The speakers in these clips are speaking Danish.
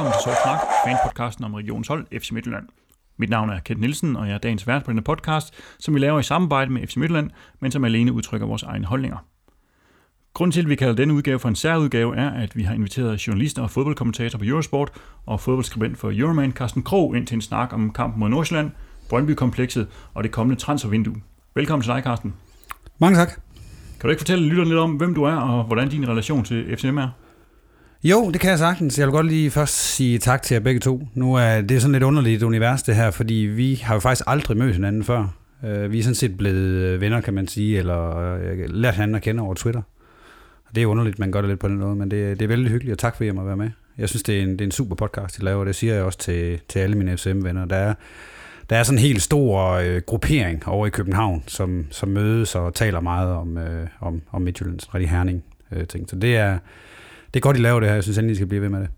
velkommen til Sort Snak, fanpodcasten om regionens hold, FC Midtjylland. Mit navn er Kent Nielsen, og jeg er dagens vært på denne podcast, som vi laver i samarbejde med FC Midtjylland, men som alene udtrykker vores egne holdninger. Grunden til, at vi kalder denne udgave for en særudgave, er, at vi har inviteret journalister og fodboldkommentator på Eurosport og fodboldskribent for Euroman Carsten Krog ind til en snak om kampen mod Nordsjælland, Brøndby-komplekset og det kommende transfervindue. Velkommen til dig, Carsten. Mange tak. Kan du ikke fortælle lytterne lidt om, hvem du er, og hvordan din relation til FCM er? Jo, det kan jeg sagtens. Jeg vil godt lige først sige tak til jer begge to. Nu er det sådan lidt underligt univers det her, fordi vi har jo faktisk aldrig mødt hinanden før. Vi er sådan set blevet venner, kan man sige, eller lært hinanden at kende over Twitter. Det er underligt, man gør det lidt på den måde, men det er vældig hyggeligt, og tak fordi jeg må være med. Jeg synes, det er en super podcast, I laver, og det siger jeg også til alle mine FCM-venner. Der er sådan en helt stor gruppering over i København, som mødes og taler meget om Midtjyllands rigtig Herning ting. Så det er godt, I laver det her. Jeg synes endelig, I skal blive ved med det.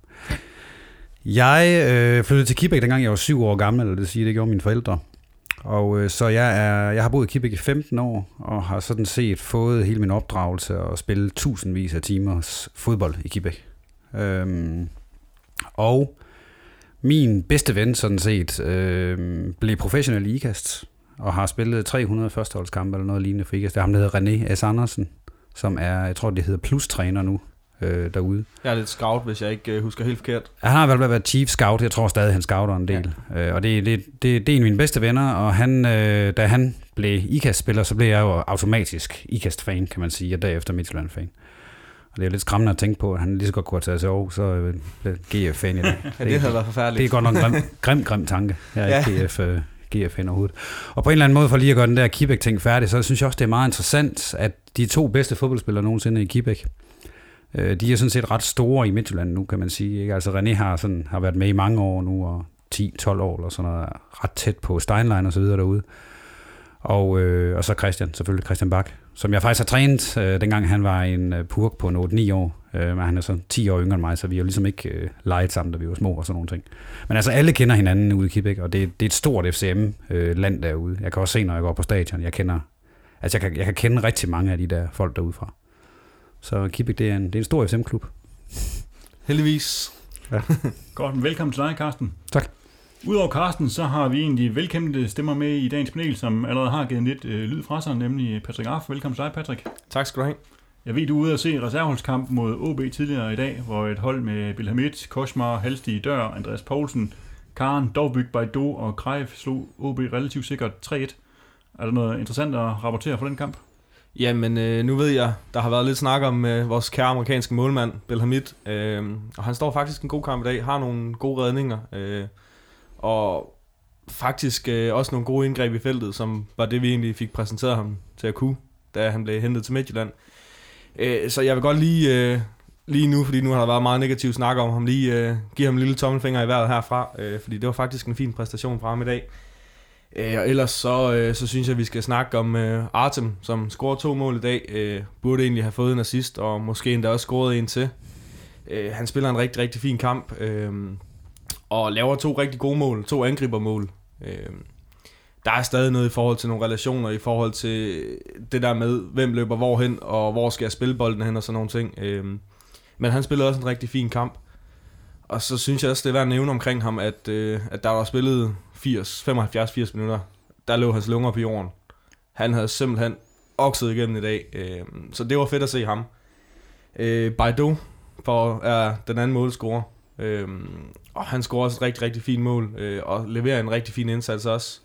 Jeg flyttede til Kibæk, dengang jeg var 7 år gammel, eller det siger, det gjorde mine forældre. Og så jeg har boet i Kibæk i 15 år, og har sådan set fået hele min opdragelse og spillet tusindvis af timers fodbold i Kibæk. Og min bedste ven sådan set blev professionel i IKAST, og har spillet 300 førsteholdskampe eller noget lignende for IKAST. Det er ham, der hedder René S. Andersen, som er, jeg tror det hedder plus-træner nu derude. Jeg er lidt scout, hvis jeg ikke husker helt forkert. Han har vel været chief scout, jeg tror stadig, han scouter en del. Ja. Og det er en af mine bedste venner, og da han blev IKAST-spiller, så blev jeg jo automatisk IKAST-fan, kan man sige, og derefter Midtjylland-fan. Og det er lidt skræmmende at tænke på, at han lige så godt kunne have taget sig over, så blev GF-fan i dag. Ja, det havde været forfærdeligt. Det er godt nok en grim tanke. Jeg er ikke GF-fan overhovedet. Og på en eller anden måde, for lige at gøre den der Kibæk-ting færdig, så synes jeg også, det er meget interessant, at de 2 bedste fodboldspillere nogensinde i Kibæk, de er sådan set ret store i Midtjylland nu, kan man sige. Ikke? Altså René har været med i mange år nu, og 10-12 år eller sådan noget, ret tæt på Steinlein og så videre derude. Og så Christian Bak, som jeg faktisk har trænet, dengang han var en purk på 8-9 år. Men han er så 10 år yngre end mig, så vi har jo ligesom ikke leget sammen, da vi var små og sådan nogle ting. Men altså alle kender hinanden ude i Kibæk, og det er et stort FCM-land derude. Jeg kan også se, når jeg går på stadion, jeg kan kende rigtig mange af de der folk derudefra. Så Kibæk, det er en stor FCM-klub. Heldigvis. Ja. Godt, velkommen til dig, Carsten. Tak. Udover Carsten, så har vi egentlig velkendte stemmer med i dagens panel, som allerede har givet lidt lyd fra sig, nemlig Patrick Raff. Velkommen til dig, Patrick. Tak skal du have. Jeg ved, du er ude at se reserveholdskamp mod OB tidligere i dag, hvor et hold med Belhamid, Koshmar, Halstig, Dør, Andreas Poulsen, Karen, Dovbyk, Baido og Greif slog OB relativt sikkert 3-1. Er der noget interessant at rapportere fra den kamp? Jamen, nu ved jeg, der har været lidt snak om vores kære amerikanske målmand, Belhamid, og han står faktisk en god kamp i dag, har nogle gode redninger, og faktisk også nogle gode indgreb i feltet, som var det, vi egentlig fik præsenteret ham til at kunne, da han blev hentet til Midtjylland. Så jeg vil godt lige nu, fordi nu har der været meget negativ snak om ham, lige give ham en lille tommelfinger i vejret herfra, fordi det var faktisk en fin præstation fra ham i dag. Og ellers så synes jeg, at vi skal snakke om Artem, som scorede 2 mål i dag. Burde egentlig have fået en assist, og måske endda også scoret en til. Han spiller en rigtig, rigtig fin kamp, og laver 2 rigtig gode mål, 2 angribermål. Der er stadig noget i forhold til nogle relationer, i forhold til det der med, hvem løber hvorhen, og hvor skal jeg spille bolden hen, og sådan nogle ting. Men han spillede også en rigtig fin kamp. Og så synes jeg også, det er værd at nævne omkring ham, at der var spillet 75-80 minutter, der lå hans lunger på jorden. Han havde simpelthen okset igennem i dag, så det var fedt at se ham. Baido er den anden målscorer, og han scorer også et rigtig, rigtig fint mål, og leverer en rigtig fin indsats også.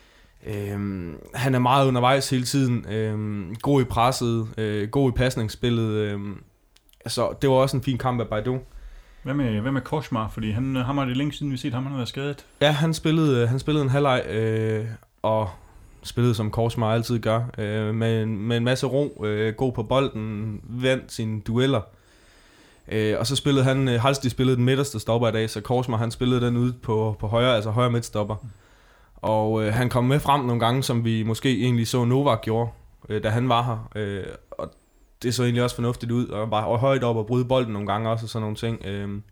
Han er meget undervejs hele tiden, god i presset, god i pasningsspillet, så det var også en fin kamp af Baido. Hvad med Koshmar? Fordi ham har det længe siden, vi har set ham, han har været skadet. Ja, han spillede en halvleg, og spillede som Koshmar altid gør, med en masse ro, god på bolden, vandt sine dueller. Og så spillede Halstig spillede den midterste stopper i dag, så Koshmar han spillede den ude på højre, altså højre midtstopper. Og han kom med frem nogle gange, som vi måske egentlig så Novak gjorde, da han var her. Og det så egentlig også fornuftigt ud, og var højt op og bryde bolden nogle gange også, og sådan nogle ting.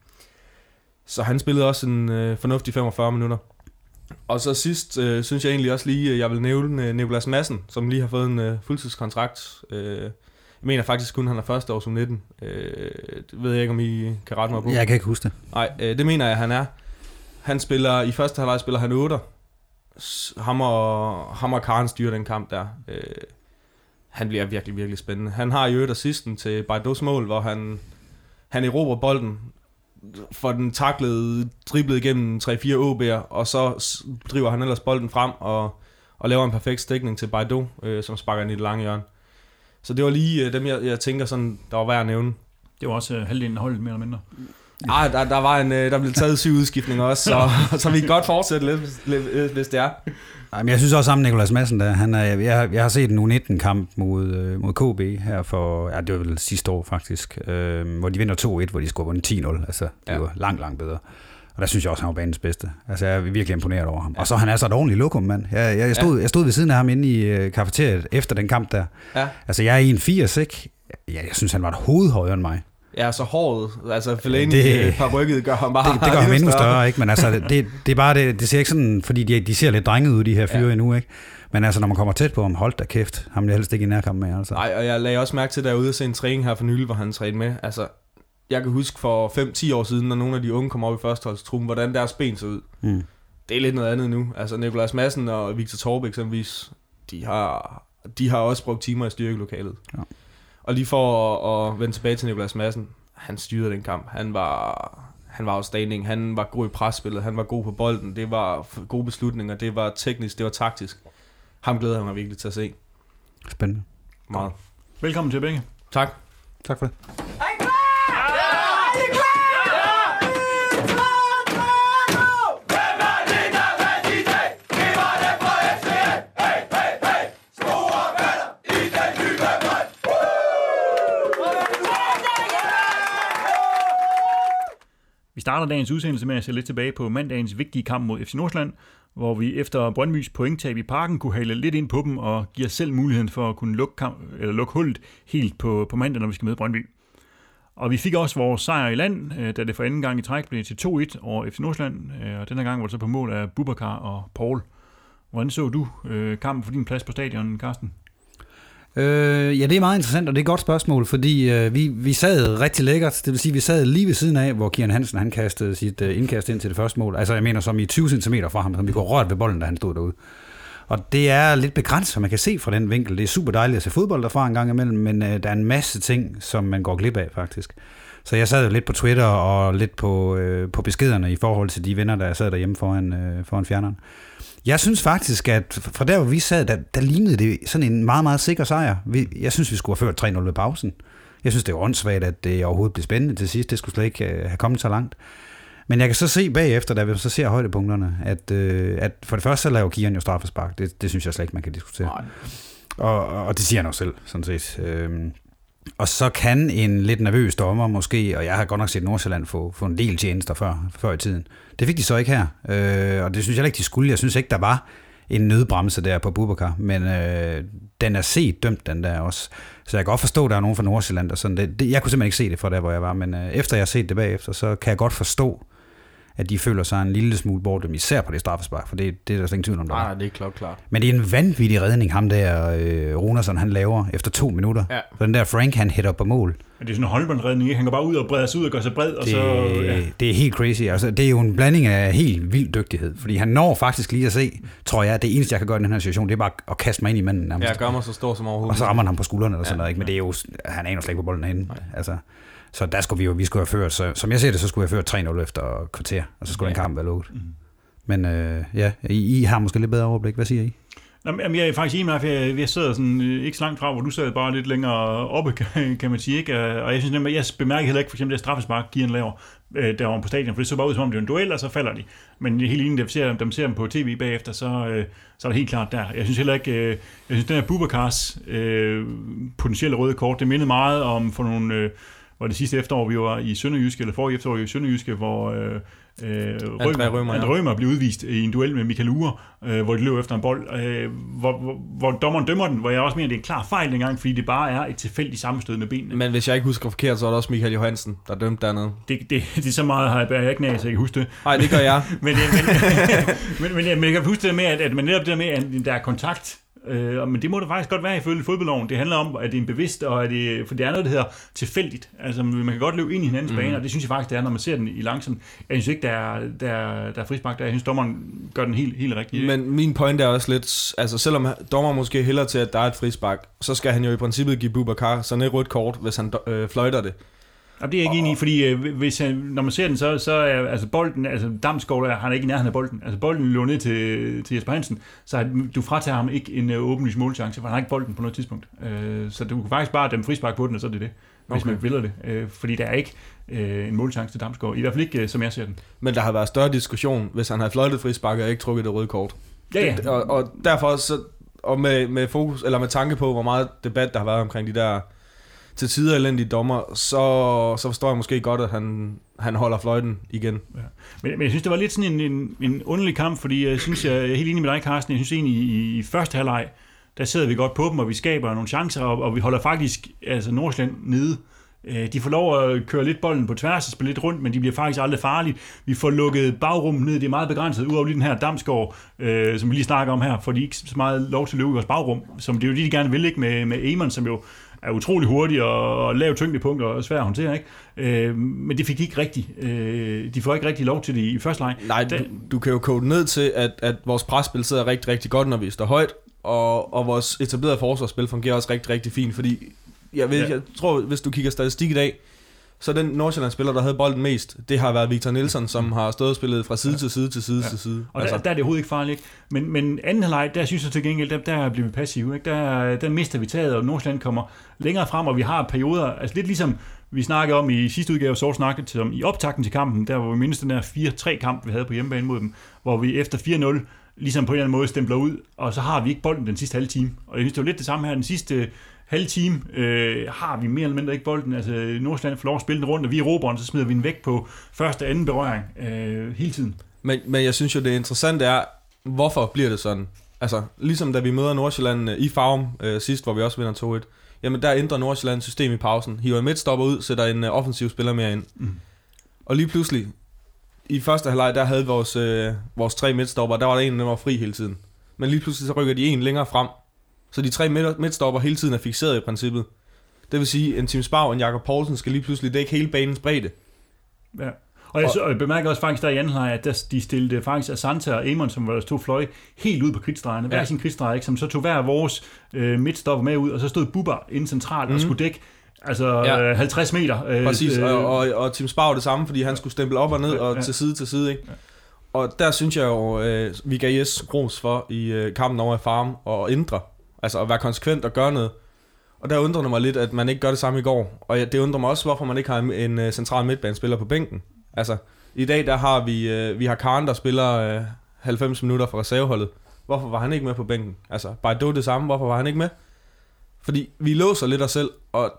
Så han spillede også en fornuftig 45 minutter. Og så sidst synes jeg egentlig også lige, jeg vil nævne Nicolas Madsen, som lige har fået en fuldtidskontrakt Jeg mener faktisk kun, han er første års U19. Det ved jeg ikke, om I kan rette mig på. Jeg kan ikke huske det. Nej, det mener jeg, han er. Han spiller, i første halvleg spiller han 8. Ham og Karen styrer den kamp der. Han bliver virkelig, virkelig spændende. Han har jo et assisten til Bajdos mål, hvor han erobrer bolden, for den taklede, driblet igennem 3-4 OB'er, og så driver han ellers bolden frem og laver en perfekt stikning til Bajdo, som sparker ind i det lange hjørne. Så det var lige dem, jeg tænker, sådan, der var værd at nævne. Det var også halvdelen af holdet, mere eller mindre. Der blev taget 7 udskiftninger også, så vi kan godt fortsætte lidt, hvis det er. Men jeg synes også sammen med Nicolas Madsen, jeg har set en U19-kamp mod KB her for, det var vel sidste år faktisk, hvor de vinder 2-1, hvor de skulle have vundet 10-0. Altså, det var langt bedre. Og der synes jeg også, han var banens bedste. Altså, jeg er virkelig imponeret over ham. Ja. Og så han er så et ordentligt lokum, mand. Jeg stod ved siden af ham inde i kafeteriet efter den kamp der. Ja. Altså, jeg er 1,80, ikke? Jeg synes, han var et hoved højere end mig. Ja, så håret, altså Fellaini par rykket gør ham bare... Det gør ham endnu større, ikke? Men altså, det er bare det ser ikke sådan, fordi de ser lidt drenget ud, de her fyre endnu, ikke? Men altså, når man kommer tæt på ham, hold da kæft, ham vil jeg helst ikke i nærkamp med, altså. Nej, og jeg lagde også mærke til, derude at se en træning her for nylig, hvor han trænede med. Altså, jeg kan huske for 5-10 år siden, når nogle af de unge kom op i førsteholdstruppen, hvordan deres ben så ud. Det er lidt noget andet nu. Altså, Nicolas Madsen og Victor Torp eksempelvis, de har også brugt timer i styrkelokalet. Ja. Og lige for at vende tilbage til Nicolas Madsen, han styrede den kamp. Han var outstanding. Han var god i presspillet. Han var god på bolden. Det var gode beslutninger. Det var teknisk. Det var taktisk. Ham glæder jeg mig virkelig til at se. Spændende. Meget. Velkommen til begge. Tak. Tak for det. Vi starter dagens udsendelse med at se lidt tilbage på mandagens vigtige kamp mod FC Nordsjælland, hvor vi efter Brøndbys pointtab i Parken kunne hale lidt ind på dem og give os selv muligheden for at kunne lukke hullet helt på mandag, når vi skal møde Brøndby. Og vi fik også vores sejr i land, da det for anden gang i træk blev til 2-1 over FC Nordsjælland, og denne gang var det så på mål af Bubakar og Paul. Hvordan så du kampen for din plads på stadion, Carsten? Ja, det er meget interessant, og det er et godt spørgsmål, fordi vi sad rigtig lækkert. Det vil sige, vi sad lige ved siden af, hvor Kian Hansen han kastede sit indkast ind til det første mål. Altså, jeg mener, som i 20 cm fra ham, som vi kunne rørt ved bolden, da han stod derude. Og det er lidt begrænset, som man kan se fra den vinkel. Det er super dejligt at se fodbold derfra en gang imellem, men der er en masse ting, som man går glip af, faktisk. Så jeg sad jo lidt på Twitter og lidt på beskederne i forhold til de venner, der sad derhjemme foran fjerneren. Jeg synes faktisk, at fra der, hvor vi sad, der lignede det sådan en meget, meget sikker sejr. Jeg synes, vi skulle have ført 3-0 ved pausen. Jeg synes, det var åndssvagt, at det overhovedet blev spændende til sidst. Det skulle slet ikke have kommet så langt. Men jeg kan så se bagefter, da vi så ser højdepunkterne, at for det første, så laver Kian jo straffespark. Det synes jeg slet ikke, man kan diskutere. Og det siger han jo selv, sådan set. Og så kan en lidt nervøs dommer måske, og jeg har godt nok set Nordsjælland få en del tjenester før i tiden. Det fik de så ikke her, og det synes jeg ikke, de skulle. Jeg synes ikke, der var en nødbremse der på Bubakar, men den er set dømt, den der også. Så jeg kan godt forstå, at der er nogen fra Nordsjælland, og sådan jeg kunne simpelthen ikke se det fra der, hvor jeg var, men efter jeg har set det bagefter, så kan jeg godt forstå, at de føler sig en lille smule bortdømt, især på det straffespark, for det er der slet ingen tvivl om det. Nej, det er klart. Men det er en vanvittig redning, ham der Runarsson, han laver efter 2 minutter. Ja. Så den der Frank, han hætter på mål. Men det er sådan en håndboldredning, han går bare ud og breder sig ud og gør sig bred, og så... Ja. Det er helt crazy. Altså, det er jo en blanding af helt vild dygtighed, fordi han når faktisk lige at se, tror jeg, det eneste, jeg kan gøre i den her situation, det er bare at kaste mig ind i manden nærmest. Ja, gør mig så stor som overhovedet. Og så rammer han ham på skuldrene eller sådan noget, ikke? Men det er jo, han aner slet ikke på bolden herinde. Altså, så der skulle vi skulle have ført, så, som jeg ser det, så skulle jeg have ført 3-0 efter kvarter, og så skulle den kamp være lukket. Men I har måske lidt bedre overblik. Hvad siger I? Jamen, jeg er faktisk enig med, for jeg sidder sådan, ikke så langt fra, hvor du sad bare lidt længere oppe, kan man sige. Ikke? Og jeg synes nemlig, jeg bemærker heller ikke for eksempel det straffespark, Kian laver derovre på stadion, for det så bare ud som om det er en duel, og så falder de. Men helt enig, dem ser dem på tv bagefter, så er det helt klart der. Jeg synes heller ikke, jeg synes den her Bubakars potentielle røde kort, det mindede meget om for nogle... var det sidste efterår, vi var i Sønderjyske, eller forrige efterår i Sønderjyske, hvor André Rømer blev udvist i en duel med Michael Ure, hvor de løb efter en bold, hvor dommeren dømmer den, hvor jeg også mener, det er en klar fejl dengang, fordi det bare er et tilfældigt sammenstød med benene. Men hvis jeg ikke husker forkert, så er det også Michael Johansen, der dømte dernede. Det er så meget, har jeg ikke nær, så jeg kan huske det. Nej, det gør jeg. men jeg kan huske det med, at man netop det med, at der er kontakt, Men det må det faktisk godt være ifølge fodboldloven. Det handler om, at det er en bevidst, og at det, for det er noget, der hedder tilfældigt. Altså, man kan godt løbe ind i hinandens bane, og det synes jeg faktisk, det er, når man ser den i langsomt. Jeg synes ikke, der er frispark der. Jeg synes, dommeren gør den helt rigtigt. Men min point er også lidt, altså selvom dommeren måske hælder til, at der er et frispark, så skal han jo i princippet give Boubacar sådan et rødt kort, hvis han fløjter det. Ja, det er jeg ikke enig i, fordi når man ser den, så er altså bolden, altså Damsgaard, han er ikke i nærheden af bolden. Altså bolden løber ned til Jesper Hansen, så du fratager ham ikke en åbenlys målchance, for han har ikke bolden på noget tidspunkt. Så du kan faktisk bare dømme frispark på den, og så er det, hvis man vil det. Fordi der er ikke en målchance til Damsgaard. I hvert fald ikke, som jeg ser den. Men der har været større diskussion, hvis han havde fløjtet frispark og ikke trukket det røde kort. Ja. Og derfor så, og med fokus, eller med tanke på, hvor meget debat der har været omkring de der til tider elendige dommer, så forstår jeg måske godt, at han holder fløjten igen. Ja. Men jeg synes, det var lidt sådan en underlig kamp, fordi jeg synes, jeg er helt enig med dig, Carsten. Jeg synes egentlig, i første halvleg, der sidder vi godt på dem, og vi skaber nogle chancer, og vi holder faktisk altså Nordsjælland nede. De får lov at køre lidt bolden på tværs og spille lidt rundt, men de bliver faktisk aldrig farlige. Vi får lukket bagrummet ned, det er meget begrænset, udover lige den her Damsgaard, som vi lige snakker om her, for de ikke så meget lov til at løbe i vores bagrum, som det er jo de gerne vil, ikke, med Amon, som jo er utrolig hurtig og lav tyngdepunkt og svært at håndtere, ikke? Men det fik de ikke rigtigt. De får ikke rigtig lov til det i første leg. Nej, du kan jo kode ned til, at vores presspil sidder rigtig, rigtig godt, når vi står højt, og vores etablerede forsvarsspil fungerer også rigtig, rigtig fint, fordi jeg tror, hvis du kigger statistik i dag, så den Nordsjælland-spiller, der havde bolden mest, det har været Victor Nielsen, som har stået og spillet fra side til side til side til side. Og der er det overhovedet ikke farligt. Men anden halvleg, der synes jeg til gengæld, der bliver vi passive. Ikke? Der mister vi taget, og Nordsjælland kommer længere frem, og vi har perioder, altså lidt ligesom vi snakkede om i sidste udgave, så snakkede om i optakten til kampen, der hvor vi mindes den der 4-3 kamp, vi havde på hjemmebane mod dem, hvor vi efter 4-0 ligesom på en eller anden måde stempler ud, og så har vi ikke bolden den sidste halve time. Og jeg synes, det var lidt det samme her, den sidste halve time har vi mere eller mindre ikke bolden. Altså Nordsjælland får lov at spille den rundt, og vi erobrer den, så smider vi den væk på første og anden berøring hele tiden. Men jeg synes jo, det interessante er, hvorfor bliver det sådan? Altså, ligesom da vi møder Nordsjælland i Farum sidst, hvor vi også vinder 2-1, jamen der ændrer Nordsjælland system i pausen. Hiver en midtstopper ud, sætter en offensiv spiller mere ind. Og lige pludselig, i første halvleg, der havde vores 3 midtstopper, der var der en, der var fri hele tiden. Men lige pludselig så rykker de en længere frem. Så de 3 midtstopper hele tiden er fikseret i princippet. Det vil sige, en Tim Spau og en Jakob Poulsen skal lige pludselig dække hele banens bredde. Ja. Og jeg bemærker også faktisk der i anden halvleg, at de stillede faktisk Asante og Amon, som var deres 2 fløje, helt ud på kridtstregerne. Hver sin kridtstreger, ikke? Som så tog hver vores midtstopper med ud, og så stod Bubba inde centralt og skulle dække 50 meter. Præcis, og Tim Spau det samme, fordi han skulle stemple op og ned og til side, ikke? Ja. Og der synes jeg jo, vi gav Jes ros for i kampen over i Farum og ændre. Altså at være konsekvent og gøre noget. Og der undrer det mig lidt, at man ikke gør det samme i går. Og det undrer mig også, hvorfor man ikke har en central midtbanespiller på bænken. Altså, i dag der har vi har Karen, der spiller 90 minutter for reserveholdet. Hvorfor var han ikke med på bænken? Altså, Bajdo det samme, hvorfor var han ikke med? Fordi vi låser lidt os selv, og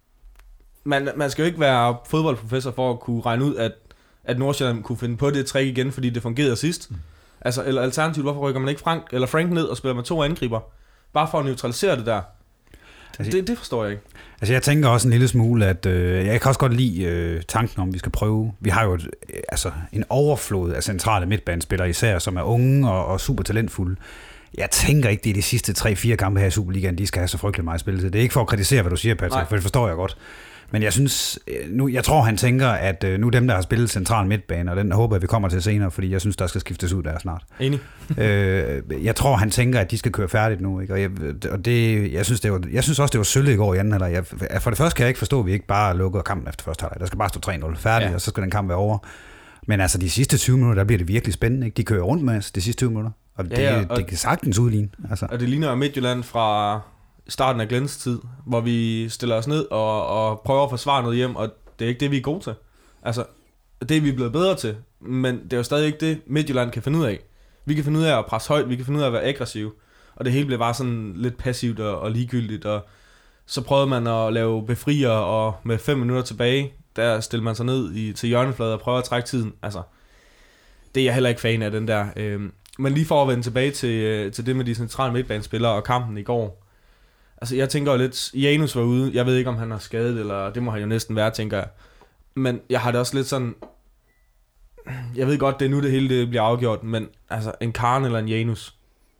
man skal jo ikke være fodboldprofessor for at kunne regne ud, at Nordsjælland kunne finde på det trick igen, fordi det fungerede sidst. Altså, eller alternativt, hvorfor rykker man ikke Frank ned og spiller med 2 angriber? Bare for at neutralisere det der. Det forstår jeg ikke. Altså jeg tænker også en lille smule, at jeg kan også godt lide tanken om, vi skal prøve. Vi har jo en overflod af centrale midtbanespillere især, som er unge og super talentfulde. Jeg tænker ikke, det er de sidste 3-4 kampe her i Superligaen, de skal have så frygtelig meget spil til. Det er ikke for at kritisere, hvad du siger, Patrick, for det forstår jeg godt. Men jeg tror, han tænker, at nu dem, der har spillet central midtbane, og den håber jeg, vi kommer til senere, fordi jeg synes, der skal skiftes ud der snart. Enig. Jeg tror, han tænker, at de skal køre færdigt nu, ikke? Jeg synes også, det var sølle i går i anden halvleg. For det første kan jeg ikke forstå, at vi ikke bare lukker kampen efter første halvleg. Der skal bare stå 3-0 færdigt, og så skal den kamp være over. Men altså, de sidste 20 minutter, der bliver det virkelig spændende, ikke? De kører rundt med os de sidste 20 minutter, og det kan sagtens udligne. Altså. Og det ligner Midtjylland fra starten af Glens tid, hvor vi stiller os ned og prøver at forsvare noget hjem, og det er ikke det, vi er gode til. Altså, det er vi blevet bedre til, men det er jo stadig ikke det, Midtjylland kan finde ud af. Vi kan finde ud af at presse højt, vi kan finde ud af at være aggressiv, og det hele bliver bare sådan lidt passivt og ligegyldigt, og så prøvede man at lave befrier, og med 5 minutter tilbage, der stiller man sig ned til hjørnefladet og prøver at trække tiden. Altså, det er jeg heller ikke fan af, den der. Men lige for at vende tilbage til det med de centrale midtbanespillere og kampen i går. Altså, jeg tænker jo lidt, Janus var ude, jeg ved ikke, om han er skadet, eller det må han jo næsten være, tænker jeg. Men jeg har det også lidt sådan, jeg ved godt, det er nu det hele det bliver afgjort, men altså, en Karen eller en Janus,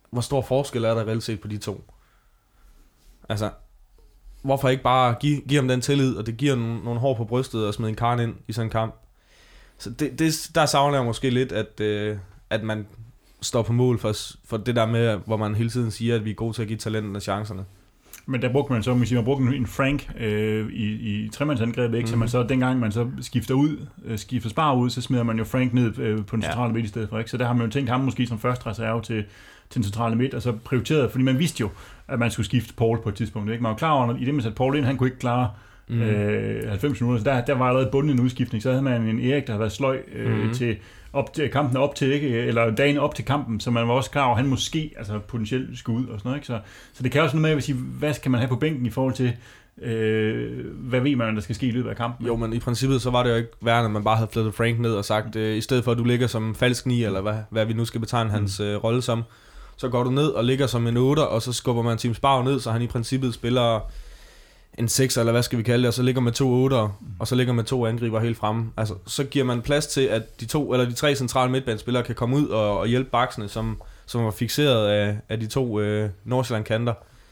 hvor stor forskel er der reelt set på de to? Altså, hvorfor ikke bare give ham den tillid, og det giver nogle hår på brystet og smide en karn ind i sådan en kamp? Så der savner jeg måske lidt, at man står på mål for det der med, hvor man hele tiden siger, at vi er gode til at give talenterne chancerne. Men der brugte man så, man brugte en Frank i tremandsangrebet, ikke? Så man så, dengang man så skifter Spar ud, så smider man jo Frank ned på den centrale midt i stedet for, ikke? Så der har man jo tænkt ham måske som første reserve til den centrale midt, og så prioriteret, fordi man vidste jo, at man skulle skifte Paul på et tidspunkt, ikke? Man var klar over, i det man satte Paul ind, han kunne ikke klare 90 minutter, så der var allerede bundet en udskiftning, så havde man en Erik, der havde været sløj til kampen op til, ikke? Eller dagen op til kampen, så man var også klar over, at han måske potentielt skulle ud og sådan noget, ikke? Så det kan også noget med at sige, hvad skal man have på bænken i forhold til, hvad ved man, der skal ske i løbet af kampen? Jo, men i princippet så var det jo ikke værre, at man bare havde flyttet Frank ned og sagt, i stedet for at du ligger som falsk 9, eller hvad vi nu skal betegne hans rolle som, så går du ned og ligger som en 8, og så skubber man Team Spar ned, så han i princippet spiller en 6, eller hvad skal vi kalde det, og så ligger med 2 8'ere, og så ligger med 2 angriber helt fremme. Altså, så giver man plads til, at de 3 centrale midtbanespillere kan komme ud og hjælpe baksene, som var fikseret af de 2 Nordsjælland-kanter.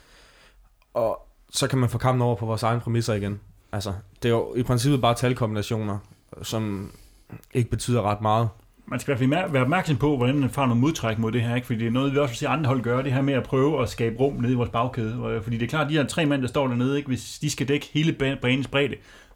Og så kan man få kampen over på vores egne præmisser igen. Altså, det er jo i princippet bare talkombinationer, som ikke betyder ret meget. Man skal i hvert fald være opmærksom på, hvordan man får noget modtræk mod det her, ikke? Fordi det er noget, vi også vil se andre hold gøre, det her med at prøve at skabe rum nede i vores bagkæde. Fordi det er klart, at de her 3 mænd, der står dernede, ikke? Hvis de skal dække hele banens bredde,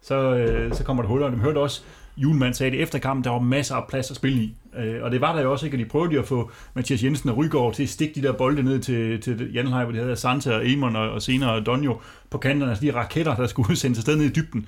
så kommer der huller. Og de hørte også, Julemand sagde det efter kampen, der var masser af plads at spille i. Og det var der jo også, ikke? Og de prøvede at få Mathias Jensen og Rygaard til at stikke de der bolde ned til Janelhøj, hvor de havde Santa og Eamon og senere Donjo på kanterne, altså de raketter, der skulle sendes afsted ned i dybden.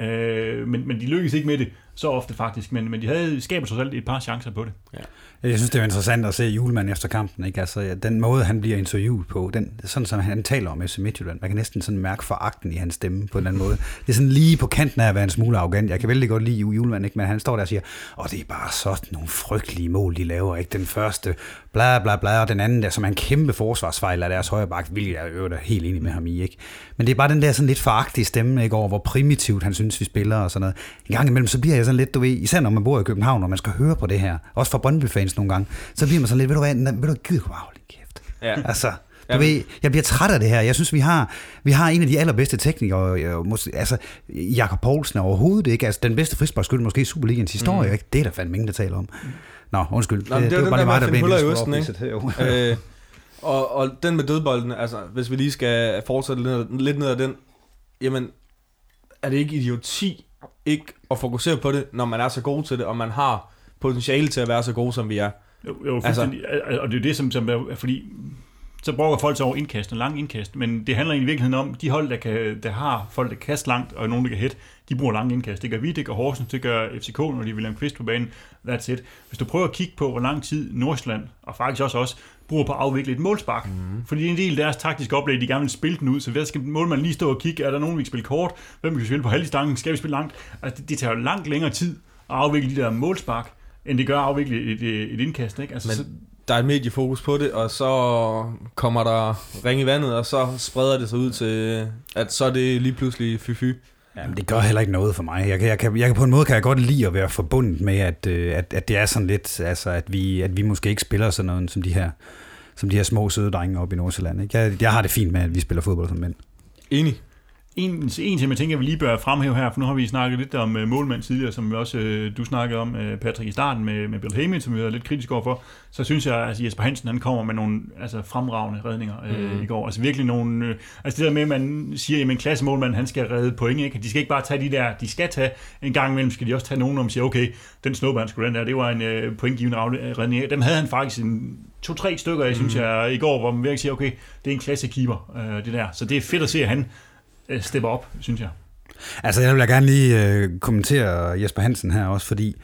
Men de lykkedes ikke med det så ofte faktisk, men de havde skabt trods alt et par chancer på det. Ja. Jeg synes, det er interessant at se Julemand efter kampen, ikke? Altså, den måde, han bliver interviewet på, sådan som han taler om FC Midtjylland, man kan næsten sådan mærke foragten i hans stemme på en eller anden måde. Det er sådan lige på kanten af at være en smule arrogant. Jeg kan vældig godt lide Julemand, ikke? Men han står der og siger, det er bare sådan nogle frygtelige mål, de laver, ikke? Den første, bla bla bla, og den anden der, som er en kæmpe forsvarsfejl af deres højre bak, hvilket jeg er helt enig med ham i, ikke? Men det er bare den der sådan lidt foragtige stemme, ikke? Over hvor primitivt han synes, vi spiller og sådan noget. En gang imellem, så bliver jeg sådan lidt, du ved, især når man bor i København, og man skal høre på det her, også for Brøndby-fans nogle gange, så bliver man sådan lidt, ved du gider bare holde kæft. Ja. Altså, du ved, jeg bliver træt af det her. Jeg synes, vi har en af de allerbedste teknikere, altså Jakob Poulsen overhovedet, ikke? Altså den bedste frisparksskytte måske i Superligaens historie, ikke? Det er der fandme ingen, der taler om. Nå, undskyld. Nå, det var bare det mig, der blev i Østen, ikke? Og den med dødbolden, altså hvis vi lige skal fortsætte lidt ned ad den, jamen er det ikke idioti ikke at fokusere på det, når man er så god til det, og man har potentiale til at være så gode, som vi er? Jo, fuldstændig. Altså, og det er jo det, som er, fordi så bruger folk sig over indkast og lang indkast, men det handler i virkeligheden om, de hold, der har folk, der kaster langt, og nogen, der kan hætte, de bruger lange indkast. Det gør vi, det gør Horsens, det gør FCK, når de vil lave en kvist på banen. That's it. Hvis du prøver at kigge på, hvor lang tid Nordsjælland, og faktisk også os, bruger på at afvikle et målspark. Fordi det er en del af deres taktiske oplæg, de gerne vil spille den ud, så der skal målmanden lige stå og kigge, er der nogen, vi kan spille kort, hvem vi kan spille på halvdistangen, skal vi spille langt? Altså, det tager jo langt længere tid at afvikle de der målspark, end det gør at afvikle et indkast, ikke? Altså, men der er et mediefokus på det, og så kommer der ring i vandet, og så spreder det sig ud til, at så er det lige pludselig fy-fy. Jamen, det gør heller ikke noget for mig. Jeg kan på en måde kan jeg godt lide at være forbundet med, at det er sådan lidt, altså at vi måske ikke spiller sådan noget som de her små søde drenge oppe i Nordsjælland, ikke? Jeg har det fint med, at vi spiller fodbold som mænd. Enig. En ting, jeg tænker, vi lige bør fremhæve her, for nu har vi snakket lidt om målmand tidligere, som også du snakkede om, Patrick, i starten med Bill Hamid, som vi var lidt kritisk overfor. Så synes jeg, at Jesper Hansen, han kommer med nogle fremragende redninger i går. Altså virkelig nogle, altså det der med, at man siger, at en klassemålmand, han skal redde point, ikke? De skal ikke bare tage de der, de skal tage en gang imellem, skal de også tage nogen, om siger, okay, den snubber han skulle den der, det var en pointgivende redning. Dem havde han faktisk 2-3 stykker, jeg synes jeg, i går, hvor man virkelig siger, okay, det er en klassekeeper, det der. Så det er fedt at se, at han stepper op, synes jeg. Altså, jeg vil gerne lige kommentere Jesper Hansen her også, fordi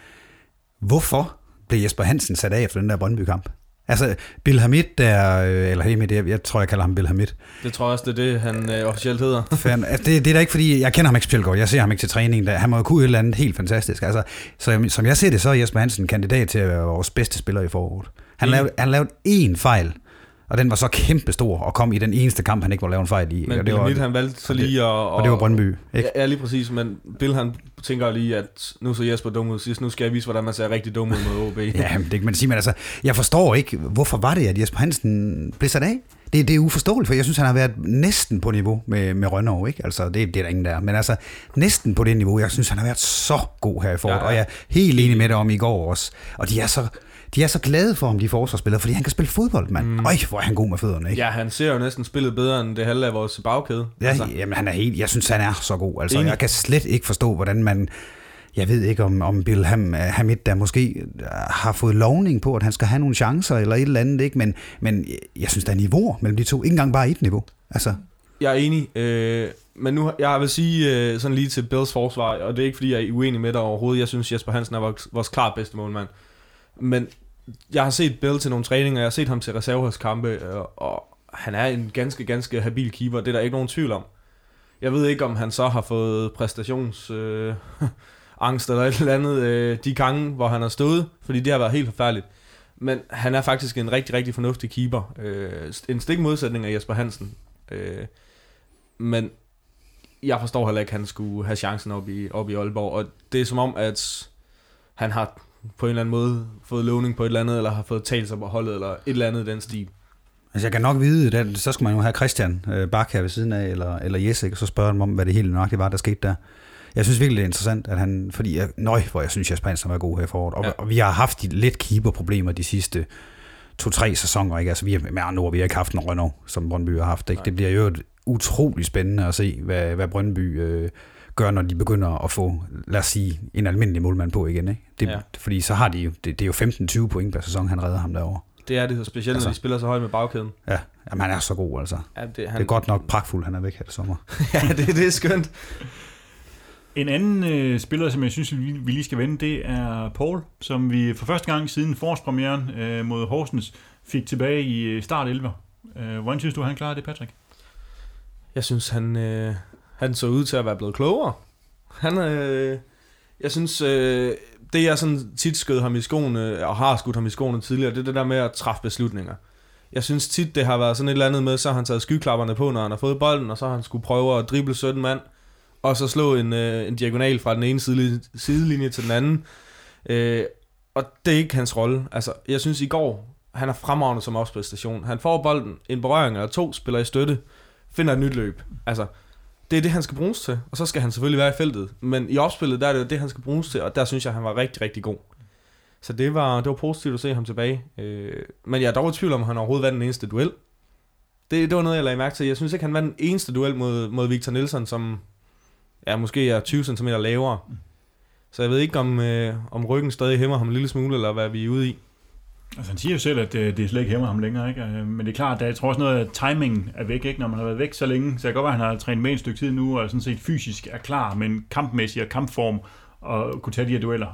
hvorfor blev Jesper Hansen sat af efter den der Brøndby-kamp? Altså, Bill Hamid der, eller Hamid, jeg tror, jeg kalder ham Bill Hamid. Det tror jeg også, det er det, han officielt hedder. Altså, det er da ikke, fordi jeg kender ham ikke specielt godt. Jeg ser ham ikke til træning. Han må jo kunne et eller andet helt fantastisk. Altså, så som jeg ser det, så er Jesper Hansen kandidat til at være vores bedste spiller i foråret. Han lavede én fejl, Og den var så kæmpestor og kom i den eneste kamp, han ikke var lavet en fejl i. Men og det var, han valgte så lige og det var Brøndby, ikke? Ja, lige præcis, men Bill han tænker lige, at nu så Jesper dum ud sidst, nu skal jeg vise, hvordan man ser rigtig dum ud mod OB. Ja, det kan man sige, men altså, jeg forstår ikke, hvorfor var det, at Jesper Hansen blev sat af? Det er uforståeligt, for jeg synes, han har været næsten på niveau med Rønnow, ikke? Altså, det er der ingen der. Men altså, næsten på det niveau. Jeg synes, han har været så god her i foråret, og jeg er helt enig med dig om i går også. Og de er så glade for ham, de forsvarsspillere, fordi han kan spille fodbold, mand. Hvor er han god med fødderne, ikke? Ja, han ser jo næsten spillet bedre end det halve af vores bagkæde. Ja, altså. Jamen, jeg synes, han er så god. Altså, jeg kan slet ikke forstå, hvordan man... Jeg ved ikke, om Bill Hamid der måske har fået lovning på, at han skal have nogle chancer eller et eller andet, ikke? Men jeg synes, der er niveauer mellem de to. Ikke engang bare et niveau. Altså. Jeg er enig, men nu jeg vil sige sådan lige til Bills forsvar, og det er ikke, fordi jeg er uenig med dig overhovedet. Jeg synes, Jesper Hansen er vores klart bedste målmand. Men jeg har set Bill til nogle træninger, jeg har set ham til reserveholdskampe, og han er en ganske, ganske habil keeper. Det er der ikke nogen tvivl om. Jeg ved ikke, om han så har fået angst eller et eller andet de gange, hvor han har stået, fordi det har været helt forfærdeligt. Men han er faktisk en rigtig, rigtig fornuftig keeper. En stik modsætning af Jesper Hansen. Men jeg forstår heller ikke, at han skulle have chancen op i Aalborg. Og det er som om, at han har på en eller anden måde fået lovning på et eller andet, eller har fået talt sig på holdet, eller et eller andet i den stil. Altså jeg kan nok vide, at så skulle man jo have Christian Bak her ved siden af, eller Jesse, og så spørge dem om, hvad det helt nøjagtigt var, der skete der. Jeg synes virkelig, det er interessant, at han, fordi hvor jeg synes, Jesper Hansen var god her i foråret, og vi har haft lidt keeperproblemer de sidste 2-3 sæsoner, ikke? Altså vi har ikke haft en Rønnow, som Brøndby har haft, ikke? Det bliver jo utrolig spændende at se, hvad Brøndby gør, når de begynder at få, lad os sige, en almindelig målmand på igen, ikke? Fordi så har de jo, det er jo 15-20 point per sæson, han redder ham derovre. Det er det, specielt når de spiller så højt med bagkæden. Ja, jamen, han er så god, altså. Ja, det er godt nok pragtfuld, han er væk her i sommer. Ja, det er skønt. En anden spiller, som jeg synes, vi lige skal vende, det er Paul, som vi for første gang siden forårspremieren mod Horsens fik tilbage i start 11. Hvordan synes du, han klarede det, Patrick? Jeg synes, han så ud til at være blevet klogere. Jeg synes, det jeg sådan tit skød ham i skoene, og har skudt ham i skoene tidligere, det er det der med at træffe beslutninger. Jeg synes tit, det har været sådan et eller andet med, så har han taget skyklapperne på, når han har fået bolden, og så har han skulle prøve at drible 17 mand, og så slå en diagonal fra den ene sidelinje til den anden. Og det er ikke hans rolle. Altså, jeg synes i går, han er fremragende som opspilstation. Han får bolden, en berøring eller to, spiller i støtte, finder et nyt løb. Altså, det er det, han skal bruges til, og så skal han selvfølgelig være i feltet. Men i opspillet, der er det jo det, han skal bruges til, og der synes jeg, han var rigtig, rigtig god. Så det var positivt at se ham tilbage. Men jeg er dog i tvivl om, han overhovedet vandt den eneste duel. Det var noget, jeg lagde mærke til. Jeg synes ikke, han vandt den eneste duel mod Victor Nielsen, som måske er 20 cm lavere. Så jeg ved ikke, om ryggen stadig hæmmer ham en lille smule, eller hvad vi er ude i. Altså han siger jo selv, at det slet ikke hæmmer ham længere, ikke? Men det er klart, at jeg tror også noget, at timingen er væk, ikke? Når man har været væk så længe. Så jeg kan godt være, at han har trænet med et stykke tid nu, og sådan set fysisk er klar, men kampmæssig og kampform, og kunne tage de her dueller.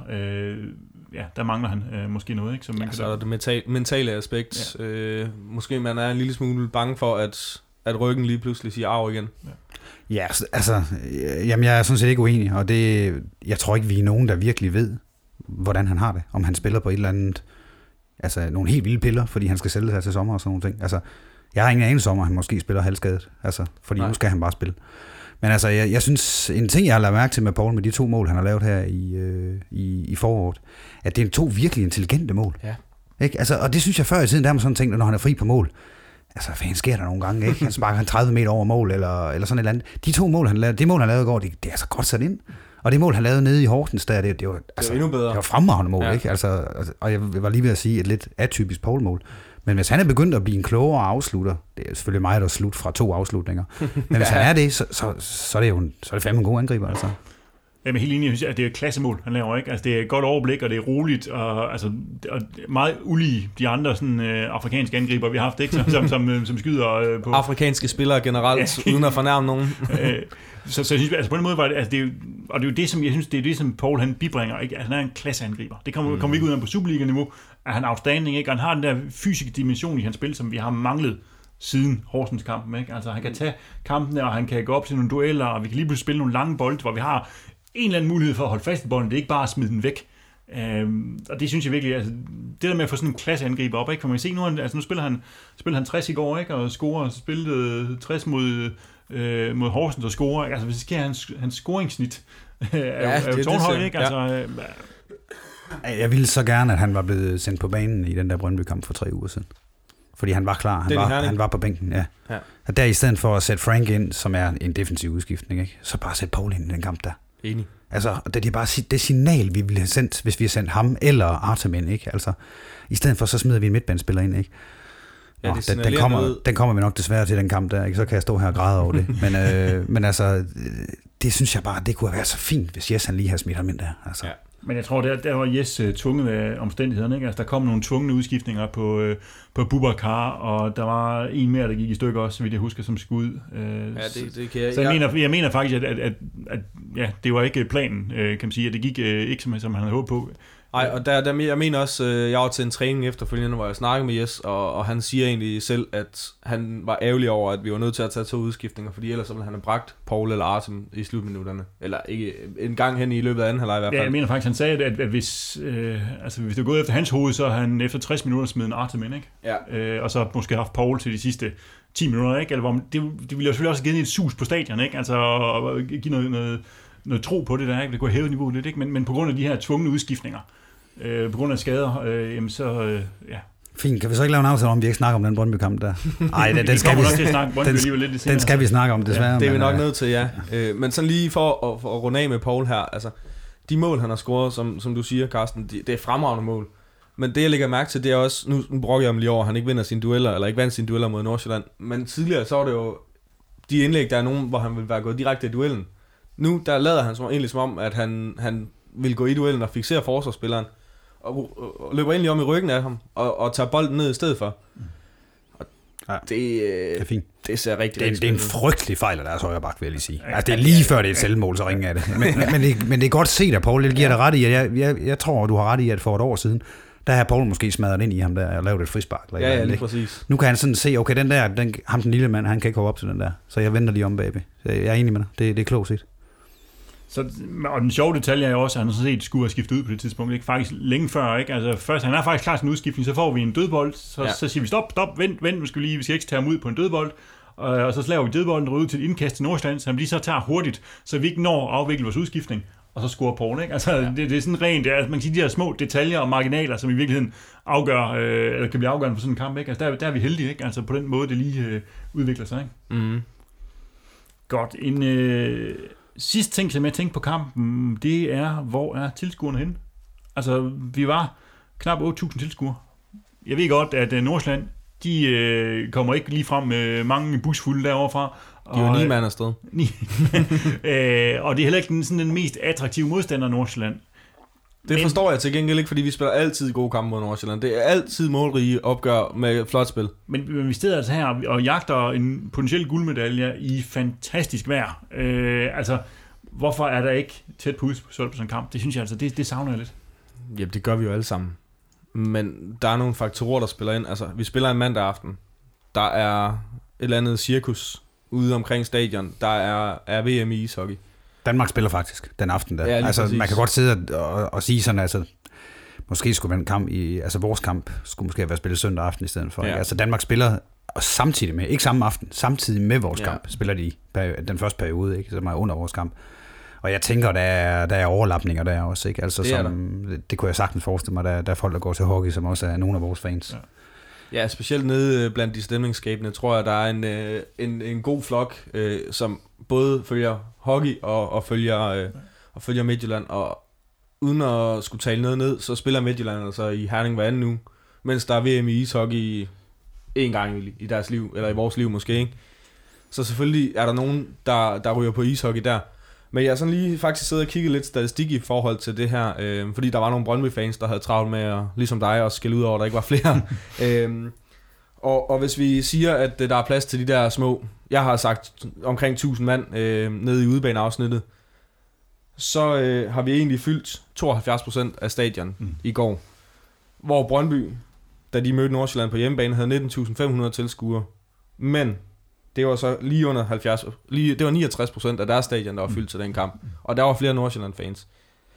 Der mangler han måske noget, ikke? Som man kan så er der det mentale aspekt. Ja. Måske man er en lille smule bange for, at ryggen lige pludselig siger arv igen. Ja, altså, jamen jeg er sådan set ikke uenig, og jeg tror ikke, vi er nogen, der virkelig ved, hvordan han har det. Om han spiller på et eller andet, altså nogle helt vilde piller, fordi han skal sælge sig til sommer og sådan nogle ting. Altså, jeg har ingen anelse om, at han måske spiller halvskadet, altså, fordi nu skal han bare spille. Men altså, jeg synes, en ting, jeg har lagt mærke til med Paul, med de 2 mål, han har lavet her i foråret, at det er 2 virkelig intelligente mål. Ja. Ikke? Altså, og det synes jeg før i tiden, der er man sådan tænkt, når han er fri på mål, altså, hvad sker der nogle gange, ikke? Han sparker 30 meter over mål, eller sådan et eller andet. De 2 mål, han lavede, det mål, han lavede i går, det er altså godt sat ind. Og det mål, han lavede nede i Horsens, det var endnu bedre. Det var fremragende mål, ikke? Altså, og jeg var lige ved at sige et lidt atypisk Paul-mål. Men hvis han er begyndt at blive en klogere afslutter, det er selvfølgelig mig, der er slut fra 2 afslutninger. Men hvis han er det, så er det jo så er det fandme en god angriber, altså. Jamen helt enig, jeg synes, at det er et klassemål, han laver, ikke? Altså det er et godt overblik, og det er roligt, og meget ulige de andre sådan, afrikanske angriber, vi har haft, ikke? Som skyder på... Afrikanske spillere generelt, uden at fornærme nogen. Så jeg synes, altså på den måde var det, altså det er jo, og det er jo det, som jeg synes, det er det, som Paul han bibringer, ikke? Altså han er en klasseangriber. Det kommer vi ikke ud af på Superliga-niveau, at han er outstanding, ikke? Og han har den der fysiske dimension i hans spil, som vi har manglet siden Horsens kampen, ikke? Altså han kan tage kampene, og han kan gå op til nogle dueller, og vi kan lige pludselig spille nogle lange bolde, hvor vi har en eller anden mulighed for at holde fast i bolden. Det er ikke bare at smide den væk. Og det synes jeg virkelig, altså, det der med at få sådan en klasseangriber op, ikke? For man kan se nu, nu spiller han 60 i går, ikke? Og spillede 60 mod Horsens og scorer. Altså hvis det sker, hans scoringssnit er jo tårnhøjt, ikke? Altså, jeg ville så gerne, at han var blevet sendt på banen i den der Brøndby-kamp for 3 uger siden. Fordi han var klar, han var på bænken, ja. Og der i stedet for at sætte Frank ind, som er en defensiv udskiftning, ikke? Så bare sætte Paul ind i den kamp der. Enig. Altså, det er bare det signal, vi ville have sendt, hvis vi har sendt ham eller Artem ind, ikke? Altså, i stedet for, så smider vi en midtbanespiller ind, ikke? Ja, den kommer vi nok desværre til den kamp der, ikke? Så kan jeg stå her og græde over det. Men altså, det synes jeg bare, det kunne være så fint, hvis Jes han lige havde smidt ham ind der. Altså. Ja. Men jeg tror, der var Jes tvunget af omstændighederne, ikke? Altså, der kom nogle tvungne udskiftninger på Boubacar, og der var en mere, der gik i stykker også, så vidt jeg husker, som skud. Det kan jeg. Så jeg mener faktisk, at ja, det var ikke planen, kan man sige, at det gik ikke, som han havde håbet på. Nej, og jeg mener også, jeg var til en træning efterfølgende, hvor jeg snakkede med Jes, og han siger egentlig selv, at han var ærgerlig over, at vi var nødt til at tage 2 udskiftninger, fordi ellers så ville han have bragt Paul eller Artem i slutminutterne. Eller ikke en gang hen i løbet af anden halvleg i hvert fald. Ja, jeg mener faktisk, han sagde, at hvis det var gået efter hans hoved, så han efter 60 minutter smidt en Artem ind, ikke? Ja. Og så måske haft Paul til de sidste 10 minutter, ikke? Eller, det ville jo selvfølgelig også give et sus på stadion, ikke? Altså at give noget tro på det der, ikke? Det kunne hæve niveauet lidt, ikke? Men på grund af de her tvungne udskiftninger, på grund af skader, jamen så, ja. Fint, kan vi så ikke lave en aftale om, vi ikke snakker om den Brøndby-kamp der? Nej, den skal vi snakke om, desværre. Ja, det er vi nok nødt til, ja. Men sådan lige for at runde af med Paul her, altså, de mål, han har scoret, som du siger, Carsten, det er fremragende mål. Men det, jeg lægger mærke til, det er også, nu brokker jeg om lige over, han ikke vinder sine dueller, eller ikke vandt sine dueller mod Nordsjælland. Men tidligere, så var det jo de indlæg, der er nogen, hvor han ville være gået direkte i duellen. Nu, der lader han egentlig som om, at han vil gå i duellen og fixere forsvarsspilleren, og løber egentlig om i ryggen af ham, og tager bolden ned i stedet for. Og det er fint. Det ser rigtig det er en frygtelig fejl af deres højre bak, vil jeg lige sige. Altså, det er lige før det er et selvmål, så ringer af det. Men det er godt set af Paul. Det giver dig ret i, jeg tror, du har ret i, at for et år siden, der har Paul måske smadret ind i ham der og lavet et frispark. Ja, lige præcis. Nu kan han sådan se, okay, ham den lille mand, han kan ikke komme op til den der. Så jeg venter lige om bagved. Jeg er enig med dig. Det er klogt set. Så, og den sjove detalje er jo også, at han sådan set skulle have skiftet ud på det tidspunkt, ikke? Faktisk længe før, ikke? Altså først, han er faktisk klar til en udskiftning, så får vi en dødbold, så siger vi stop, vent, vi skal ikke tage ham ud på en dødbold, og så laver vi dødbolden ud til et indkast til Nordsjælland, så han lige så tager hurtigt, så vi ikke når at afvikle vores udskiftning, og så scorer Paul, ikke? Altså det er sådan rent, man kan sige de her små detaljer og marginaler, som i virkeligheden afgør, eller kan blive afgørende for sådan en kamp, ikke? Altså der er vi heldige, ikke? Altså på den måde, det lige udvikler sig, ikke? Mm. Godt, sidste ting, som jeg tænkte på kampen, det er, hvor er tilskuerne henne? Altså, vi var knap 8.000 tilskuere. Jeg ved godt, at Nordsjælland, de kommer ikke lige frem med mange busfulde derovre fra. De var 9 mand afsted. Og det er heller ikke sådan den mest attraktive modstander af Nordsjælland. Det forstår jeg til gengæld ikke, fordi vi spiller altid gode kampe mod Nordsjælland. Det er altid målrige opgør med flot spil. Men vi sidder altså her og jagter en potentiel guldmedalje i fantastisk vejr. Altså, hvorfor er der ikke tæt på sådan en kamp? Det synes jeg altså, det savner jeg lidt. Jamen, det gør vi jo alle sammen. Men der er nogle faktorer, der spiller ind. Altså, vi spiller en mandag aften. Der er et eller andet cirkus ude omkring stadion. Der er VM i ishockey. Danmark spiller faktisk den aften der. Ja, altså, man kan godt sidde og sige sådan, altså, måske skulle man en kamp altså vores kamp skulle måske have været spillet søndag aften i stedet for. Ja. Altså, Danmark spiller og samtidig med, ikke samme aften, samtidig med vores kamp, spiller de den første periode, ikke, som er under vores kamp. Og jeg tænker, der er overlapninger der også, ikke? Altså, det kunne jeg sagtens forestille mig, der er folk, der går til hockey, som også er nogle af vores fans. Ja, specielt nede blandt de stemningsskabende, tror jeg, der er en god flok, som både følger hockey og følger Midtjylland, og uden at skulle tale noget ned, så spiller Midtjylland altså i Herning hver anden uge, mens der er VM i ishockey en gang i deres liv, eller i vores liv måske, ikke? Så selvfølgelig er der nogen, der ryger på ishockey der. Men jeg har sådan lige faktisk siddet og kigget lidt statistik i forhold til det her, fordi der var nogle Brøndby-fans, der havde travlt med at, ligesom dig, at skælde ud over, at der ikke var flere. Og hvis vi siger, at der er plads til de der små, jeg har sagt omkring 1000 mand nede i udebaneafsnittet, så har vi egentlig fyldt 72% af stadion i går. Hvor Brøndby, da de mødte Nordsjælland på hjemmebane, havde 19.500 tilskuere. Men det var så lige under 70, det var 69% af deres stadion, der var fyldt til den kamp. Og der var flere Nordsjælland-fans.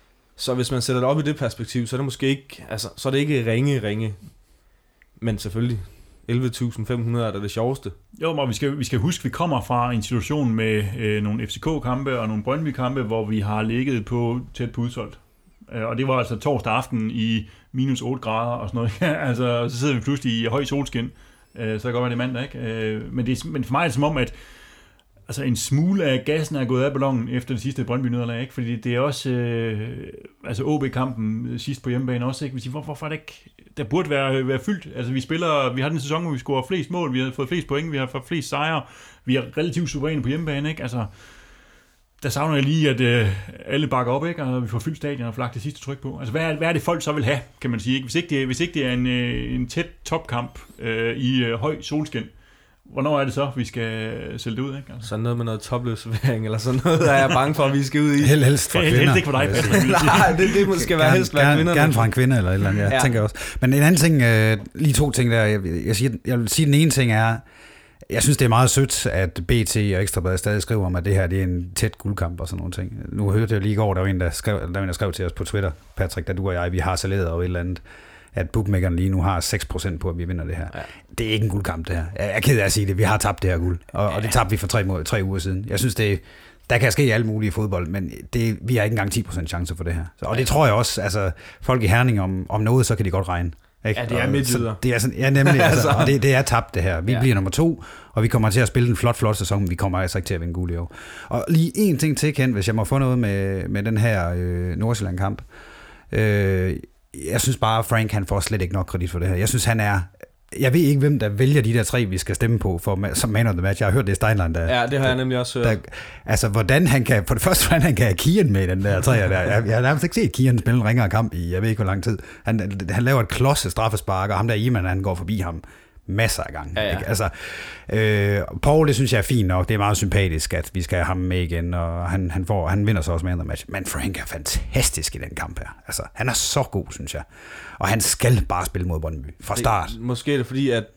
Så hvis man sætter det op i det perspektiv, så er det måske ikke, altså, så er det ikke ringe, men selvfølgelig 11.500 er det sjoveste. Jo, men vi skal huske, at vi kommer fra en situation med nogle FCK-kampe og nogle Brøndby-kampe, hvor vi har ligget tæt på udsolgt. Og det var altså torsdag aften i minus 8 grader og sådan noget. Altså, så sidder vi pludselig i høj solskin. Så kan det godt være, det mandag, ikke? Men for mig er det som om, at altså, en smule af gassen er gået af ballonen efter det sidste Brøndby-nederlag, ikke? Fordi det er også altså OB-kampen sidst på hjemmebane også, ikke? Hvorfor er det ikke... Der burde være fyldt. Altså, vi har den sæson, hvor vi scorer flest mål, vi har fået flest point, vi har fået flest sejre, vi er relativt suveræne på hjemmebane, ikke? Altså, der savner jeg lige, at alle bakker op, ikke? Og vi får fyldt stadion og får lagt det sidste tryk på. Altså, hvad er det folk så vil have, kan man sige, ikke? Hvis ikke det er en tæt topkamp i høj solskin, hvornår er det så, vi skal sælge det ud, ikke? Altså. Sådan noget med noget topløsservering, eller sådan noget, der er jeg bange for, at vi skal ud i. Helst fra kvinder. Helst ikke for dig, Patrick. Nej, det skal være helst blandt kvinder. Gerne fra en kvinde eller et eller andet, tænker jeg også. Men en anden ting, lige 2 ting der, jeg vil sige, den ene ting er, jeg synes, det er meget sødt, at BT og Ekstra Bladet stadig skriver om, at det her det er en tæt guldkamp og sådan nogle ting. Nu hørte jeg lige i går, der var en, der skrev til os på Twitter, Patrick, da du og jeg, vi har saleret over et eller andet, at bookmakeren lige nu har 6% på, at vi vinder det her. Ja. Det er ikke en guldkamp, det her. Jeg er ked af at sige det. Vi har tabt det her guld, og det tabte vi for 3 uger siden. Jeg synes, der kan ske alt muligt i fodbold, men vi har ikke engang 10% chance for det her. Og det tror jeg også, altså folk i Herning om noget, så kan de godt regne. Ikke? Ja, det er midtjyder. Det er sådan, ja, nemlig, altså, og det er tabt det her. Vi bliver nummer 2, og vi kommer til at spille en flot sæson, men vi kommer altså ikke til at vinde guld i år. Og lige en ting til, Ken, hvis jeg må få noget med den her Nordsjælland-kamp. Jeg synes bare, Frank han får slet ikke nok kredit for det her. Jeg synes, jeg ved ikke, hvem der vælger de der 3, vi skal stemme på som man of the match. Jeg har hørt det i Steinland. Ja, det har jeg nemlig også hørt. Altså, hvordan han kan have Kian med i den der 3 der. Jeg har nærmest ikke set Kian spille en ringere kamp i, jeg ved ikke hvor lang tid. Han laver et klodset straffespark, og ham der Iman, han går forbi ham masser af gange. Ja. Altså, Paul, det synes jeg er fint nok. Det er meget sympatisk, at vi skal have ham med igen, og han vinder så også man of the match. Men Frank er fantastisk i den kamp her. Altså, han er så god, synes jeg. Og han skal bare spille mod Brøndby fra start. Måske er det fordi, at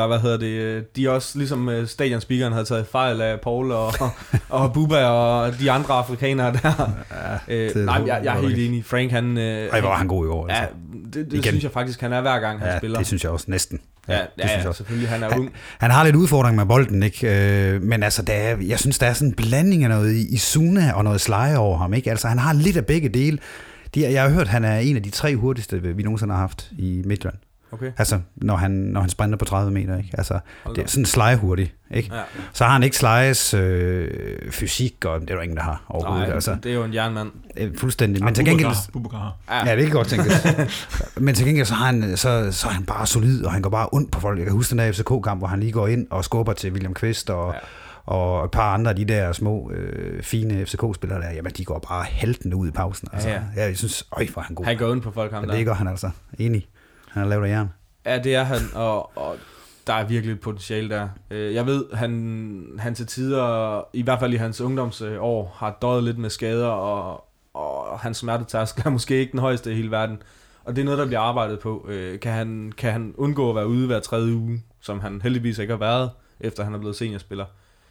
de også, ligesom stadionspeakeren havde taget fejl af Paul og Bubba og de andre afrikanere der. Jeg er helt enig. Frank, han... hvor var han god i år. Altså. Ja, det synes jeg faktisk, han er hver gang, han spiller. Det synes jeg også næsten. Ja, synes jeg også. Selvfølgelig, han er ung. Han har lidt udfordring med bolden, ikke? Men altså, jeg synes, der er sådan en blanding af noget i Suna og noget Sleje over ham, ikke? Altså, han har lidt af begge dele. Jeg har hørt, han er en af de 3 hurtigste, vi nogensinde har haft i Midtjylland. Okay. Altså, når han sprinter på 30 meter, ikke? Altså, det er sådan Sleje hurtig, ikke? Ja. Så har han ikke Slejes fysik, og det er jo ingen, der har overhovedet. Nej, altså, det er jo en jernmand. Fuldstændig. Men til gengæld... Ja, det kan godt tænkes. Men til gengæld, så er han bare solid, og han går bare ondt på folk. Jeg kan huske den der FCK-kamp, hvor han lige går ind og skubber til William Kvist, og et par andre af de der små, fine FCK-spillere der, jamen de går bare haltende ud i pausen. Altså, jeg synes, hvor er han god. Han går ondt på folk, ham der. Det gør han altså. Enig. Han har lavet af jern. Ja, det er han, og der er virkelig et potentiale der. Jeg ved, han til tider, i hvert fald i hans ungdomsår, har døjet lidt med skader, og hans smertetærskel er måske ikke den højeste i hele verden. Og det er noget, der bliver arbejdet på. Kan han undgå at være ude hver 3. uge, som han heldigvis ikke har været, efter han er blevet seniorspiller,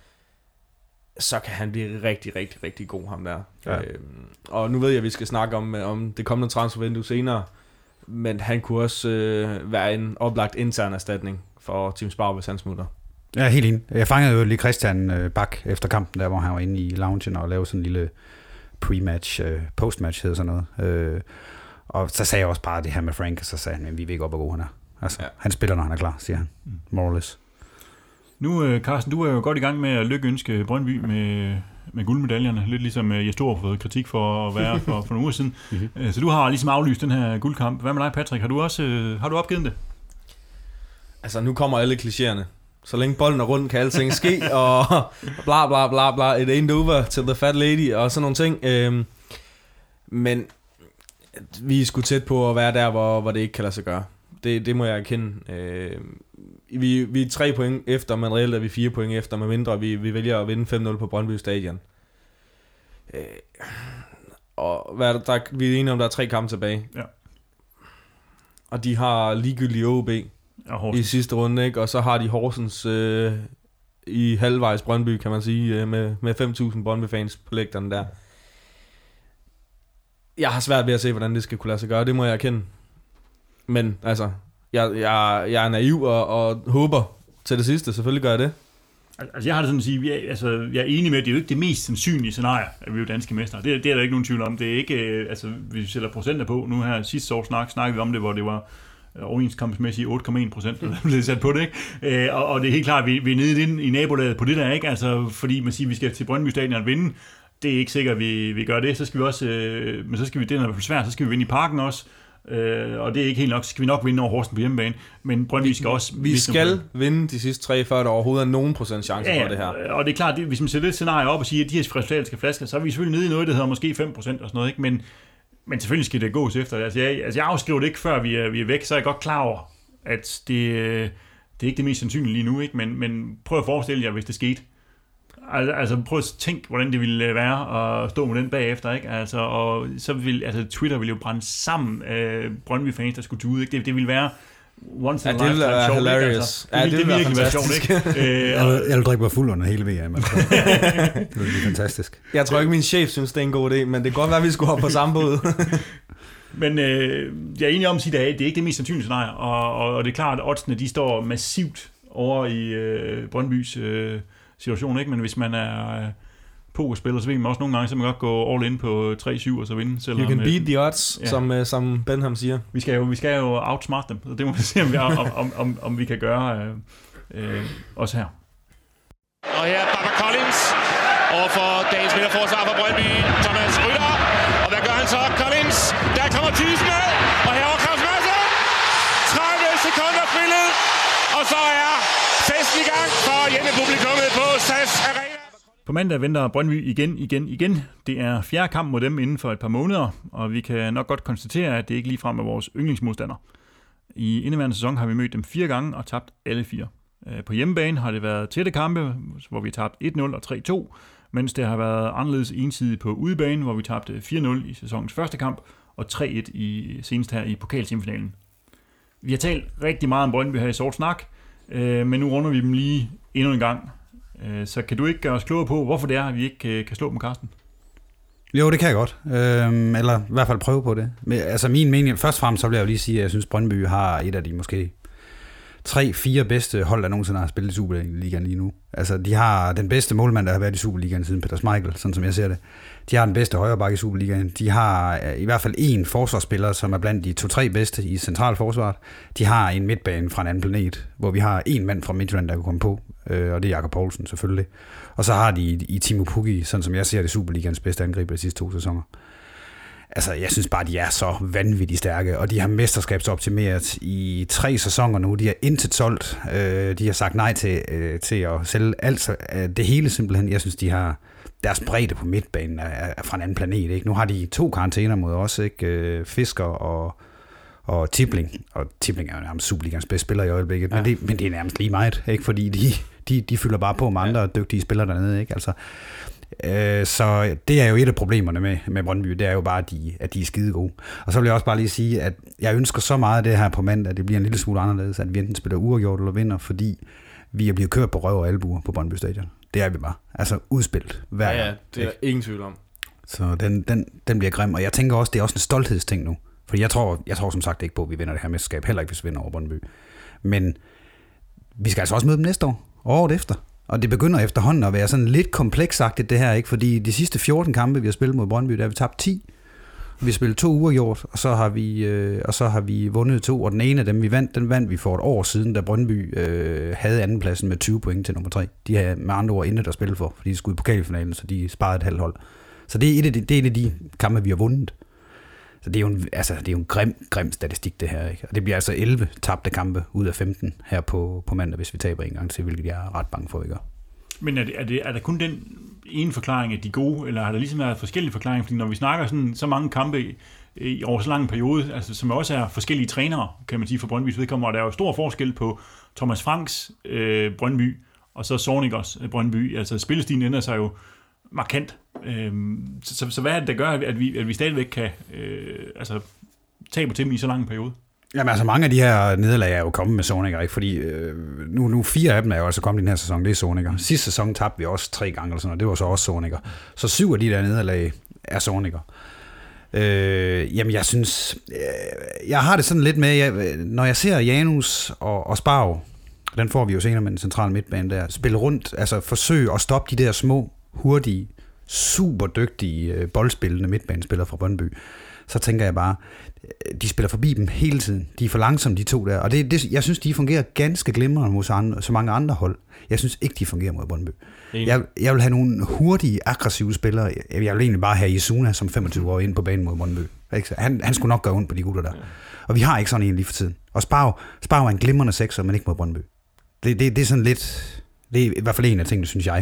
så kan han blive rigtig, rigtig, rigtig god, ham der. Ja. Og nu ved jeg, at vi skal snakke om det kommende transfervindue senere, men han kunne også være en oplagt intern erstatning for Tim Sparv, hvis han smutter. Ja, helt enig. Jeg fangede jo lige Christian Bak efter kampen, der hvor han var inde i loungen og lavede sådan en lille pre-match, post-match hedder sådan noget. Og så sagde jeg også bare det her med Frank, og så sagde han, at vi ved ikke op, hvor god han er. Altså, han spiller, når han er klar, siger han. More or less. Nu, Carsten, du er jo godt i gang med at lykønske Brøndby med guldmedaljerne, lidt ligesom jeg stod og fået kritik for at være for nogle uger siden. Så du har ligesom aflyst den her guldkamp. Hvad med dig, Patrick? Har du opgivet det? Altså, nu kommer alle klichéerne. Så længe bolden er rundt, kan alting ske, og bla bla bla bla, it ain't over till the fat lady, og sådan nogle ting. Men vi er sgu tæt på at være der, hvor det ikke kan lade sig gøre. Det må jeg erkende. Vi er 3 point efter, men reelt er vi 4 point efter, med mindre vi vælger at vinde 5-0 på Brøndby Stadion. Og vi er enige om, der er 3 kampe tilbage. Ja. Og de har ligegyldigt OB i sidste runde, ikke? Og så har de Horsens i halvvejs Brøndby, kan man sige, med 5.000 Brøndby-fans på lægterne der. Jeg har svært ved at se, hvordan det skal kunne lade sig gøre. Det må jeg erkende. Men altså, jeg er naiv og håber til det sidste. Selvfølgelig gør jeg det. Altså jeg har det sådan at sige, jeg er enig med, at det er jo ikke det mest sandsynlige scenarie, at vi er jo danske mestre. Det er der ikke nogen tvivl om. Det er ikke, vi sætter procenter på. Nu her sidste år snakkede vi om det, hvor det var overenskomstmæssigt 8,1%, der blev sat på det, ikke? Og det er helt klart, at vi er nede i nabolaget på det der, ikke? Altså, fordi man siger, at vi skal til Brøndby Stadion og vinde. Det er ikke sikkert, at vi gør det. Så skal vi også, men så skal vi, det er i hvert fald svært, så skal vi vinde i Parken også. Og det er ikke helt nok, så skal vi nok vinde over Horsens på hjemmebane. Men Brøndby skal også... Vi skal vinde de sidste 3, før der overhovedet er nogen procent chance for det her. Og det er klart, hvis man sætter det scenarie op og siger, at de her resultater skal flaske, så er vi selvfølgelig nede i noget, der hedder måske 5% og sådan noget, ikke? Men selvfølgelig skal det gås efter. Altså jeg afskriver det ikke, før vi er væk, så er jeg godt klar over, at det er ikke det mest sandsynlige lige nu, ikke? Men prøv at forestille jer, hvis det skete. Altså prøv at tænke, hvordan det ville være at stå med den bagefter, ikke? Altså, og så vil Twitter ville jo brænde sammen af Brøndby-fans, der skulle ud, ikke? Det ville være once in a lifetime sjovt, hilarious. Altså. Det ville virkelig være sjovt, ikke? Jeg vil drikke mig fuld under hele VM. Altså. Det ville blive fantastisk. Jeg tror ikke, min chef synes, det er en god idé, men det kan godt være, at vi skulle hoppe på samme båd. Men jeg er enig om at sige, at det er ikke det mest sandsynlige scenarie, og det er klart, at oddsene de står massivt over i Brøndbys situation, ikke? Men hvis man er pokerspiller, så ved man også nogle gange, så man godt gå all in på 3-7 og så vinde. Selvom, you can beat the odds, ja. som Benham siger. Vi skal jo outsmart dem, og det må vi se, om vi kan gøre også her. Og her er Baba Collins overfor dagens midterforsvar for Brøndby, Thomas Rytter. Og hvad gør han så? Collins, der kommer Thyssen med, og herovre Claus Madsen. 30 sekunder spillet, og så er festen i gang for hjemmepublikummet på SAS Arena. På mandag venter Brøndby igen. Det er 4. kamp mod dem inden for et par måneder, og vi kan nok godt konstatere, at det ikke ligefrem er vores yndlingsmodstander. I indeværende sæson har vi mødt dem 4 gange og tabt alle 4. På hjemmebane har det været tætte kampe, hvor vi tabt 1-0 og 3-2, mens det har været anderledes ensidigt på udebane, hvor vi tabte 4-0 i sæsonens første kamp og 3-1 senest her i pokalsemifinalen. Vi har talt rigtig meget om Brøndby her i Sort Snak, men nu runder vi dem lige endnu en gang. Så kan du ikke gøre os klogere på, hvorfor det er, at vi ikke kan slå dem, Carsten? Jo, det kan jeg godt. Eller i hvert fald prøve på det. Men, altså min mening, først og fremmest så vil jeg jo lige sige, at jeg synes, Brøndby har et af de måske 3-4 bedste hold, der nogensinde har spillet i Superligaen lige nu. Altså, de har den bedste målmand, der har været i Superligaen siden Peter Schmeichel, sådan som jeg ser det. De har den bedste højreback i Superligaen. De har i hvert fald en forsvarsspiller, som er blandt de 2-3 bedste i centralforsvaret. De har en midtbane fra en anden planet, hvor vi har en mand fra Midtjylland, der kan komme på, og det er Jakob Poulsen selvfølgelig. Og så har de i Timo Pukki, sådan som jeg ser det, Superligaens bedste angriber de sidste 2 sæsoner. Altså, jeg synes bare, de er så vanvittigt stærke, og de har mesterskabsoptimeret i 3 sæsoner nu. De har intet solgt. De har sagt nej til at sælge alt det hele simpelthen. Jeg synes, de har deres bredde på midtbanen er fra en anden planet, ikke? Nu har de 2 karantæner mod os, ikke? Fisker og Tibling. Og Tibling er jo nærmest Superligans bedste spiller i øjeblikket, ja. men det er nærmest lige meget, ikke? Fordi de fylder bare på med andre dygtige spillere dernede, ikke? Altså, så det er jo et af problemerne med Brøndby, det er jo bare, at de er skide gode. Og så vil jeg også bare lige sige, at jeg ønsker så meget af det her på mandag, at det bliver en lille smule anderledes, at vi enten spiller uafgjort eller vinder, fordi vi er blevet kørt på røv og albuer på Brøndby Stadion. Det er vi bare. Altså udspillet hver gang. Ja, det er ingen tvivl om. Så den bliver grim, og jeg tænker også, det er også en stolthedsting nu. Fordi jeg tror som sagt ikke på, at vi vinder det her mesterskab, heller ikke hvis vi vinder over Brøndby. Men vi skal altså også møde dem næste år, året efter. Og det begynder efterhånden at være sådan lidt kompleksagtigt det her, ikke? Fordi de sidste 14 kampe, vi har spillet mod Brøndby, der har vi tabt 10. Vi har spillet 2 uafgjort, og så har vi vundet 2, og den ene af dem, vi vandt, den vandt vi for et år siden, da Brøndby havde andenpladsen med 20 point til nummer 3. De havde med andre ord intet at spille for, fordi de skulle i pokalfinalen, så de sparede et halvt hold. Så det er et af de kampe, vi har vundet. Så det er jo en grim statistik, det her, ikke? Og det bliver altså 11 tabte kampe ud af 15 her på mandag, hvis vi taber en gang til, hvilket jeg er ret bange for, ikke? Men er der kun den ene forklaring, at de er gode, eller har der ligesom været forskellige forklaringer? Fordi når vi snakker så mange kampe over så lang en periode, altså, som også er forskellige trænere, kan man sige, for Brøndbys vedkommende, og der er jo stor forskel på Thomas Franks Brøndby, og så Zornigers Brøndby. Altså spillestilen ændrer sig jo markant. Så hvad er det, der gør, at vi stadigvæk kan tabe til dem i så lang en periode? Jamen altså mange af de her nederlag er jo kommet med Zorniger, ikke? Fordi nu 4 af dem er jo altså kommet i den her sæson, det er Zorniger. Sidste sæson tabte vi også 3 gange, eller sådan, og det var så også Zorniger. Så 7 af de der nederlag er Zorniger. Jamen, jeg synes... jeg har det sådan lidt med... når jeg ser Janus og Sparv, den får vi jo senere med den centrale midtbane der, spille rundt, altså forsøge at stoppe de der små, hurtige, super dygtige boldspillende midtbanespillere fra Brøndby, så tænker jeg bare, de spiller forbi dem hele tiden. De er for langsomme, de to der. Og jeg synes, de fungerer ganske glimrende mod så mange andre hold. Jeg synes ikke, de fungerer mod Brøndby. Jeg vil have nogle hurtige, aggressive spillere. Jeg vil egentlig bare have Isuna som 25 år ind på banen mod Brøndby. Han skulle nok gøre ondt på de gutter der. Og vi har ikke sådan en lige for tiden. Og Sparv er en glimrende sekser, men ikke mod Brøndby. Det er sådan lidt... Det er i hvert fald en af tingene, synes jeg.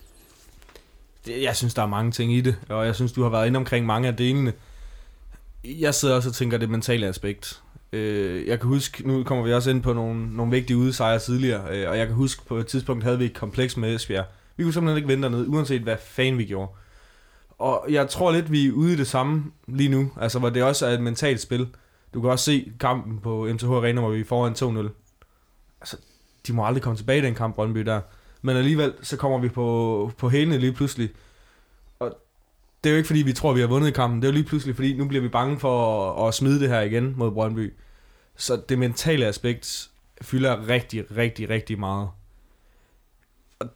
Jeg synes, der er mange ting i det. Og jeg synes, du har været inde omkring mange af delene. Jeg sidder også og tænker det mentale aspekt. Jeg kan huske, nu kommer vi også ind på nogle vigtige udesejre tidligere, og jeg kan huske, på et tidspunkt havde vi et kompleks med Esbjerg. Vi kunne simpelthen ikke vente dernede, uanset hvad fanden vi gjorde. Og jeg tror lidt, vi er ude i det samme lige nu, altså hvor det også er et mentalt spil. Du kan også se kampen på MTH Arena, hvor vi er foran 2-0. Altså, de må aldrig komme tilbage i den kamp, Brøndby der. Men alligevel, så kommer vi på hælene lige pludselig. Det er jo ikke fordi, vi tror, vi har vundet i kampen. Det er jo lige pludselig, fordi nu bliver vi bange for at smide det her igen mod Brøndby. Så det mentale aspekt fylder rigtig, rigtig, rigtig meget. Og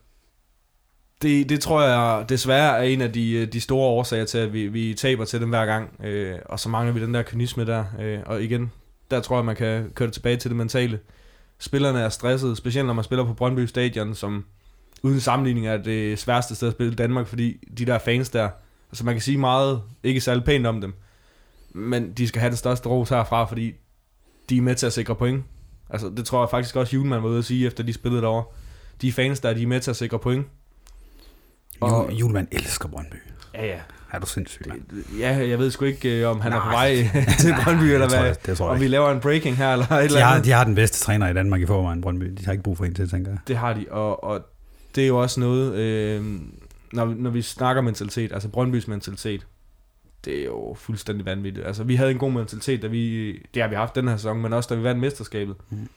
det tror jeg desværre er en af de store årsager til, at vi taber til dem hver gang. Og så mangler vi den der kynisme der. Og igen, der tror jeg, man kan køre det tilbage til det mentale. Spillerne er stressede, specielt når man spiller på Brøndby Stadion, som uden sammenligning er det sværeste sted at spille i Danmark, fordi de der fans der, altså man kan sige meget, ikke særlig pænt om dem, men de skal have den største ros herfra, fordi de er med til at sikre point. Altså det tror jeg faktisk også Julemand var ude at sige, efter de spillede derovre. De fans der, de er med til at sikre point. Og Julemand elsker Brøndby. Ja. Er du sindssyg, mand? Ja, jeg ved sgu ikke, om han er på vej til Brøndby, eller hvad. Om vi laver en breaking her, eller et eller andet. De har den bedste træner i Danmark i forvejen, Brøndby. De har ikke brug for en til, tænker jeg. Det har de, og det er jo også noget, når vi snakker mentalitet, altså Brøndbys mentalitet, det er jo fuldstændig vanvittigt. Altså vi havde en god mentalitet, det har vi haft den her sæson, men også da vi vandt mesterskabet.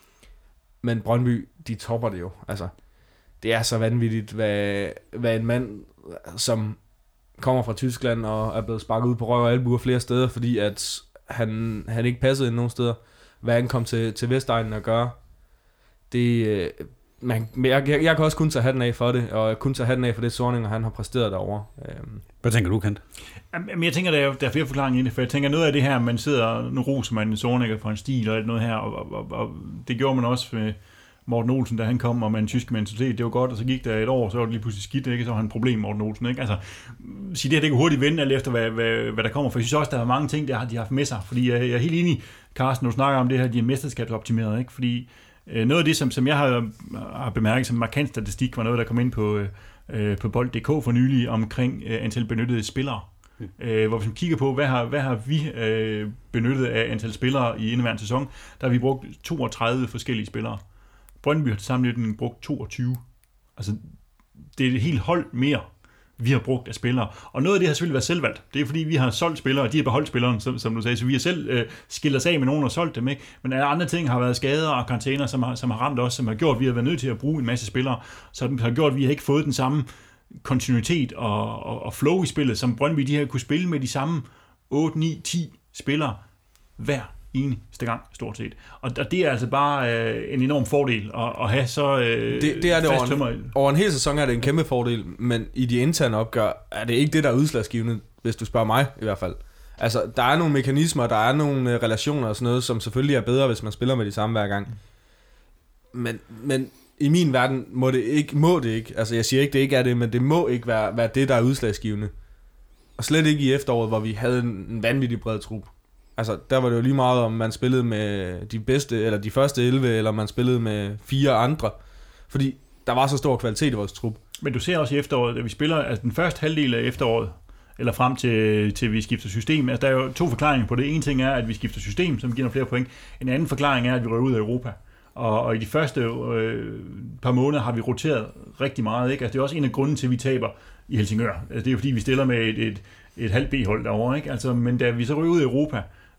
Men Brøndby, de topper det jo. Altså, det er så vanvittigt, hvad en mand, som kommer fra Tyskland og er blevet sparket ud på røv og albuer flere steder, fordi at han ikke passede ind nogen steder, hvad han kom til Vestegnen at gøre. Det... Jeg kan også kun tage hatten af for det, og kun tage hatten af for det Zorniger, han har præsteret derovre. Hvad tænker du, Kent? Jamen, jeg tænker, der er flere forklaringer i det, for jeg tænker, noget af det her, man sidder, nu roser man Zorniger for en stil og noget her, og det gjorde man også med Morten Olsen, da han kom, og med en tysk mentalitet, det var godt, og så gik der et år, så var det lige pludselig skidt, ikke? Så var han et problem, Morten Olsen, ikke? Altså, sige det her, det kan hurtigt vende alt efter, hvad der kommer, for jeg synes også, der er mange ting, de har haft med sig, fordi jeg er helt enig, Carsten, du snakker om det her, de er mesterskabsoptimeret, ikke? Fordi noget af det, som jeg har bemærket som markant statistik, var noget, der kom ind på bold.dk for nylig omkring antal benyttede spillere. Hvor hvis man kigger på, hvad har vi benyttet af antal spillere i indeværende sæson, der har vi brugt 32 forskellige spillere. Brøndby har til sammenligning brugt 22. Altså, det er et helt hold mere, vi har brugt af spillere. Og noget af det har selvfølgelig været selvvalgt. Det er fordi, vi har solgt spillere, og de har beholdt spilleren, som du sagde. Så vi har selv skilt os af med nogen og solgt dem, ikke? Men andre ting har været skader og karantæner, som har ramt os, som har gjort, at vi har været nødt til at bruge en masse spillere. Så det har gjort, at vi har ikke fået den samme kontinuitet og flow i spillet, som Brøndby de her kunne spille med de samme 8, 9, 10 spillere hver eneste gang, stort set. Og det er altså bare en enorm fordel at have så det er det over en hel sæson er det en kæmpe fordel, men i de interne opgør er det ikke det, der er udslagsgivende, hvis du spørger mig i hvert fald. Altså, der er nogle mekanismer, der er nogle relationer og sådan noget, som selvfølgelig er bedre, hvis man spiller med de samme hver gang. Men i min verden må det ikke, altså jeg siger ikke, det ikke er det, men det må ikke være det, der er udslagsgivende. Og slet ikke i efteråret, hvor vi havde en vanvittig bred trup. Altså, der var det jo lige meget, om man spillede med de bedste, eller de første 11, eller man spillede med 4 andre. Fordi der var så stor kvalitet i vores trup. Men du ser også i efteråret, at vi spiller, altså den første halvdel af efteråret, eller frem til vi skifter system. Altså, der er jo 2 forklaringer på det. En ting er, at vi skifter system, som giver nogle flere point. En anden forklaring er, at vi rører ud af Europa. Og i de første par måneder har vi roteret rigtig meget, ikke? Altså, det er også en af grunden til, at vi taber i Helsingør. Altså, det er jo fordi, vi stiller med et halvt B-hold derovre, ikke? Altså, men da vi så ryger ud i Europa,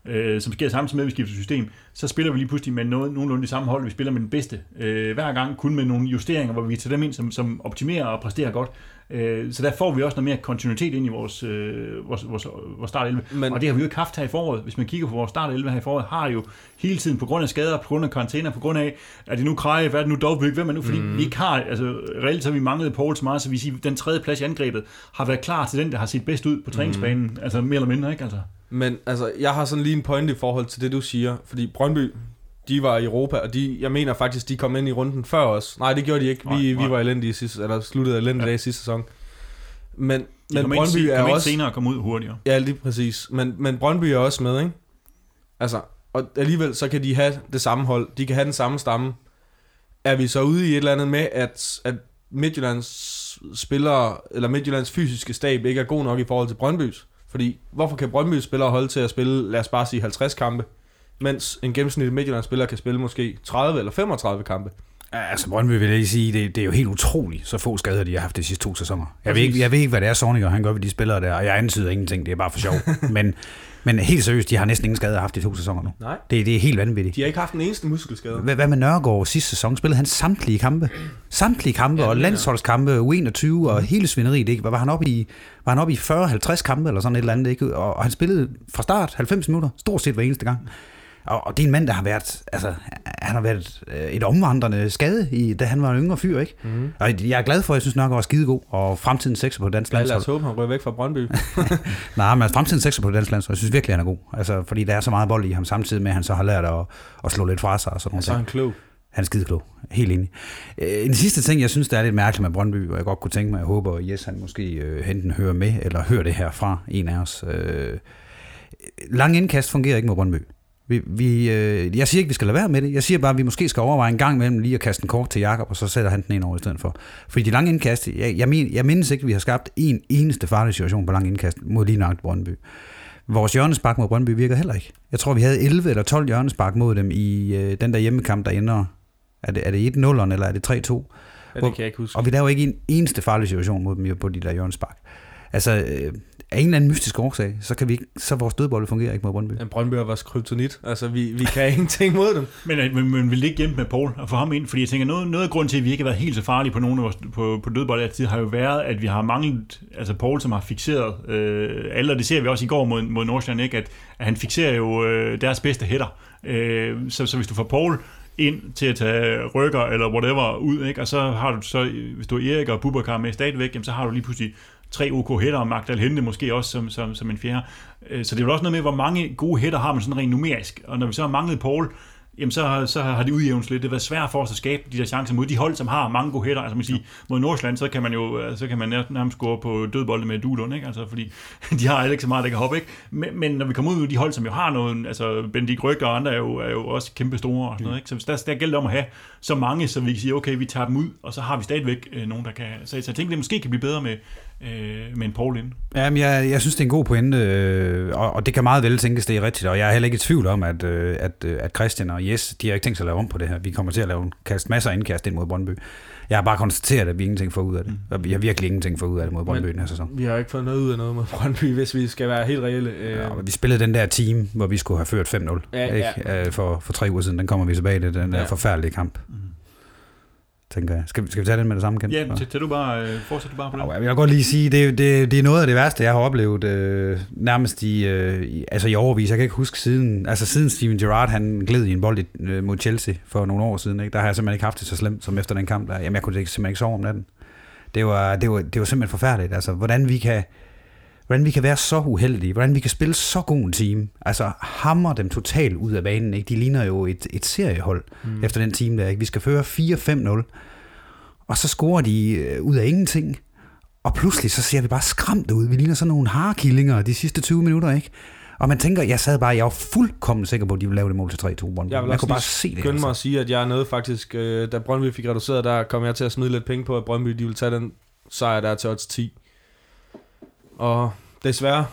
som sker samtidig med, at vi skifter system, så spiller vi lige pludselig med nogenlunde det samme hold, vi spiller med den bedste. Hver gang kun med nogle justeringer, hvor vi tager dem ind, som optimerer og præsterer godt. Så der får vi også noget mere kontinuitet ind i vores start 11. Og det har vi jo ikke haft her i foråret. Hvis man kigger på vores start 11 her i foråret, har jo hele tiden på grund af skader, på grund af karantæner, på grund af, at det nu Kreje, hvad er det nu Dovbyk, hvem er nu? Fordi vi ikke har, altså reelt har vi manglet Poul så meget, så vi siger, den tredje plads i angrebet har været klar til den, der har set bedst ud på træningsbanen. Altså mere eller mindre, ikke? Altså. Men altså, jeg har sådan lige en pointe i forhold til det, du siger. Fordi Brøndby, de var i Europa, og jeg mener faktisk, de kom ind i runden før os. Nej, det gjorde de ikke. Vi var elendige sidste, eller sluttede elendige i sidste sæson. Men Brøndby er også senere komme ud hurtigere. Ja, lige præcis. Men Brøndby er også med, ikke? Altså, og alligevel så kan de have det samme hold. De kan have den samme stamme. Er vi så ude i et eller andet med, at Midtjyllands spillere, eller Midtjyllands fysiske stab ikke er god nok i forhold til Brøndbys? Fordi, hvorfor kan Brøndbys spillere holde til at spille, lad os bare sige 50 kampe, mens en gennemsnitlig Midtjyllands spiller kan spille måske 30 eller 35 kampe? Altså Brøndby vil jeg lige sige, det er jo helt utroligt, så få skader, de har haft de sidste 2 sæsoner. Jeg ved ikke, hvad det er, Zorniger han gør ved de spillere der, og jeg antyder ingenting, det er bare for sjov. men helt seriøst, de har næsten ingen skader haft de 2 sæsoner nu. Nej. Det er helt vanvittigt. De har ikke haft en eneste muskelskade. Hvad med Nørgaard sidste sæson? Spillede han samtlige kampe? Ja, og landsholdskampe, U21 og hele svineriet, ikke? Var han oppe i 40-50 kampe eller sådan et eller andet, ikke? Og han spillede fra start 90 minutter, stort set hver eneste gang. Og det er en mand, der har været, altså, han har været et omvandrende skade, da han var en yngre fyr, ikke? Mm. Og jeg er glad for, at jeg synes nok, han var skidegod, og fremtidens sekser på dansk landshold. Lad os håbe, han rører væk fra Brøndby. Nej, men fremtidens sekser på dansk landshold, jeg synes virkelig, han er god. Altså, fordi der er så meget bold i ham, samtidig med, at han så har lært at slå lidt fra sig og sådan noget. Så er han klog. Han er skideklog. Helt enig. En sidste ting, jeg synes, der er lidt mærkeligt med Brøndby, og jeg godt kunne tænke mig, jeg håber, at Jes, han måske enten hører med, eller hører det her fra en af os. Lang indkast fungerer ikke mod Brøndby. Jeg siger ikke, vi skal lade være med det. Jeg siger bare, at vi måske skal overveje en gang imellem lige at kaste en kort til Jakob, og så sætter han den ind over i stedet for. Fordi de lange indkast, jeg mindes ikke, at vi har skabt en eneste farlig situation på lange indkast mod lige nøjagtigt Brøndby. Vores hjørnespark mod Brøndby virker heller ikke. Jeg tror, vi havde 11 eller 12 hjørnespark mod dem i den der hjemmekamp, der ender. Er det 1-0'eren, eller er det 3-2? Ja, det kan jeg ikke huske. Og vi laver ikke en eneste farlig situation mod dem på de der hjørnespark. Altså, af en eller anden mystisk årsag, så vores dødbold fungerer ikke mod Brøndby. Men Brøndby er vores kryptonit. Altså, vi kan ingenting mod dem. Men vil det ikke hjælpe med Poul og få ham ind? Fordi jeg tænker, noget af grunden til, at vi ikke har været helt så farlige på nogle af vores på dødbold altid, har jo været, at vi har manglet, altså Poul, som har fikseret alle, og det ser vi også i går mod Nordsjælland, ikke? At han fikserer jo deres bedste hætter. Så hvis du får Poul ind til at tage rykker eller whatever ud, ikke? Og så har du så, hvis du er Erik og Bubakar med stadigvæk, jamen, så har du lige pludselig 3 OK hætter, og Magdal Hente måske også som en fjerde. Så det er jo også noget med, hvor mange gode hætter har man sådan rent numerisk. Og når vi så har manglet Poul, jamen så har de udjævnet lidt. Det har været svært for os at skabe de der chancer mod de hold, som har mange gode hætter. Altså man siger, mod Nordsjælland, så kan man nærmest score på dødbolde med Duelund, ikke? Altså fordi de har ikke så meget, der kan hoppe, ikke? Men når vi kommer ud med de hold, som jo har noget, altså Bendik Rygger og andre er jo også kæmpe store og sådan noget, ikke? Så der gælder om at have så mange, så vi kan sige, okay, vi tager dem ud, og så har vi stadigvæk nogen, der kan. Så jeg tænker, det måske kan blive bedre med en Poul ind. Jamen, jeg synes, det er en god pointe, og det kan meget vel tænkes, det er rigtigt, og jeg er heller ikke i tvivl om, at Christian og Jes, de har ikke tænkt sig at lave om på det her. Vi kommer til at lave masser af indkast ind mod Brøndby. Jeg har bare konstateret, at vi ingenting får ud af det. Og vi har virkelig ingenting fået ud af det mod Brøndby den her sæson. Vi har ikke fået noget ud af noget mod Brøndby, hvis vi skal være helt reelle. Ja, vi spillede den der team, hvor vi skulle have ført 5-0 for 3 uger siden. Den kommer vi tilbage til, den der forfærdelige kamp. Tænker jeg. Skal vi tage den med det samme, Kent? Ja, fortsæt du bare på det. Jeg vil godt lige sige, det er noget af det værste, jeg har oplevet nærmest i overvis. Jeg kan ikke huske siden Steven Gerrard, han gled i en bold mod Chelsea for nogle år siden. Ikke? Der har jeg simpelthen ikke haft det så slemt, som efter den kamp. Jamen, jeg kunne simpelthen ikke sove om natten. Det var simpelthen forfærdeligt. Altså, hvordan vi kan være så uheldige, hvordan vi kan spille så god en team, altså hammer dem totalt ud af banen, ikke? De ligner jo et seriehold efter den team der, ikke? Vi skal føre 4-5-0, og så scorer de ud af ingenting, og pludselig så ser vi bare skræmt ud, vi ligner sådan nogle harekillinger de sidste 20 minutter, ikke? Og man tænker, jeg var fuldkommen sikker på, at de ville lave det mål til 3-2. Jeg kunne bare se det. Mig at sige, at jeg er noget faktisk, da Brøndby fik reduceret, der kom jeg til at smide lidt penge på, at Brøndby de ville tage den sejr der til odds 10. Og desværre,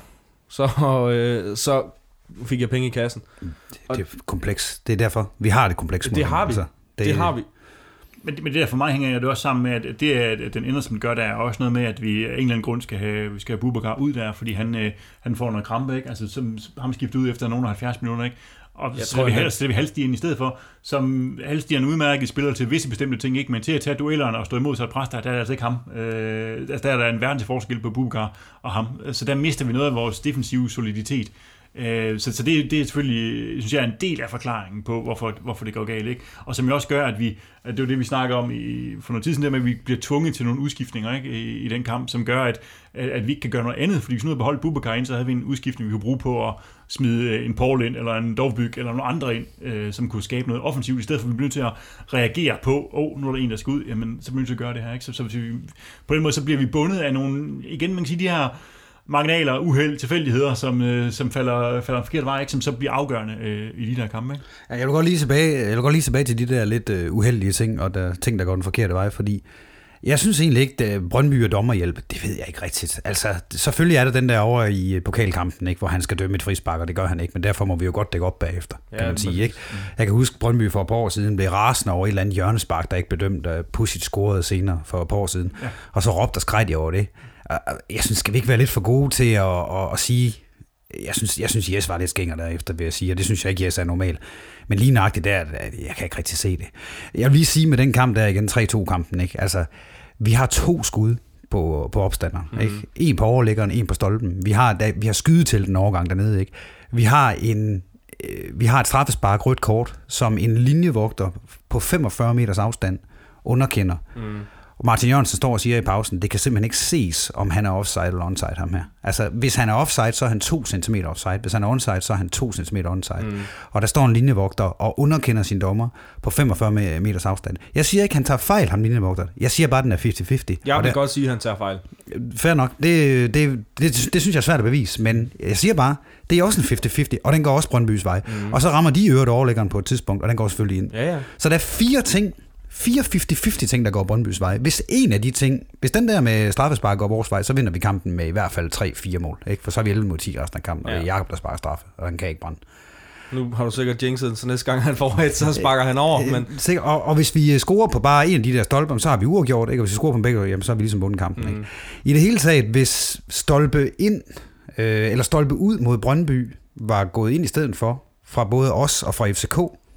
så fik jeg penge i kassen. Det er kompleks. Det er derfor, vi har det kompleks. Det har vi. Altså, det har vi. Men det der for mig hænger det også sammen med, at det, at den Anderson gør, der er også noget med, at vi af en eller anden grund skal have Boubacar ud der, fordi han får noget krampe, ikke? Altså, som ham skiftet ud efter nogle 70 minutter, ikke? Og så vi Halstien i stedet for, som Halstien udmærket spiller til visse bestemte ting, ikke? Men til at tage duellerne og stå imod sig et pres, der er det altså ikke ham. Der er der en verdensforskel på Boubacar og ham. Så der mister vi noget af vores defensive soliditet. Så det er selvfølgelig, synes jeg, en del af forklaringen på, hvorfor det går galt, ikke? Og som jo også gør, at det er jo det, vi snakker om for noget tid siden, der med, at vi bliver tvunget til nogle udskiftninger, ikke? I den kamp, som gør, at vi ikke kan gøre noget andet, fordi hvis nu havde beholdt Boubacar ind, så havde vi en udskiftning, vi kunne bruge på at smide en Paul ind, eller en Dovbyk, eller nogle andre ind, som kunne skabe noget offensivt, i stedet for at vi bliver nødt til at reagere på, nu er der en, der skal ud, jamen, så bliver vi nødt til at gøre det her, ikke? Så på den måde, så bliver vi bundet af nogle, igen, man kan sige, de her marginaler, uheld, tilfældigheder, som falder forkert vej, ikke? Som så bliver afgørende i de der kampe. Ikke? Ja, jeg vil godt lige tilbage til de der lidt uheldige ting, og ting, der går den forkerte vej, fordi jeg synes egentlig ikke, at Brøndby og dommerhjælp, det ved jeg ikke rigtigt. Altså, selvfølgelig er der den der over i pokalkampen, ikke, hvor han skal dømme et frispark, og det gør han ikke, men derfor må vi jo godt dække op bagefter, kan man sige. Ikke? Jeg kan huske, Brøndby for et par år siden blev rasende over et eller andet hjørnespark, der ikke blev dømt, da Pusic scorede senere for et par år siden, og så råbte og skreg de over det. Jeg synes, skal vi ikke være lidt for gode til at sige, jeg synes Jes var lidt skænger derefter, vil jeg sige, og det synes jeg ikke, Jes er normal. Men lige nøjagtigt der, jeg kan ikke rigtig se det. Jeg vil lige sige med den kamp der igen, 3-2-kampen, ikke? Altså, vi har 2 skud på opstanderen, ikke? En på overliggeren, en på stolpen. Vi har skyde til den overgang dernede, ikke? Vi har et straffespark rødt kort, som en linjevogter på 45 meters afstand underkender. Og Martin Jørgensen står og siger i pausen, det kan simpelthen ikke ses, om han er offside eller onside, ham her. Altså, hvis han er offside, så er han 2 cm offside. Hvis han er onside, så er han 2 cm onside. Og der står en linjevogter og underkender sin dommer på 45 meters afstand. Jeg siger ikke, han tager fejl, ham linjevogter. Jeg siger bare, at den er 50-50. Jeg vil godt sige, at han tager fejl. Fair nok. Det synes jeg er svært at bevise, men jeg siger bare, det er også en 50-50, og den går også Brøndbys vej. Og så rammer de øvrigt overlæggeren på et tidspunkt, og den går selvfølgelig ind. Ja. Så der er 4 50-50 ting, der går Brøndbys vej. Hvis en af de ting, hvis den der med straffespark går vores vej, så vinder vi kampen med i hvert fald 3-4 mål. Ikke? For så er vi 11 mod 10 resten af kampen, og det er Jakob, der sparker straffe, og han kan ikke brænde. Nu har du sikkert jinxet, så næste gang han får et, så sparker han over. Men... Sikkert, og hvis vi scorer på bare en af de der stolper, så har vi uafgjort, ikke? Og hvis vi scorer på begge, jamen, så har vi ligesom vundet kampen. Ikke? I det hele taget, hvis stolpe ind, eller stolpe ud mod Brøndby, var gået ind i stedet for, fra både os og fra FCK,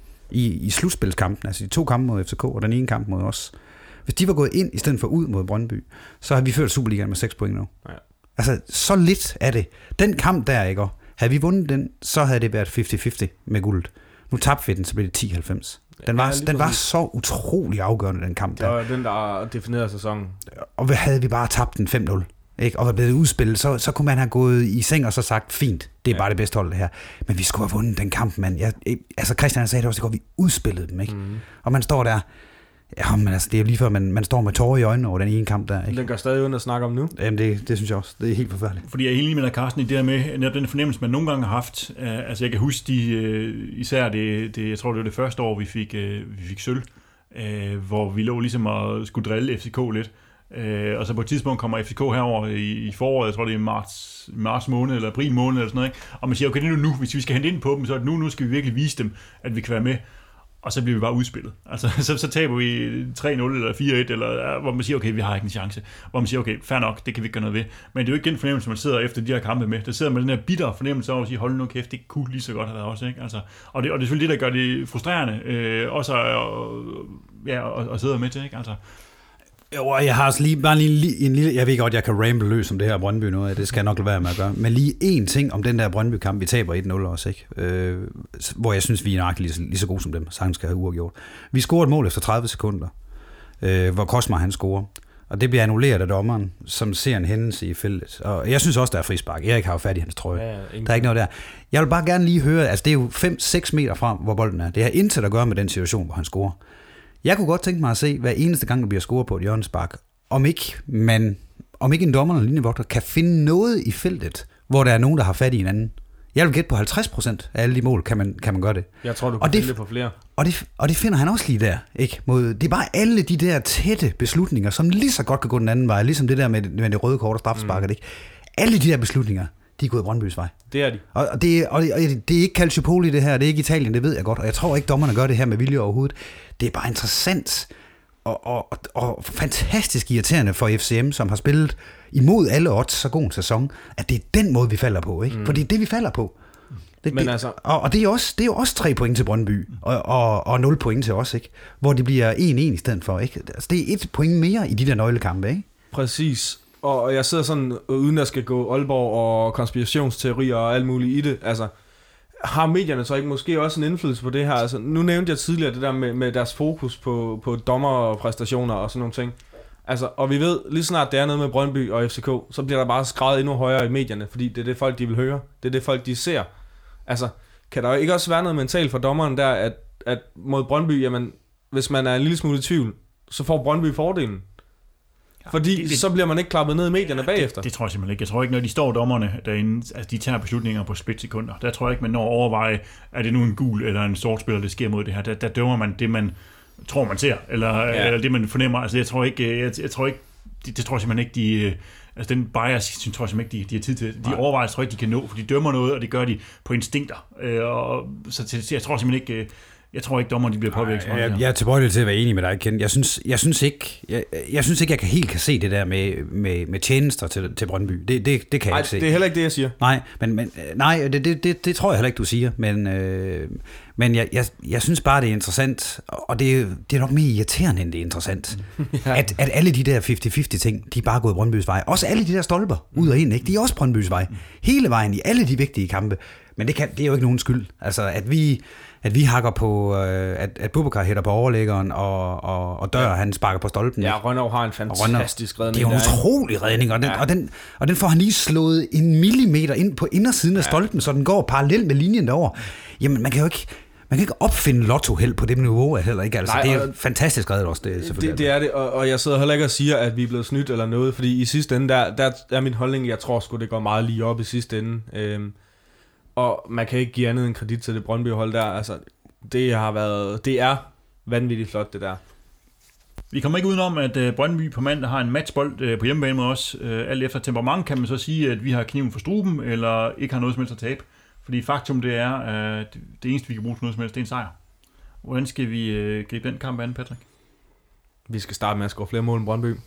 i slutspilskampen, altså de 2 kampe mod FCK og den ene kamp mod os. Hvis de var gået ind i stedet for ud mod Brøndby, så har vi ført Superligaen med 6 point nu. Ja. Altså, så lidt er det. Den kamp der, ikke? Havde vi vundet den, så havde det været 50-50 med guldet. Nu tabte vi den, så blev det 10-90. Den var så utrolig afgørende, den kamp der. Det var den, der definerede sæsonen. Og havde vi bare tabt den 5-0, ikke? Og var blevet udspillet, så kunne man have gået i seng og så sagt, fint, det er bare det bedste hold, det her. Men vi skulle have vundet den kamp, mand. Altså, Christian sagde det også, vi udspillede dem, ikke? Og man står der, ja, men altså, det er lige før, man står med tårer i øjnene over den ene kamp der, ikke? Den gør stadig ondt at snakke om nu. Jamen, det synes jeg også. Det er helt forfærdeligt. Fordi jeg er helt enig med dig, Carsten, i det der med den fornemmelse, man nogle gange har haft. Altså, jeg kan huske især jeg tror, det var det første år, vi fik sølv, hvor vi lå ligesom og skulle drille FCK lidt. Og så på et tidspunkt kommer FCK herover i foråret, jeg tror det er marts måned eller april måned eller sådan noget, ikke? Og man siger, okay, det er nu, hvis vi skal hente ind på dem, så er det nu skal vi virkelig vise dem, at vi kan være med. Og så bliver vi bare udspillet. Altså, så taber vi 3-0 eller 4-1, eller hvor man siger, okay, vi har ikke en chance. Hvor man siger, okay, fair nok, det kan vi ikke gøre noget ved. Men det er jo ikke den fornemmelse, man sidder efter de her kampe med. Der sidder med den her bitter fornemmelse over at sige, hold nu kæft, det kunne lige så godt have været også, ikke? Altså, og det er selvfølgelig det, der gør det frustrerende, også at sidde med til, ikke? Altså. Jo, jeg har bare lige en lille... Jeg ved godt, jeg kan ramble løs om det her Brøndby nu, det skal jeg nok lade være med at gøre. Men lige én ting om den der Brøndby-kamp, vi taber 1-0 også, ikke? Hvor jeg synes, vi er nok lige så gode som dem. Sagtens skal have uafgjort. Vi scorer et mål efter 30 sekunder, hvor Kosmar han scorer. Og det bliver annulleret af dommeren, som ser en hændelse i feltet. Og jeg synes også, der er frispark. Erik har jo fat i hans trøje. Ja, der er ikke noget der. Jeg vil bare gerne lige høre, altså det er jo 5-6 meter frem, hvor bolden er. Det har intet at gøre med den situation, hvor han scorer. Jeg kunne godt tænke mig at se, hver eneste gang, der bliver scoret på et hjørnespark, om ikke en dommer eller linjevogter kan finde noget i feltet, hvor der er nogen, der har fat i en anden. Jeg vil gætte på 50% af alle de mål, kan man gøre det. Jeg tror, du kan finde det på flere. Og det finder han også lige der, ikke? Det er bare alle de der tætte beslutninger, som lige så godt kan gå den anden vej, ligesom det der med det røde kort og straffesparket, ikke? Alle de der beslutninger, de er gået Brøndbys vej. Det er de. Og det er ikke Calciopoli det her, det er ikke Italien, det ved jeg godt, og jeg tror ikke, dommerne gør det her med vilje overhovedet. Det er bare interessant, og fantastisk irriterende for FCM, som har spillet imod alle odds så god en sæson, at det er den måde, vi falder på, ikke? For det er det, vi falder på. Og det er jo også 3 point til Brøndby, og 0 point til os, ikke? Hvor det bliver 1-1 i stedet for, ikke? Altså, det er 1 point mere i de der nøglekampe, ikke? Præcis. Og jeg sidder sådan, uden at skal gå Aalborg og konspirationsteorier og alt muligt i det, altså, har medierne så ikke måske også en indflydelse på det her? Altså, nu nævnte jeg tidligere det der med deres fokus på dommerpræstationer og sådan nogle ting. Altså, og vi ved, lige snart det er noget med Brøndby og FCK, så bliver der bare skrevet endnu højere i medierne, fordi det er det folk, de vil høre. Det er det folk, de ser. Altså, kan der jo ikke også være noget mentalt for dommeren der, at mod Brøndby, jamen, hvis man er en lille smule i tvivl, så får Brøndby fordelen. Fordi så bliver man ikke klappet ned i medierne bagefter. Det tror jeg simpelthen ikke. Jeg tror ikke, når de står dommerne derinde, altså de tager beslutninger på splitsekunder. Der tror jeg ikke, man når at overveje, er det nu en gul eller en sort spiller, det sker mod det her. Der dømmer man det, man tror, man ser, eller det, man fornemmer. Altså jeg tror ikke, det tror jeg simpelthen ikke, altså den bias, tror jeg simpelthen ikke, de har tid til. De overvejer, tror jeg ikke, de kan nå, for de dømmer noget, og det gør de på instinkter. Så jeg tror simpelthen ikke... Jeg tror ikke, dommerne bliver påvirket. Jeg er tilbøjelig til at være enig med dig, Ken. Jeg synes ikke, jeg helt kan se det der med tjenester til Brøndby. Det kan jeg ikke se. Det er heller ikke det, jeg siger. Nej, det tror jeg heller ikke, du siger. Men jeg synes bare, det er interessant, og det er nok mere irriterende, end det er interessant, at alle de der 50-50 ting, de er bare gået Brøndbys vej. Også alle de der stolper ud og ind, ikke? De er også Brøndbys vej. Hele vejen i alle de vigtige kampe. Men det er jo ikke nogen skyld. Altså, at vi hakker på, at Bubakar hætter på overlæggeren, og Dør, han sparker på stolpen. Ja, Rønnow har en fantastisk redning. Det er jo en utrolig redning, og den får han lige slået 1 millimeter ind på indersiden af stolpen, så den går parallelt med linjen derover. Jamen, man kan ikke opfinde lottoheld på det niveau heller ikke. Altså, det er fantastisk reddet også, det selvfølgelig. Det er det, og jeg sidder heller ikke og siger, at vi er blevet snydt eller noget, fordi i sidste ende, der er min holdning, jeg tror sgu, det går meget lige op i sidste ende. Og man kan ikke give andet end kredit til det Brøndby-hold der. Altså, det er vanvittigt flot, det der. Vi kommer ikke udenom, at Brøndby på mandag har en matchbold på hjemmebane med os. Alt efter temperament kan man så sige, at vi har kniven for struben, eller ikke har noget som helst at tabe. Fordi faktum det er, at det eneste, vi kan bruge til noget som helst, det er en sejr. Hvordan skal vi gribe den kamp an, Patrick? Vi skal starte med at score flere mål end Brøndby.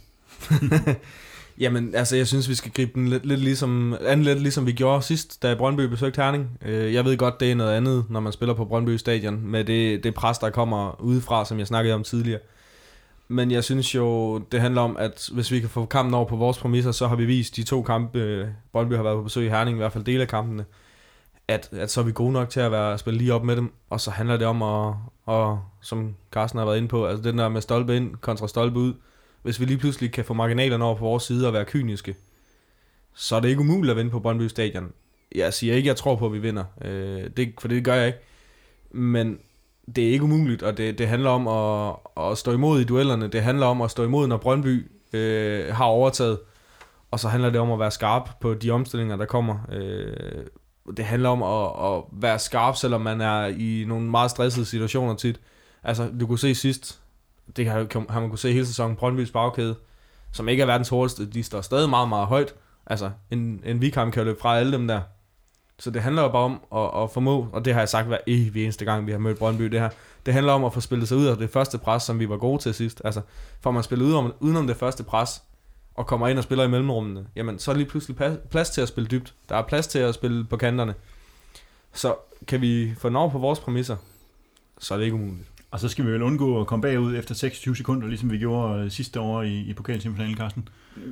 Jamen, altså, jeg synes, vi skal gribe den lidt ligesom vi gjorde sidst, da Brøndby besøgte Herning. Jeg ved godt, det er noget andet, når man spiller på Brøndby Stadion, med det pres, der kommer udefra, som jeg snakkede om tidligere. Men jeg synes jo, det handler om, at hvis vi kan få kampen over på vores præmisser, så har vi vist de 2 kampe, Brøndby har været på besøg i Herning, i hvert fald dele af kampene, at så er vi gode nok til at spille lige op med dem, og så handler det om at som Carsten har været inde på, altså den der med stolpe ind kontra stolpe ud. Hvis vi lige pludselig kan få marginalerne over på vores side og være kyniske, så er det ikke umuligt at vinde på Brøndby Stadion. Jeg siger ikke, at jeg tror på, at vi vinder, for det gør jeg ikke. Men det er ikke umuligt, og det handler om at stå imod i duellerne. Det handler om at stå imod, når Brøndby har overtaget. Og så handler det om at være skarp på de omstillinger, der kommer. Det handler om at være skarp, selvom man er i nogle meget stressede situationer tit. Altså, du kunne se sidst, det har man kunne se hele sæsonen, Brøndbys bagkæde, som ikke er verdens hurtigste, de står stadig meget, meget højt. Altså, en Vikam kan jo løbe fra alle dem der. Så det handler jo bare om at formå, og det har jeg sagt hver eneste gang, vi har mødt Brøndby, det her. Det handler om at få spillet sig ud af det første pres, som vi var gode til sidst. Altså, får man spillet udenom det første pres, og kommer ind og spiller i mellemrummene, jamen, så er der lige pludselig plads til at spille dybt. Der er plads til at spille på kanterne. Så kan vi få den over på vores præmisser, så er det ikke umuligt. Og så skal vi vel undgå at komme bagud efter 26 sekunder, ligesom vi gjorde sidste år i pokalsemifinalen, Carsten.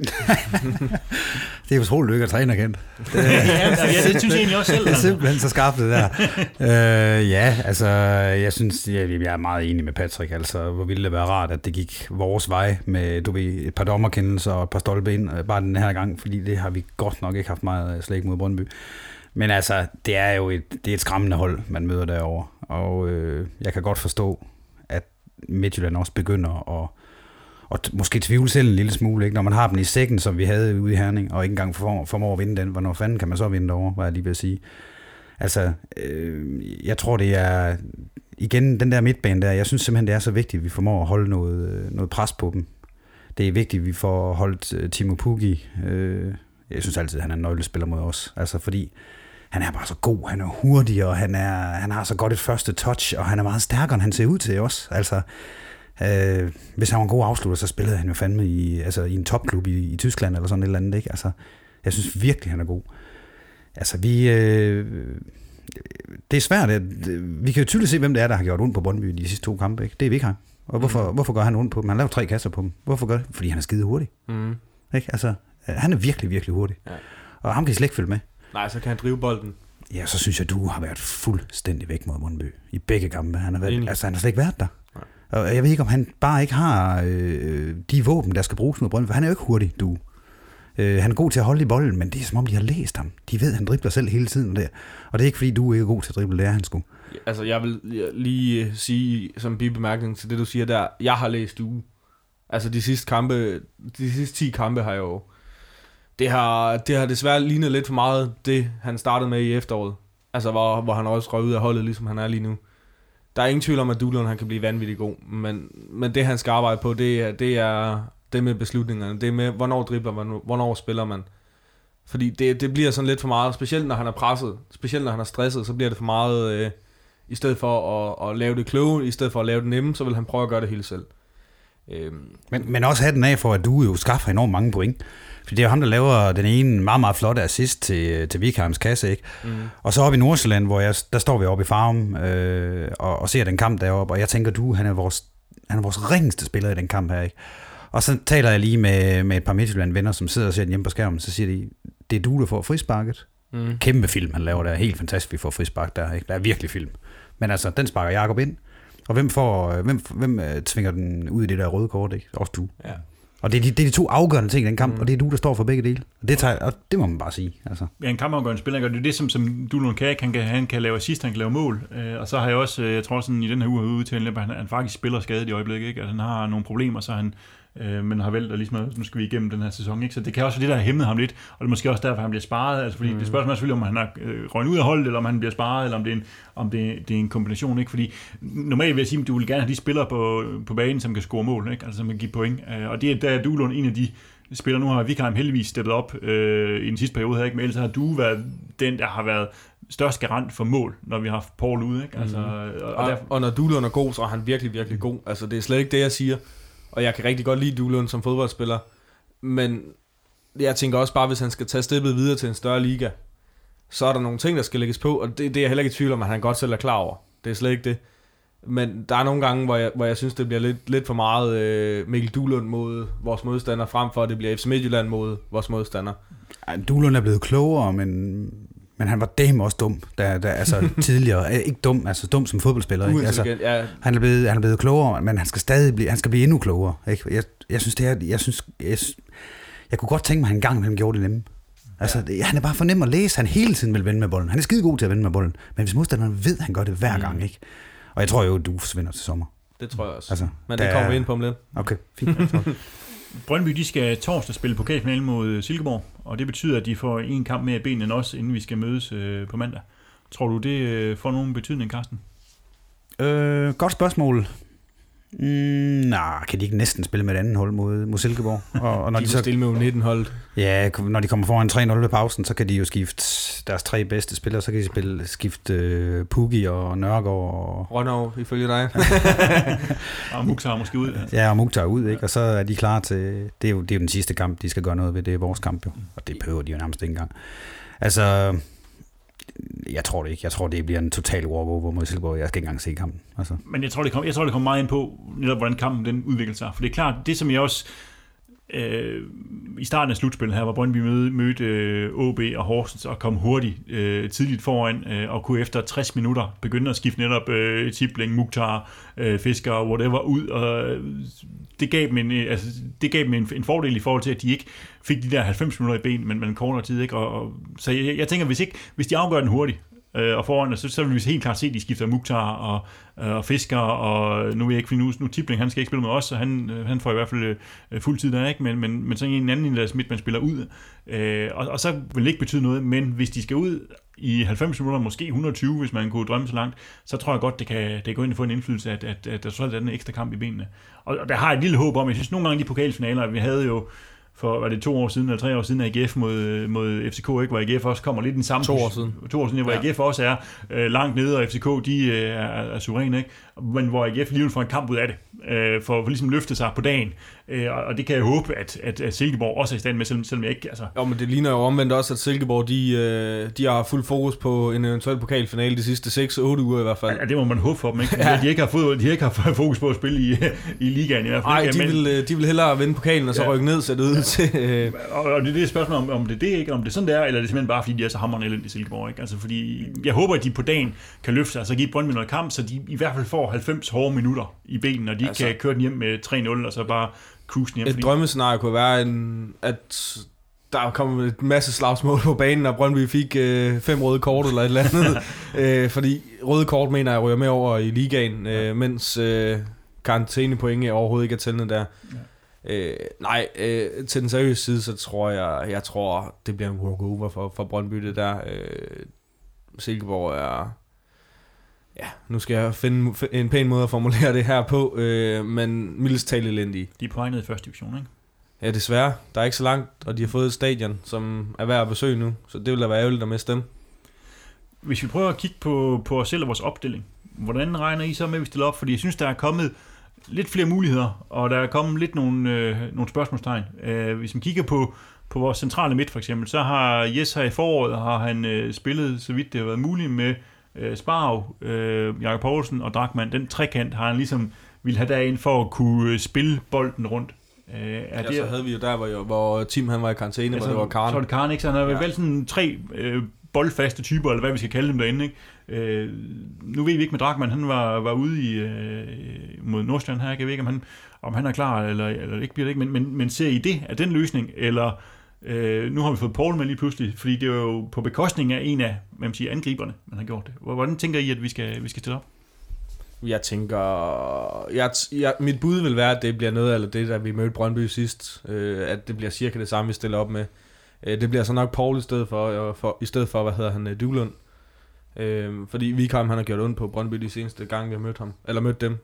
Det er utroligt lykke at træne, Kent. Det synes jeg egentlig også selv. Det er simpelthen så skarpt, det der. Altså, jeg synes, jeg er meget enig med Patrick. Altså, hvor ville det være rart, at det gik vores vej med et par dommerkendelser og et par stolpe ind, bare den her gang, fordi det har vi godt nok ikke haft meget slæg mod Brøndby. Men altså, det er jo et skræmmende hold, man møder derovre. Og jeg kan godt forstå, at Midtjylland også begynder at måske tvivle selv en lille smule, ikke? Når man har dem i sækken, som vi havde ude i Herning, og ikke engang formår at vinde den. Hvornår fanden kan man så vinde derovre, var jeg lige ved at sige. Altså, jeg tror, det er igen den der midtbane der. Jeg synes simpelthen, det er så vigtigt, at vi formår at holde noget pres på dem. Det er vigtigt, at vi får holdt Timo Pukki. Jeg synes altid, at han er en nøglespiller mod os. Altså, fordi han er bare så god, han er hurtig, og han har så godt et første touch, og han er meget stærkere, end han ser ud til os. Altså, Hvis han var en god afslutter, så spillede han jo fandme i en topklub i Tyskland eller sådan et eller andet, ikke? Altså, jeg synes virkelig, han er god. Altså, det er svært. Vi kan jo tydeligt se, hvem det er, der har gjort ondt på Brøndby i de sidste 2 kampe, ikke? Det er Vikheim. Og hvorfor gør han ondt på dem? Han laver 3 kasser på dem. Hvorfor gør det? Fordi han er skide hurtig. Ikke? Altså, han er virkelig, virkelig hurtig. Ja. Og ham kan I slet ikke følge med. Nej, så kan han drive bolden. Ja, så synes jeg, du har været fuldstændig væk mod Brøndby i begge kampe. Han har slet ikke været der. Nej. Og jeg ved ikke, om han bare ikke har de våben, der skal bruges mod Brøndby. For han er jo ikke hurtig, du. Han er god til at holde i bolden, men det er som om, de har læst ham. De ved, at han dribler selv hele tiden. Og det er ikke, fordi du ikke er god til at drible, det er han sgu. Altså, jeg vil lige sige som bibemærkning til det, du siger der. Jeg har læst du. Altså, de sidste 10 kampe har jo... Det har desværre lignet lidt for meget det, han startede med i efteråret. Altså, hvor han også røg ud af holdet, ligesom han er lige nu. Der er ingen tvivl om, at Duelund han kan blive vanvittigt god. Men det, han skal arbejde på, det er det med beslutningerne. Det er med, hvornår dribler man, hvornår spiller man. Fordi det bliver sådan lidt for meget, specielt når han er presset, specielt når han er stresset, så bliver det for meget, i stedet for at lave det kloge, i stedet for at lave det nemme, så vil han prøve at gøre det hele selv. Men også have den af for, at du jo skaffer enormt mange point. For det er jo ham, der laver den ene meget, meget flotte assist til Vikheims kasse, ikke? Og så oppe i Nordsjælland, hvor der står vi oppe i Farum og ser den kamp deroppe, og jeg tænker, han er vores ringeste spiller i den kamp her, ikke? Og så taler jeg lige med et par Midtjylland-venner, som sidder og ser den hjemme på skærmen, så siger de, det er du, der får frisparket. Kæmpe film, han laver der. Helt fantastisk, vi får frispark der, ikke? Der er virkelig film. Men altså, den sparker Jakob ind. Og hvem tvinger den ud i det der røde kort, ikke? Også du. Ja. Og det er de 2 afgørende ting i den kamp, og det er du, der står for begge dele. Og det må man bare sige. Altså. Ja, en kampafgørende spiller, det er det, som Duelund kan. Han kan lave assist, han kan lave mål. Og så har jeg også, jeg tror sådan i den her uge udtalt, at han faktisk spiller skadet i øjeblikket, ikke? Altså, han har nogle problemer, så han men har valgt at ligesom, nu skal vi igennem den her sæson, ikke? Så det kan også være det, der har hæmmet ham lidt, og det er måske også derfor, han bliver sparet, altså fordi det spørgsmål er selvfølgelig, om han har røgnet ud af holdet, eller om han bliver sparet, eller om det er en kombination, ikke? Fordi normalt vil jeg sige, at du vil gerne have de spillere på banen, som kan score mål, ikke? Altså som kan give point, og det er der Duelund en af de spillere. Nu har Vikheim heldigvis steppet op i den sidste periode, ikke? Men ellers har du været den, der har været størst garant for mål, når vi har haft Paul ude, ikke? Altså, og når Duelund er god, så er han virkelig, virkelig god. Altså det er slet ikke det, jeg siger. Og jeg kan rigtig godt lide Duelund som fodboldspiller. Men jeg tænker også bare, hvis han skal tage steppet videre til en større liga, så er der nogle ting, der skal lægges på, og det er jeg heller ikke i tvivl om, at han godt selv er klar over. Det er slet ikke det. Men der er nogle gange, hvor jeg synes, det bliver lidt for meget Mikkel Duelund mod vores modstander, frem for at det bliver FC Midtjylland mod vores modstander. Duelund er blevet klogere, men han var dame også dum, altså tidligere. Ikke dum, altså dum som fodboldspiller. Ikke? Altså, ja. Han er blevet klogere, men han skal blive endnu klogere. Ikke? Jeg kunne godt tænke mig, at han engang han gjorde det nemme. Altså, han er bare for nem at læse. Han hele tiden vil vende med bolden. Han er skide god til at vende med bolden. Men hvis modstanderen ved, han gør det hver gang, ikke? Og jeg tror jo, du forsvinder til sommer. Det tror jeg også. Altså, men det kommer vi ind på om lidt. Okay, fint. Brøndby, de skal torsdag spille pokalfinale mod Silkeborg, og det betyder, at de får en kamp mere i benene end os, inden vi skal mødes på mandag. Tror du, det får nogen betydning, Carsten? Godt spørgsmål. Kan de ikke næsten spille med et andet hold mod Silkeborg? Og når de så stille med 19-holdet. Ja, når de kommer foran 3-0 ved pausen, så kan de jo skifte deres 3 bedste spillere, så kan de skifte Puggi og Nørgaard og Rønnow, ifølge dig. Og Mukhtar måske ud. Ja, og Mukhtar ud, ikke? Og så er de klar til, det er jo den sidste kamp, de skal gøre noget ved, det er vores kamp jo. Og det behøver de jo nærmest ikke engang. Altså, jeg tror det ikke. Jeg tror, det bliver en total walkover mod Silkeborg. Jeg skal ikke engang se kampen. Altså. Men jeg tror, det kommer meget ind på, netop hvordan kampen den udvikler sig. For det er klart, det som jeg også i starten af slutspillet her, hvor Brøndby mødte OB og Horsens og kom hurtigt tidligt foran og kunne efter 60 minutter begynde at skifte netop Tibling, Mukhtar, Fisker og whatever ud, og det gav dem en fordel i forhold til, at de ikke fik de der 90 minutter i ben, men kortere tid, ikke? Så jeg tænker, hvis de afgør den hurtigt og foran, så vil vi helt klart se, at de skifter Mukhtar og Fisker, og nu ved jeg ikke, for nu Tibling, han skal ikke spille med os, så han får i hvert fald fuld tid der, ikke? Men så en anden der Smith, man spiller ud, og så vil det ikke betyde noget, men hvis de skal ud i 90 minutter, måske 120, hvis man kunne drømme så langt, så tror jeg godt, det kan gå ind og få en indflydelse, at der så er den ekstra kamp i benene. Og der har jeg et lille håb om, jeg synes nogle gange de pokalfinaler, vi havde jo for var det 2 år siden eller 3 år siden af AGF mod FCK, ikke? Hvor AGF også kommer lidt i den samme 2 år siden. 2 år siden, hvor AGF også er langt nede, og FCK de er suveræne, ikke? Men hvor AGF lige får en kamp ud af det, for ligesom løfte sig på dagen. Og det kan jeg håbe, at Silkeborg også er i stand med, selvom jeg ikke... Altså... Jo, men det ligner jo omvendt også, at Silkeborg, de har fuld fokus på en eventuel pokalfinale de sidste 6-8 uger i hvert fald. Ja, det må man håbe for dem, ikke? Ja. De ikke har fået fokus på at spille i ligaen i hvert fald. Nej, de vil hellere vinde pokalen og så rykke ned, så det ud til... Og det er et spørgsmål om det ikke, om det sådan der, eller er det simpelthen bare, fordi de er så hamrende elendige i Silkeborg, ikke? Altså, fordi jeg håber, at de på dagen kan løfte sig, og så give Brøndby noget kamp, så de i hvert fald får 90 hårde minutter i benene, og de kan køre den hjem med 3-0, og så bare cruise hjem. Et drømmescenarie kunne være, at der kom et masse slagsmål på banen, og Brøndby fik 5 røde kort eller et eller andet. Fordi røde kort, mener jeg, ryger med over i ligaen, mens karantænepoint overhovedet ikke er tællende der. Ja. Til den seriøse side, så tror jeg tror, det bliver en walkover for Brøndby, det der. Silkeborg er... Ja, nu skal jeg finde en pæn måde at formulere det her på, men mildest talt elendige. De er på vej ned i første division, ikke? Ja, desværre. Der er ikke så langt, og de har fået et stadion, som er værd at besøge nu, så det vil da være ærgerligt at miste dem. Hvis vi prøver at kigge på os selv og vores opstilling, hvordan regner I så med, at vi stiller op? Fordi jeg synes, der er kommet lidt flere muligheder, og der er kommet lidt nogle spørgsmålstegn. Hvis man kigger på vores centrale midt for eksempel, så har Jes her i foråret har han spillet, så vidt det har været muligt, med Sparv, Jakob Poulsen og Drachmann. Den trekant har han ligesom ville have derind for at kunne spille bolden rundt. Så havde vi jo der, hvor Tim han var i karantæne, hvor det var Karen. Så var det Karen, ikke? Så han har valgt sådan 3 boldfaste typer, eller hvad vi skal kalde dem derinde, ikke? Nu ved vi ikke med Drachmann, han var ude mod Nordsjælland her, jeg ved ikke, om han er klar, eller ikke bliver det ikke, men ser I det, af den løsning, eller nu har vi fået Paul med lige pludselig, fordi det er jo på bekostning af en af, hvad man siger, angriberne, man har gjort det. Hvordan tænker I, at vi skal stille op? Jeg tænker, mit bud vil være, at det bliver noget af det, der vi mødte Brøndby sidst, at det bliver cirka det samme, vi stiller op med. Det bliver så nok Paul i stedet for hvad hedder han, Duglund. Fordi Vikheim, han har gjort ondt på Brøndby de seneste gange, vi har mødt ham, eller mødt dem.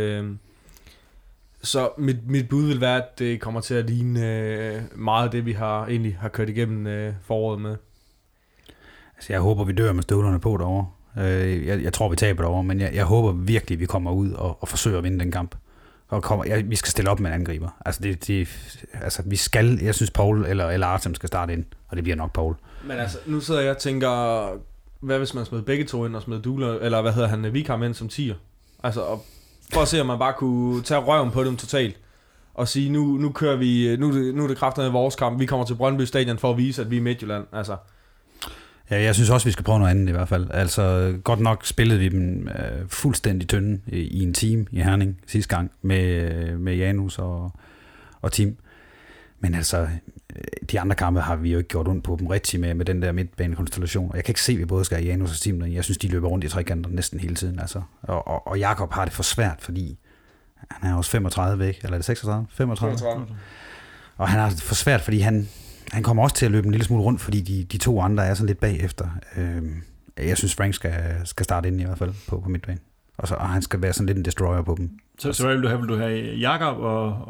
Så mit bud vil være, at det kommer til at ligne meget af det, vi egentlig har kørt igennem foråret med. Altså, jeg håber, vi dør med støvlerne på derovre. Jeg tror, vi taber derovre, men jeg håber virkelig, vi kommer ud og forsøger at vinde den kamp. Vi skal stille op med en angriber. Altså, vi skal, jeg synes, Paul eller Artem skal starte ind, og det bliver nok Paul. Men altså, nu sidder jeg og tænker, hvad hvis man smed begge to ind og smed Dula, eller hvad hedder han, Vikheim ind som 10'er? Altså, for at se, om man bare kunne tage røven på dem totalt, og sige, nu kører vi, nu er det krafterne i vores kamp, vi kommer til Brøndby Stadion for at vise, at vi er Midtjylland, altså. Ja, jeg synes også, vi skal prøve noget andet i hvert fald. Altså, godt nok spillede vi dem fuldstændig tynde i en team i Herning sidste gang med Janus og Tim. Men altså, de andre kampe har vi jo ikke gjort ondt på dem rigtig med den der midtbanekonstellation. Og jeg kan ikke se, at vi både skal have Janus og Tim. Jeg synes, de løber rundt i trekanter næsten hele tiden. Altså. Og Jakob har det for svært, fordi han er også 35 væk. Eller er det 36? 35. Og han har det for svært, fordi han kommer også til at løbe en lille smule rundt, fordi de to andre er sådan lidt bagefter. Jeg synes, Frank skal starte ind i hvert fald på midtbanen. Og han skal være sådan lidt en destroyer på dem. Så vil du have Jakob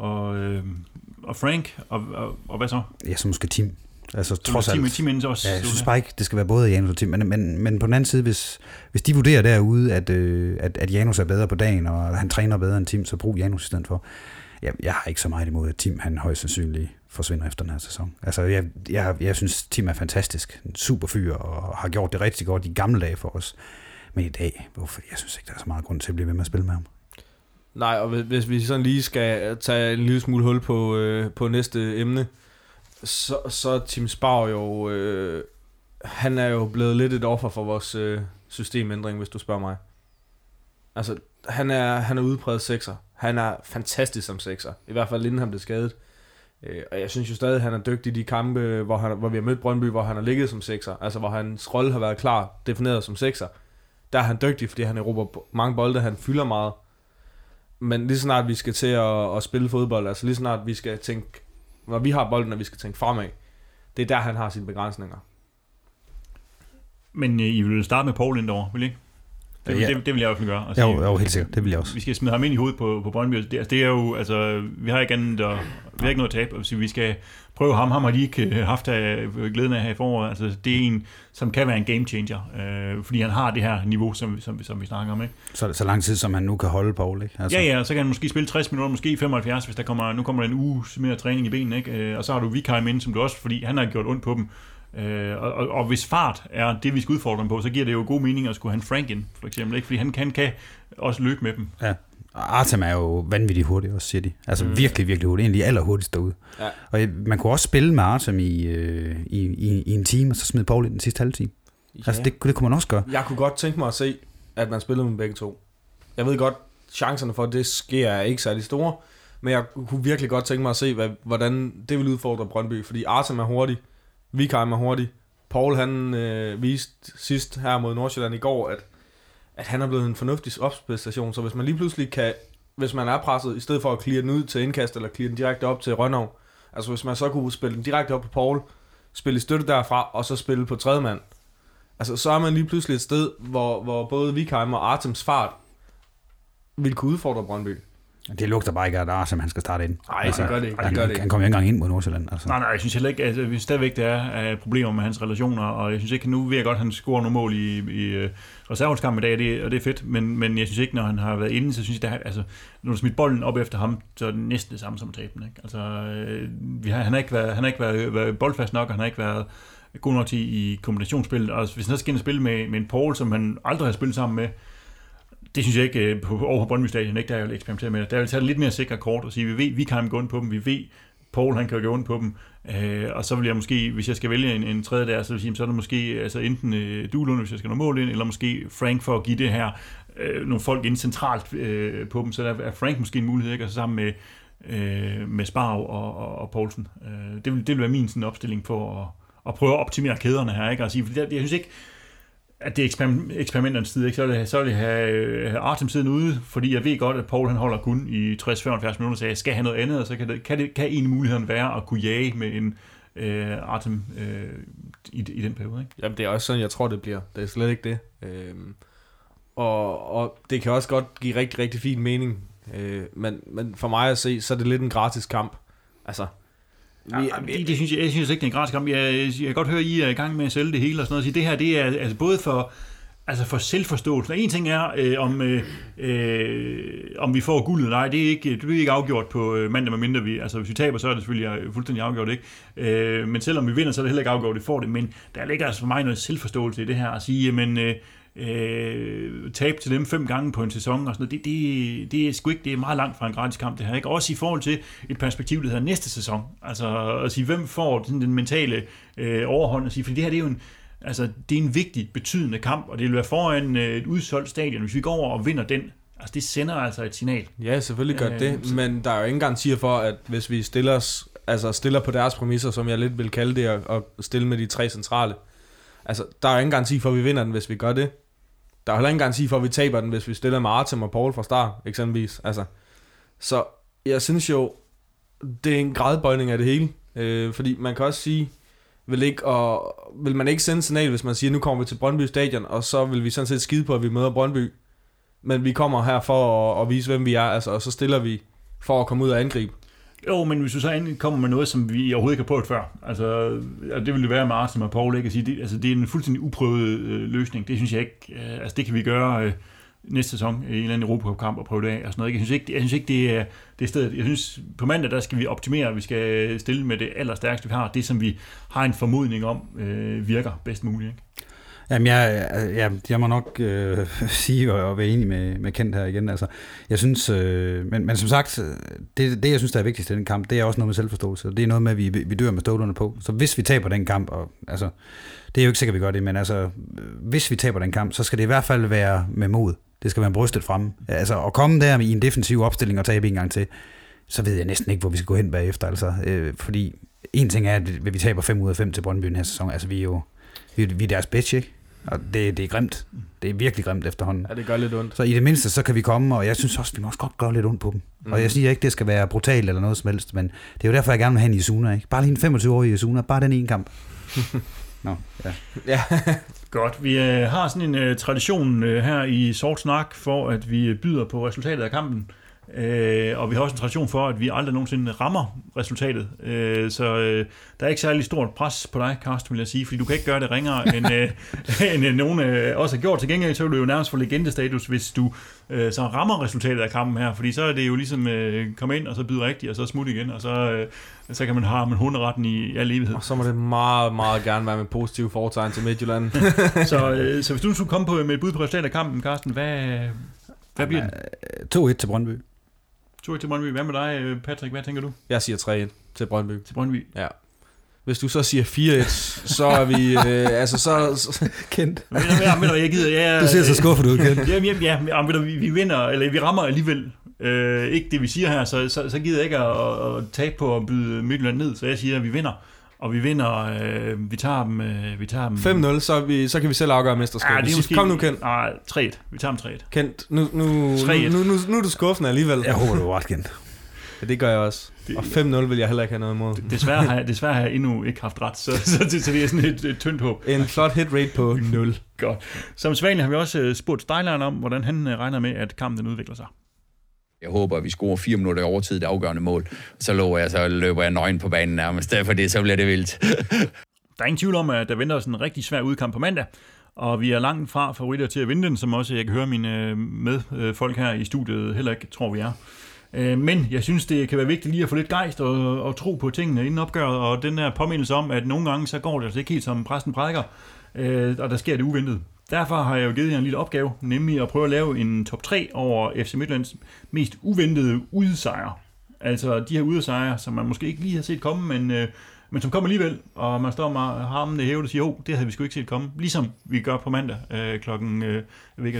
og Frank, og hvad så? Ja, så måske Tim. Altså, trods alt. Tim også. Ja, jeg synes bare ikke, det skal være både Janus og Tim. Men på den anden side, hvis de vurderer derude, at Janus er bedre på dagen, og han træner bedre end Tim, så brug Janus i stedet for. Jeg har ikke så meget imod, at Tim han højst sandsynligt forsvinder efter den her sæson. Altså, jeg synes, Tim er fantastisk. En super fyr, og har gjort det rigtig godt i gamle dage for os. Men i dag, jeg synes ikke, der er så meget grund til at blive ved med at spille med ham. Nej, og hvis vi sådan lige skal tage en lille smule hul på næste emne, så Tim Sparv jo, han er jo blevet lidt et offer for vores systemændring, hvis du spørger mig. Altså, han er udpræget sekser. Han er fantastisk som sekser. I hvert fald inden han blev skadet. Og jeg synes jo stadig, at han er dygtig i de kampe, hvor vi har mødt Brøndby, hvor han har ligget som sekser. Altså, hvor hans rolle har været klar defineret som sekser. Der er han dygtig, fordi han erobrer mange bolde, han fylder meget. Men lige snart vi skal til at spille fodbold, altså lige snart vi skal tænke, når vi har bolden, og vi skal tænke fremad, det er der, han har sine begrænsninger. Men I vil starte med Paul indover, vil I ikke? Det vil jeg i hvert fald gøre. Altså, jo, helt sikkert. Det vil jeg også. Vi skal smide ham ind i hovedet på Brøndby. Det er jo, altså, vi har ikke andet Vi har ikke noget tab. Altså, vi skal prøve ham. Ham har de ikke haft glæden af her i foråret. Altså, det er en, som kan være en game changer, fordi han har det her niveau, som vi snakker om. Ikke? Så lang tid, som han nu kan holde Paul, ikke? Altså. Ja, så kan han måske spille 60 minutter, måske 75, hvis nu kommer der en uge mere træning i benene, ikke? Og så har du Vikheim inde, som du også, fordi han har gjort ondt på dem. Og hvis fart er det, vi skal udfordre dem på, så giver det jo god mening at skulle have en Frank ind, for eksempel, ikke? Fordi han kan også løbe med dem. Ja. Artem er jo vanvittigt hurtig også, siger de. Altså virkelig, virkelig hurtig. Egentlig allerhurtigst derude. Ja. Og man kunne også spille med Artem i en time, og så smide Paul i den sidste halve time. Ja. Altså det kunne man også gøre. Jeg kunne godt tænke mig at se, at man spillede med begge to. Jeg ved godt, chancerne for, at det sker er ikke særlig store, men jeg kunne virkelig godt tænke mig at se, hvordan det vil udfordre Brøndby, fordi Artem er hurtig, Vikheim er hurtig. Paul han viste sidst her mod Nordsjælland i går, at han er blevet en fornuftig opspilstation, så hvis man lige pludselig kan, hvis man er presset, i stedet for at clear den ud til indkast, eller clear den direkte op til Rønnow, altså hvis man så kunne spille den direkte op på Paul, spille i støtte derfra, og så spille på tredje mand, altså så er man lige pludselig et sted, hvor både Vikheim og Artems fart vil kunne udfordre Brøndby. Det lugter bare ikke, at Artem han skal starte ind. Nej, altså, det gør det ikke. Han kommer ikke engang ind mod Nordsjælland. Altså. Nej, jeg synes heller ikke, altså stadigvæk der er problemer med hans relationer, og jeg synes ikke, nu ved jeg godt, at han scorer nogle mål i reservelskamp i dag, og det er fedt, men jeg synes ikke, når han har været inde, så synes jeg, altså, når du smidt bolden op efter ham, så er det næsten det samme som at tabe den. Ikke? Altså, han har ikke været boldfast nok, og han har ikke været god nok i kombinationsspil, og hvis han så skal ind og spille med en Paul, som han aldrig har spillet sammen med, det synes jeg ikke over på Brøndby Stadion, ikke, der jeg vil eksperimentere med det. Der vil tage lidt mere sikre kort og sige, vi kan gå ondt på dem, vi ved, Paul han kan gå ondt på dem, og så vil jeg måske, hvis jeg skal vælge en tredje der, så vil jeg sige, så er det måske altså enten Duelund, hvis jeg skal nå mål ind, eller måske Frank for at give det her nogle folk ind centralt på dem, så der er Frank måske en mulighed, ikke, og så sammen med Sparv og Poulsen. Det vil være min sådan opstilling for at prøve at optimere kæderne her, ikke, og sige, fordi jeg synes ikke, at det er eksperimenternes tid, ikke? Så vil jeg have Artem siden ude, fordi jeg ved godt, at Paul han holder kun i 60-75 minutter, så jeg skal have noget andet, og så kan en mulighed være at kunne jage med en Artem i den periode. Ikke? Jamen det er også sådan, jeg tror det bliver. Det er slet ikke det. Og det kan også godt give rigtig, rigtig fin mening. Men for mig at se, så er det lidt en gratis kamp. Altså... Jeg synes ikke, det er en gratis kamp. Jeg kan godt høre, at I er i gang med at sælge det hele og sådan noget. Så det her, det er altså både for selvforståelsen. Og en ting er, om vi får guldet. Nej, det er ikke afgjort på mandag, med mindre vi... Altså, hvis vi taber, så er det selvfølgelig fuldstændig afgjort, ikke? Men selvom vi vinder, så er det heller ikke afgjort, vi får det. Men der ligger altså for mig noget selvforståelse i det her. At sige, jamen... tab til dem 5 gange på en sæson og sådan noget, det er sgu ikke, det er meget langt fra en gratis kamp det her, ikke? Også i forhold til et perspektiv, der hedder næste sæson, altså at sige, hvem får den mentale overhånd, og sige, for det her, det er jo det er en vigtig, betydende kamp, og det vil være foran et udsolgt stadion, hvis vi går over og vinder den, altså det sender altså et signal. Ja, selvfølgelig gør det, men der er jo ingen garantier for, at hvis vi stiller på deres præmisser, som jeg lidt vil kalde det, og stille med de 3 centrale, altså der er jo ingen garanti for, at vi vinder den, hvis vi gør det. Der er heller ingen garanti for, at vi taber den, hvis vi stiller med Artem og Paul fra start, eksempelvis. Altså, så jeg synes jo, det er en gradbøjning af det hele. Fordi man kan også sige, vil man ikke sende signal, hvis man siger, nu kommer vi til Brøndby Stadion, og så vil vi sådan set skide på, at vi møder Brøndby. Men vi kommer her for at vise, hvem vi er, altså, og så stiller vi for at komme ud og angribe. Jo, men hvis du så endelig kommer med noget, som vi overhovedet ikke har prøvet før, altså det ville det være med Artem og Paul, ikke? At sige, det er en fuldstændig uprøvet løsning. Det synes jeg ikke, altså det kan vi gøre næste sæson i en eller anden Europacup-kamp og prøve det af og sådan noget. Jeg synes ikke det er stedet. Jeg synes på mandag, der skal vi optimere, vi skal stille med det allerstærkeste vi har, det som vi har en formodning om virker bedst muligt, ikke? Jamen, jeg må nok sige og være enig med Kent her igen. Altså, jeg synes, men som sagt, det jeg synes, der er vigtigst i den kamp, det er også noget med selvforståelse. Det er noget med, at vi dør med støvlerne på. Så hvis vi taber den kamp, og altså, det er jo ikke sikkert, at vi gør det, men altså, hvis vi taber den kamp, så skal det i hvert fald være med mod. Det skal være brystet fremme. Altså, at komme der i en defensiv opstilling og tabe en gang til, så ved jeg næsten ikke, hvor vi skal gå hen bagefter. Altså, fordi en ting er, at vi taber 5 ud af 5 til Brøndby den her sæson. Altså, vi er deres bitch, ikke? Og det er grimt. Det er virkelig grimt efterhånden. Ja, det gør lidt ondt. Så i det mindste, så kan vi komme, og jeg synes også, vi må også godt gøre lidt ondt på dem. Og jeg siger ikke, det skal være brutalt eller noget som helst, men det er jo derfor, jeg gerne vil have en Isuna, ikke? Bare lige en 25-årig Isuna, bare den ene kamp. Nå, ja. Ja. Godt. Vi har sådan en tradition her i Sort Snak, for at vi byder på resultatet af kampen. Og vi har også en tradition for, at vi aldrig nogensinde rammer resultatet. Så der er ikke særlig stort pres på dig, Carsten, vil jeg sige, fordi du kan ikke gøre det ringere, end nogen også har gjort. Til gengæld så vil du jo nærmest få legendestatus, hvis du så rammer resultatet af kampen her, fordi så er det jo ligesom komme ind, og så byde rigtigt, og så smutte igen, og så kan man have hunderetten i al evighed. Og så må det meget, meget gerne være med positive foretegn til Midtjylland. så hvis du skulle komme med et bud på resultatet af kampen, Carsten, hvad bliver den? 2-1 til Brøndby. 2-1 til Brøndby. Hvad med dig, Patrick? Hvad tænker du? Jeg siger 3-1 til Brøndby. Til Brøndby? Ja. Hvis du så siger 4-1, så er vi... Kendt. Jeg gider... Du ser så skuffet ud, Kendt. Vi vinder, eller vi rammer alligevel. Ikke det, vi siger her, så gider jeg ikke at tabe på at byde Midtjylland ned. Så jeg siger, at vi vinder. Og vi vinder, vi tager dem 5-0, så kan vi selv afgøre mesterskabet. Måske, kom nu, Kendt. Nej, 3-1. Vi tager dem 3-1. Kendt, nu er du skuffende alligevel. Jeg håber, du er ret, Kendt. Ja, det gør jeg også. Og 5-0 vil jeg heller ikke have noget imod. Desværre har jeg endnu ikke haft ret, så det er sådan et tyndt håb. En flot hit rate på 0. Godt. Som sædvanligt har vi også spurgt Stejleren om, hvordan han regner med, at kampen den udvikler sig. Jeg håber, at vi scorer 4 minutter i overtid, det afgørende mål. Så løber jeg nøgen på banen nærmest. Derfor det, så bliver det vildt. Der er ingen tvivl om, at der venter sådan en rigtig svær udkamp på mandag. Og vi er langt fra favoritter til at vinde den, som også jeg kan høre mine medfolk her i studiet heller ikke tror, vi er. Men jeg synes, det kan være vigtigt lige at få lidt gejst og tro på tingene inden opgøret. Og den her påmindelse om, at nogle gange så går det altså ikke helt som præsten prædiker, og der sker det uventet. Derfor har jeg jo givet jer en lille opgave, nemlig at prøve at lave en top 3 over FC Midtjyllands mest uventede udsejre. Altså de her udsejre, som man måske ikke lige har set komme, men som kommer alligevel, og man står med armene hævet og siger, det havde vi sgu ikke set komme. Ligesom vi gør på mandag klokken, jeg ved ikke,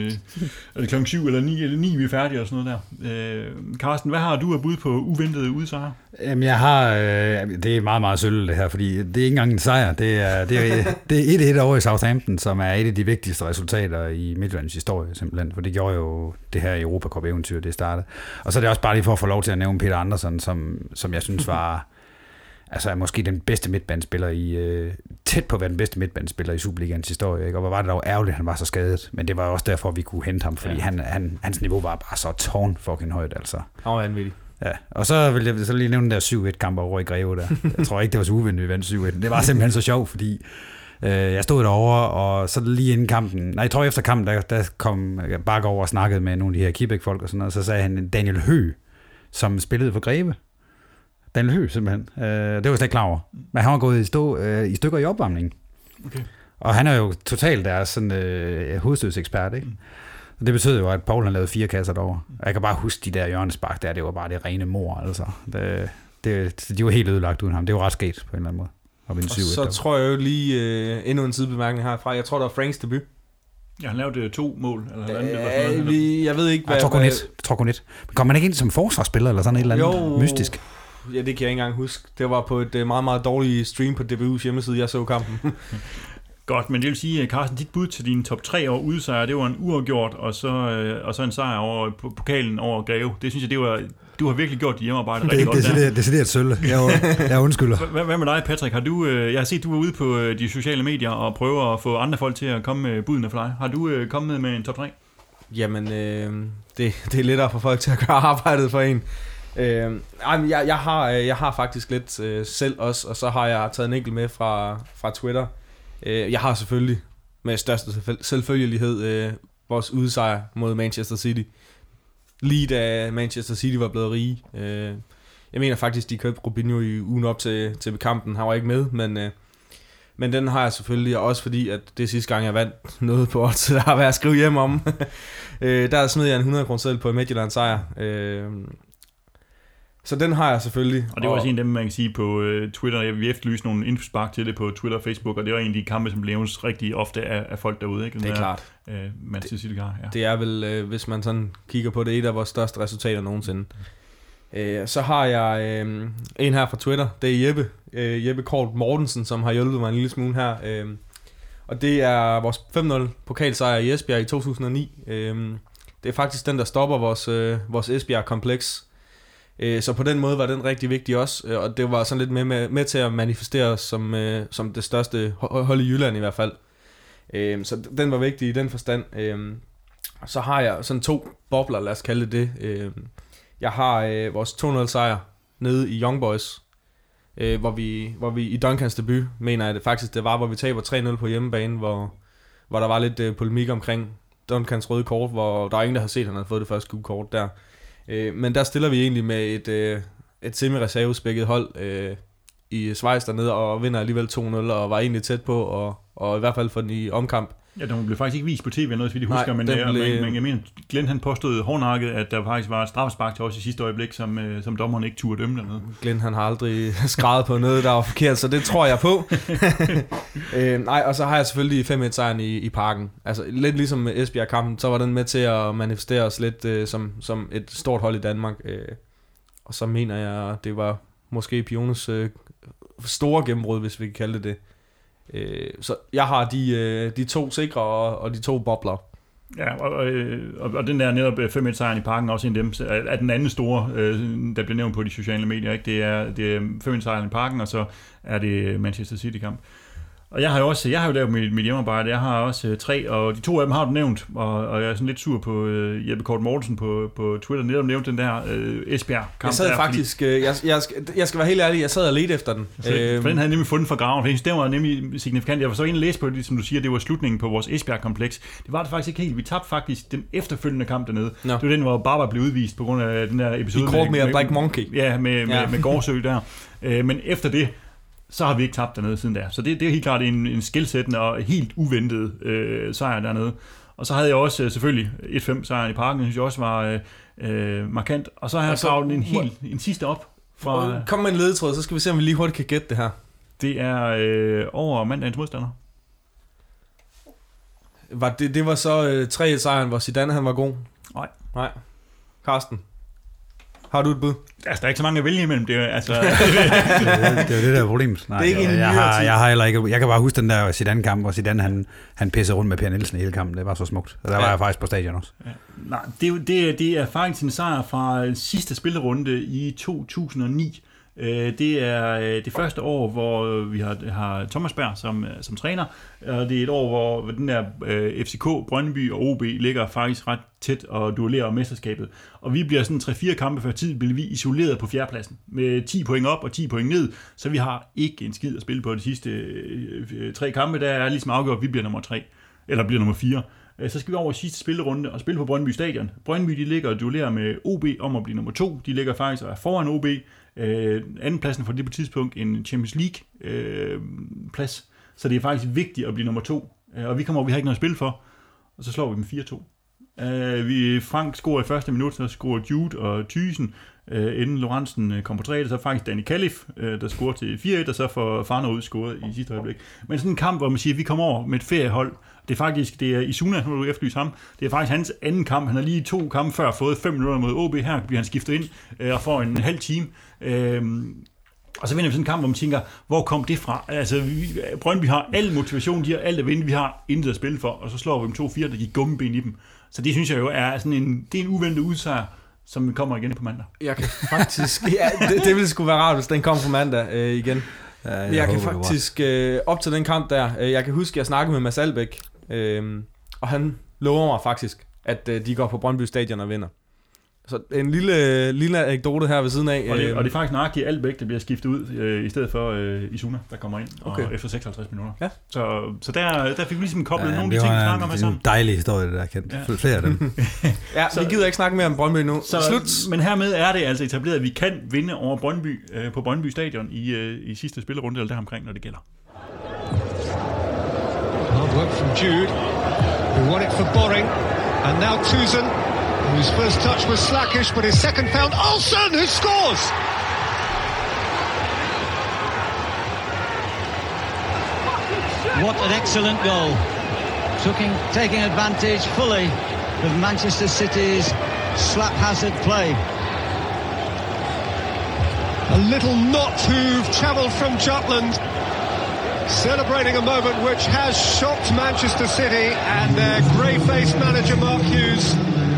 er det klokken 7 eller 9, vi er færdige og sådan noget der. Carsten, hvad har du af bud på uventede udsejre? Jamen jeg har, det er meget, meget sølv det her, fordi det er ikke engang en sejr. Det er 1-1 over i Southampton, som er et af de vigtigste resultater i Midtjyllands historie simpelthen, for det gjorde jo det her Europa Cup eventyr, det startede. Og så er det også bare lige for at få lov til at nævne Peter Andersen, som jeg synes var... Altså er måske den bedste midtbanespiller tæt på at være den bedste midtbanespiller i Superligaens historie, ikke? Og hvor var det dog ærgerligt, at han var så skadet, men det var også derfor, vi kunne hente ham, fordi hans niveau var bare så tårn fucking højt, altså. Han var vanvittig. Ja, og så vil jeg så lige nævne den der 7-1-kamp over i Greve der. Jeg tror ikke, det var så uventet, vi vandt 7-1. Det var simpelthen så sjovt, fordi jeg stod derovre, og så lige inden kampen, jeg tror efter kampen, der kom Bakker over og snakkede med nogle af de her Kibæk-folk og sådan noget, og så sagde han Daniel Høgh, som spillede for Greve. Daniel Høgh simpelthen. Det var jeg slet ikke klar over. Men han var gået i stykker i opvarmningen. Okay. Og han er jo totalt deres sådan, hovedstødsekspert, ikke? Og det betød jo, at Paul han lavede 4 kasser derovre. Og jeg kan bare huske de der hjørnespark der, det var bare det rene mor, altså. De var helt ødelagt uden ham. Det var ret sket på en eller anden måde. Og så tror jeg jo lige endnu en sidebemærkning herfra. Jeg tror, der var Franks debut. Ja, han lavede 2 mål. Eller jeg ved ikke, hvad... Jeg tror kun et. Men kom man ikke ind som forsvarsspiller, eller sådan et eller andet mystisk? Ja, det kan jeg ikke engang huske. Det var på et meget, meget dårligt stream på DBU's hjemmeside, jeg så kampen. Godt, men det vil sige, Carsten, dit bud til dine top 3 over udsejre, det var en uafgjort, og så en sejr over pokalen over Greve. Det synes jeg, du har virkelig gjort dit hjemmearbejde rigtig godt der. Det er et sølle. Jeg undskylder. Hvad med dig, Patrick? Jeg har set, du var ude på de sociale medier og prøver at få andre folk til at komme med budene for dig. Har du kommet med en top 3? Jamen, det er lettere for folk til at gøre arbejdet for en. Jeg har faktisk lidt selv også, og så har jeg taget en enkelt med fra Twitter. Jeg har selvfølgelig med største selvfølgelighed vores udsejr mod Manchester City. Lige da Manchester City var blevet rige. Jeg mener faktisk, de købte Robinho i ugen op til kampen. Han var ikke med, men den har jeg selvfølgelig, også fordi, at det er sidste gang, jeg vandt noget på odds, der har været at skrive hjem om. Der smed jeg en 100 kroner selv på en Midtjylland sejr. Så den har jeg selvfølgelig. Og det var også en af dem, man kan sige på Twitter. Vi efterlyste nogle indspilspark til det på Twitter og Facebook, og det var en af de kampe, som levnes rigtig ofte af folk derude. Ikke? Det er klart. Det er vel, hvis man sådan kigger på det, et af vores største resultater nogensinde. Så har jeg en her fra Twitter. Det er Jeppe Kort Mortensen, som har hjulpet mig en lille smule her. Og det er vores 5-0 pokalsejr i Esbjerg i 2009. Det er faktisk den, der stopper vores Esbjerg-kompleks. Så på den måde var den rigtig vigtig også, og det var sådan lidt med til at manifestere os som det største hold i Jylland i hvert fald. Så den var vigtig i den forstand. Så har jeg sådan 2 bobler, lad os kalde det. Jeg har vores 2-0 sejr nede i Young Boys, hvor vi i Duncans debut, mener jeg det faktisk, det var, hvor vi taber 3-0 på hjemmebane, hvor der var lidt polemik omkring Duncans røde kort, hvor der er ingen, der har set, at han havde fået det første gule kort der. Men der stiller vi egentlig med et semi-reservespækket hold i Schweiz dernede, og vinder alligevel 2-0, og var egentlig tæt på, og i hvert fald for den i omkamp. Ja, den blev faktisk ikke vist på tv, noget, så vi husker, men jeg mener, Glenn han påstod hårdnakket, at der faktisk var et straffespark til os i sidste øjeblik, som dommeren ikke turde dømme dernede. Glenn han har aldrig skrevet på noget, der var forkert, så det tror jeg på. Og så har jeg selvfølgelig 5-1-sejren i Parken. Altså lidt ligesom med Esbjerg-kampen, så var den med til at manifestere os lidt som et stort hold i Danmark. Og så mener jeg, det var måske Piones store gennembrud, hvis vi kan kalde det. Så jeg har de 2 sikre og de 2 bobler. Ja, og den der netop 5-1-sejren i Parken, også en af dem, er den anden store, der bliver nævnt på de sociale medier. Ikke? Det er 5-1-sejren i Parken, og så er det Manchester City-kamp. Og jeg har jo lavet mit hjemmearbejde. Jeg har også 3, og de 2 af dem har du nævnt, og jeg er sådan lidt sur på Jeppe Kort Mortensen på Twitter, netop nævnt den der Esbjerg-kamp. Jeg sad faktisk, jeg skal være helt ærlig, jeg sad og ledte efter den. For den havde jeg nemlig fundet fra graven, for den var nemlig signifikant. Jeg var så inde og læse på det, som du siger, det var slutningen på vores Esbjerg-kompleks. Det var det faktisk ikke helt. Vi tabte faktisk den efterfølgende kamp dernede. No. Det var den, hvor Barber blev udvist på grund af den der episode. I kort med Black Monkey. Ja, med Gårdsø der. Men efter det, så har vi ikke tabt dernede siden der. Så det er helt klart en skelsættende og helt uventet sejr dernede. Og så havde jeg også selvfølgelig 1-5-sejren i Parken, synes jeg også var markant. Og så har jeg gravet en sidste op. Kom med en ledetråd, så skal vi se, om vi lige hurtigt kan gætte det her. Det er over mandagens modstander. Det var så 3-1-sejren, hvor Zidane han var god? Nej. Carsten? Har du et bud? Altså, der er ikke så mange at vælge imellem. Det er altså det er jo det der problem. Nej, det er ikke jeg har heller ikke. Jeg kan bare huske den der Zidane-kamp, hvor Zidane han pissede rundt med Per Nielsen i hele kampen. Det var så smukt. Og der var jeg faktisk på stadion også. Ja. Nej, det er faktisk en sejr fra sidste spillerunde i 2009. Det er det første år, hvor vi har Thomas Berg som træner, og det er et år, hvor den der FCK, Brøndby og OB ligger faktisk ret tæt og duellerer om mesterskabet. Og vi bliver sådan 3-4 kampe før tid, bliver vi isoleret på 4. pladsen med 10 point op og 10 point ned, så vi har ikke en skid at spille på de sidste 3 kampe. Der er ligesom afgjort, at vi bliver nummer 3, eller bliver nummer 4. Så skal vi over i sidste spillerunde og spille på Brøndby Stadion. Brøndby de ligger og duellerer med OB om at blive nummer 2. De ligger faktisk og er foran OB. Andenpladsen for det på tidspunkt en Champions League plads. Så det er faktisk vigtigt at blive nummer 2. Og vi har ikke noget at spille for. Og så slår vi med 4-2. Frank scorer i første minut, så scorer Jude og Thyssen. Inden Lorentzen kom på 3, så faktisk Danny Califf, der scorer til 4-1, og så får Farner ud scoret i sidste øjeblik. Men sådan en kamp, hvor man siger, at vi kommer over med et feriehold. Det er Isuna, nu du efterlyse ham. Det er faktisk hans anden kamp. Han har lige 2 kampe før fået 5 minutter mod OB. Her bliver han skiftet ind og får en halv time. Og så vinder vi sådan en kamp, hvor man tænker, hvor kom det fra? Altså, Brøndby har al motivation, de har alt at vinde, vi har intet at spille for, og så slår vi dem 2-4, der gik gummeben i dem. Så det synes jeg jo er sådan det er en uventet udsejr, som kommer igen på mandag. Jeg kan faktisk... det ville sgu være rart, hvis den kom på mandag igen. Ja, jeg kan faktisk... op til den kamp der, jeg kan huske, jeg snakkede med Mads Albeck, og han lover mig faktisk, at de går på Brøndby Stadion og vinder. Så en lille anekdote her ved siden af. Og det er faktisk nøjagtigt Albeck, der bliver skiftet ud, i stedet for Isuna, der kommer ind efter 56 minutter. Ja. Så der fik vi ligesom koblet nogle af de ting, vi snakker om her sammen. Det er en dejlig historie, det der kendt. Ja. Flere af dem. Ja, så vi gider ikke snakke mere om Brøndby nu. Slut. Men hermed er det altså etableret, at vi kan vinde over Brøndby på Brøndby Stadion i sidste spillerunde, eller deromkring, når det gælder. Hard work from Jude, who won it for Boring, and now Tuzan, whose first touch was slackish, but his second found Olsen, who scores! What an excellent goal. Taking advantage fully of Manchester City's slap-hazard play. A little knot who've travelled from Jutland, celebrating a moment which has shocked Manchester City and their grey-faced manager Mark Hughes.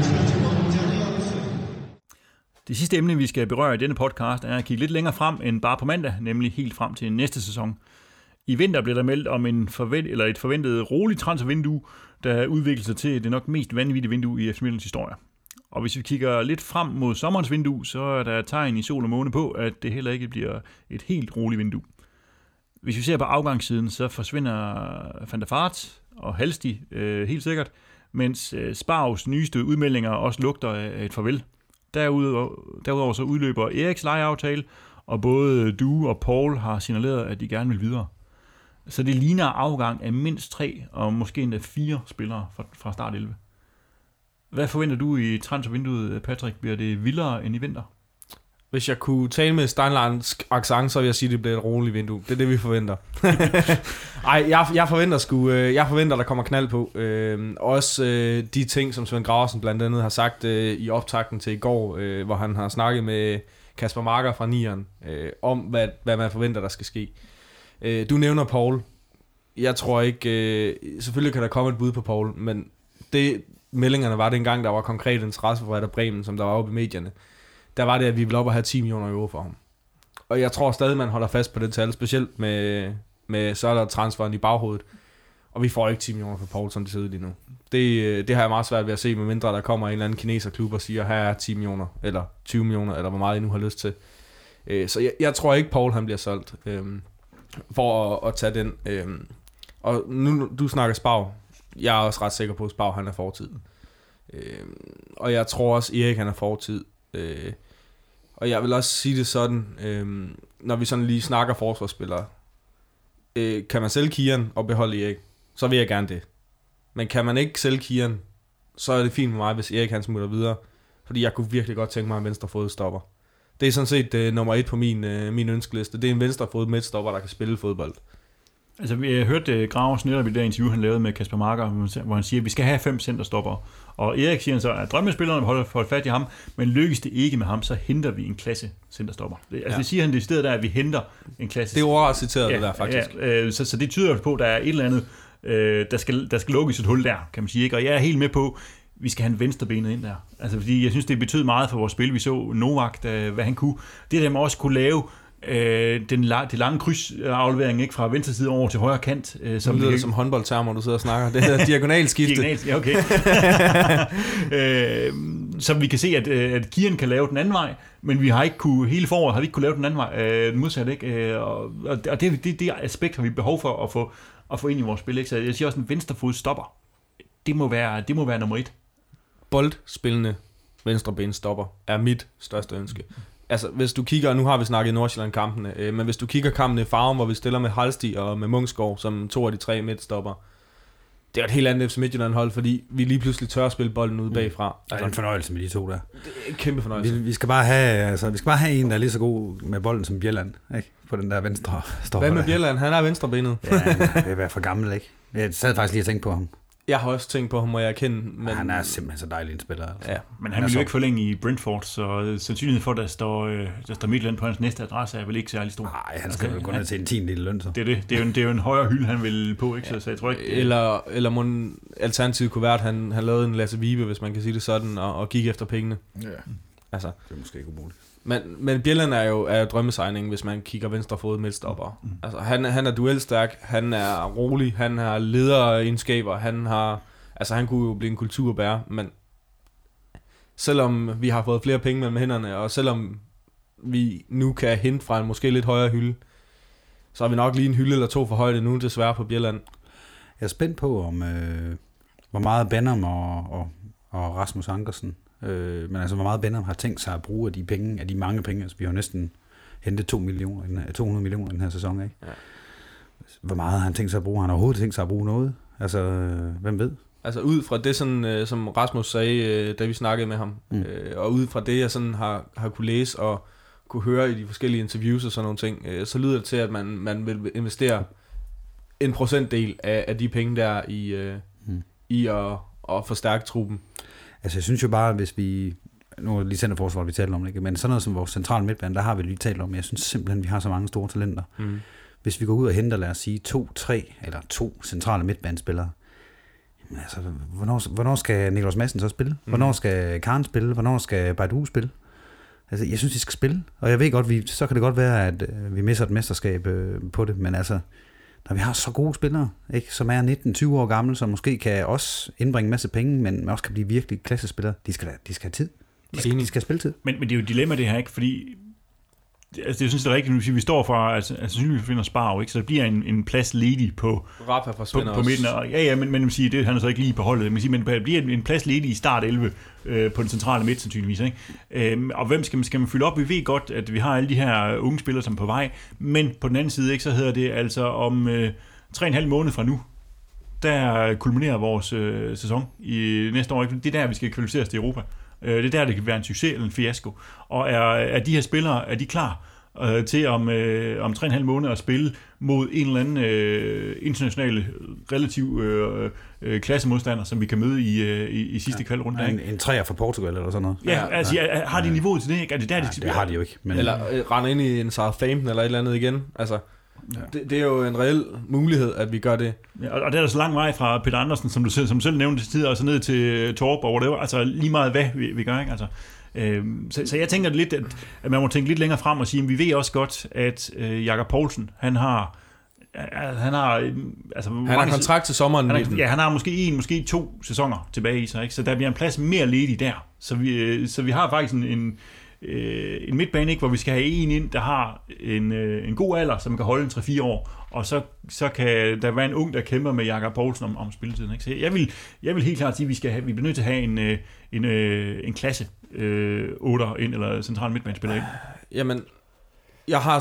Det sidste emne, vi skal berøre i denne podcast, er at kigge lidt længere frem end bare på mandag, nemlig helt frem til næste sæson. I vinter blev der meldt om et forventet roligt transfervindue, der udvikler sig til det nok mest vanvittige vindue i FC Midtjyllands historie. Og hvis vi kigger lidt frem mod sommerens vindue, så er der tegn i sol og måne på, at det heller ikke bliver et helt roligt vindue. Hvis vi ser på afgangssiden, så forsvinder Van der Vaart og Halsti helt sikkert, mens Sparvs nyeste udmeldinger også lugter af et farvel. Derudover så udløber Eriks lejeaftale, og både du og Paul har signaleret, at de gerne vil videre. Så det ligner afgang af mindst 3 og måske endda 4 spillere fra start 11. Hvad forventer du i transfervinduet, Patrick? Bliver det vildere end i vinter? Hvis jeg kunne tale med Steinlands accent, så vil jeg sige, at det bliver et roligt vindue. Det er det, vi forventer. Ej, jeg forventer, der kommer knald på. Også de ting, som Svend Graversen blandt andet har sagt i optakten til i går, hvor han har snakket med Kasper Marker fra Nieren, om hvad man forventer, der skal ske. Du nævner Paul. Jeg tror ikke... selvfølgelig kan der komme et bud på Paul, men det meldingerne var dengang, der var konkret interesse for Werder Bremen, som der var oppe i medierne. Der var det, at vi ville op og have 10 millioner euro for ham. Og jeg tror stadig, man holder fast på det tal, specielt med så er der transferen i baghovedet. Og vi får ikke 10 millioner for Paul, som det ser ud lige nu. Det har jeg meget svært ved at se, medmindre der kommer en eller anden kineserklub og siger, her er 10 millioner, eller 20 millioner, eller hvor meget I nu har lyst til. Så jeg tror ikke, Paul han bliver solgt for at tage den. Og nu du snakker Spav. Jeg er også ret sikker på, at Spav han er fortid. Og jeg tror også, Erik han er fortid. Og jeg vil også sige det sådan, når vi sådan lige snakker forsvarsspillere, kan man sælge Kian og beholde Erik, så vil jeg gerne det. Men kan man ikke sælge Kian, så er det fint med mig, hvis Erik han smutter videre, fordi jeg kunne virkelig godt tænke mig en venstrefod stopper. Det er sådan set nummer 1 på min ønskeliste. Det er en venstrefod midtstopper, der kan spille fodbold. Altså, vi har hørt Gravers netop i det interview, han lavede med Kasper Marker, hvor han siger, at vi skal have 5 centerstopper. Og Erik siger så, at drømmespillerne holder fat i ham, men lykkes det ikke med ham, så henter vi en klasse centerstopper. Det siger han det i stedet der, at vi henter en klasse. Det er ordret citeret det der, faktisk. Ja, så det tyder på, at der er et eller andet, der skal lukkes et hul der, kan man sige. Ikke? Og jeg er helt med på, vi skal have en venstrebenet ind der. Altså, fordi jeg synes, det betød meget for vores spil. Vi så Novak, hvad han kunne. Det der med også kunne lave det lange krydsaflevering, ikke, fra venstre side over til højre kant. Som lyder det som håndboldtermer, du sidder og snakker. Det hedder diagonalskifte. Ja, okay. Så vi kan se, at Kian kan lave den anden vej, men vi har ikke hele foråret har vi ikke kunne lave den anden vej. Modsat, ikke? Og det aspekt har vi behov for at få ind i vores spil. Ikke? Så jeg siger også, en venstrefod stopper. Det må være nummer 1. Boldspillende venstrebenstopper er mit største ønske. Altså, hvis du kigger, nu har vi snakket Nordsjælland-kampene, men hvis du kigger kampene i Farum, hvor vi stiller med Halsti og med Munksgaard som 2 af de 3 midtstopper, det er et helt andet FC Midtjylland-hold, fordi vi lige pludselig tør at spille bolden ud bagfra. Det er en fornøjelse med de 2 der. Det er en kæmpe fornøjelse. Vi skal bare have en, der er lige så god med bolden som Bjelland, ikke? På den der venstre stopper. Hvad med Bjelland? Han er venstrebenet. Ja, han vil være for gammel, ikke? Jeg sad faktisk lige og tænkte på ham. Jeg har også tænkt på ham, må jeg erkende. Men han er simpelthen så dejlig en spiller. Altså. Ja, men han vil jo ikke forlænge i Brentford, så sandsynligheden for, at der står Midtjylland på hans næste adresse, er vel ikke særlig stor. Nej, han skal vel gå ned til en 10. lille løn, så. Det er jo en højere hylde, han vil på, ikke? Så jeg tror ikke... Eller må alternativet kunne være, at han lavede en Lasse Vibe, hvis man kan sige det sådan, og gik efter pengene. Ja, altså. Det er måske ikke umuligt. Men Bjelland er jo drømmesegningen, hvis man kigger venstrefod midtstopper. Altså, han er duelstærk, han er rolig, han har lederegenskaber, han kunne jo blive en kulturbærer, men selvom vi har fået flere penge mellem hænderne, og selvom vi nu kan hente fra en måske lidt højere hylde, så har vi nok lige en hylde eller 2 for højde nu, desværre på Bjelland. Jeg er spændt på, om hvor meget Benham og Rasmus Ankersen, men altså hvor meget Benham har tænkt sig at bruge af de mange penge. Altså, vi har næsten hentet 200 millioner i den her sæson, ikke? Ja. Hvor meget har han tænkt sig at bruge? Han har overhovedet tænkt sig at bruge noget? Altså, hvem ved? Altså ud fra det, sådan, som Rasmus sagde, da vi snakkede med ham, og ud fra det, jeg sådan har kunne læse og kunne høre i de forskellige interviews og sådan nogle ting, så lyder det til, at man vil investere en procentdel af de penge der i at forstærke truppen. Altså jeg synes jo bare, hvis vi... Nu er det lige centerforsvaret, vi taler om, ikke? Men sådan noget som vores centrale midtbane, der har vi lige talt om. Jeg synes simpelthen, vi har så mange store talenter. Hvis vi går ud og henter, lad os sige, 2 centrale midtbanespillere, jamen altså, hvornår skal Niklas Madsen så spille? Hvornår skal Karen spille? Hvornår skal Baidu spille? Altså, jeg synes, de skal spille. Og jeg ved godt, så kan det godt være, at vi misser et mesterskab på det, men altså, når vi har så gode spillere, ikke, som er 19-20 år gamle, som måske kan også indbringe en masse penge, men også kan blive virkelig klassespillere, de skal have tid. De skal have spilletid. Men det er jo et dilemma, det her, ikke? Fordi altså, det synes jeg er rigtigt, vi står fra, altså vi finder Sparv, ikke? Så der bliver en plads ledig på midten. Ja, men man siger, det han er så ikke lige på holdet, men der bliver en plads ledig i start 11 på den centrale midt, sandsynligvis, ikke? Og hvem skal man fylde op? Vi ved godt, at vi har alle de her unge spillere, som er på vej, men på den anden side, ikke, så hedder det altså om 3,5 måneder fra nu, der kulminerer vores sæson i næste år. Det er der, vi skal kvalificere os til Europa. Det er der, det kan være en succes eller en fiasko. Og er de her spillere, er de klar til om 3,5 måneder at spille mod en eller anden international relativ klassemodstander, som vi kan møde i sidste kvalrunde? En træer fra Portugal eller sådan noget. Ja, altså har de niveauet til det? Ikke? Er det der, det har de jo ikke. Men... Eller rende ind i en Southampton eller et eller andet igen. Altså, det er jo en reel mulighed, at vi gør det. Ja, og der er der så lang vej fra Peter Andersen, som selv nævnte til tider, og så ned til Torp og whatever. Altså lige meget hvad vi gør, ikke? Altså, så jeg tænker lidt, at man må tænke lidt længere frem og sige, at vi ved også godt, at Jakob Poulsen, han har kontrakt til sommeren. Han har måske 2 sæsoner tilbage i sig, ikke? Så der bliver en plads mere ledig der. Så vi har faktisk en midtbane, ikke, hvor vi skal have en ind, der har en god alder, som kan holde en 3-4 år, og så kan der være en ung, der kæmper med Jakob Poulsen om spilletiden. Ikke? Så jeg vil helt klart sige, at vi bliver nødt til at have en klasse 8 ind, eller central midtbanespiller ind. Jamen, jeg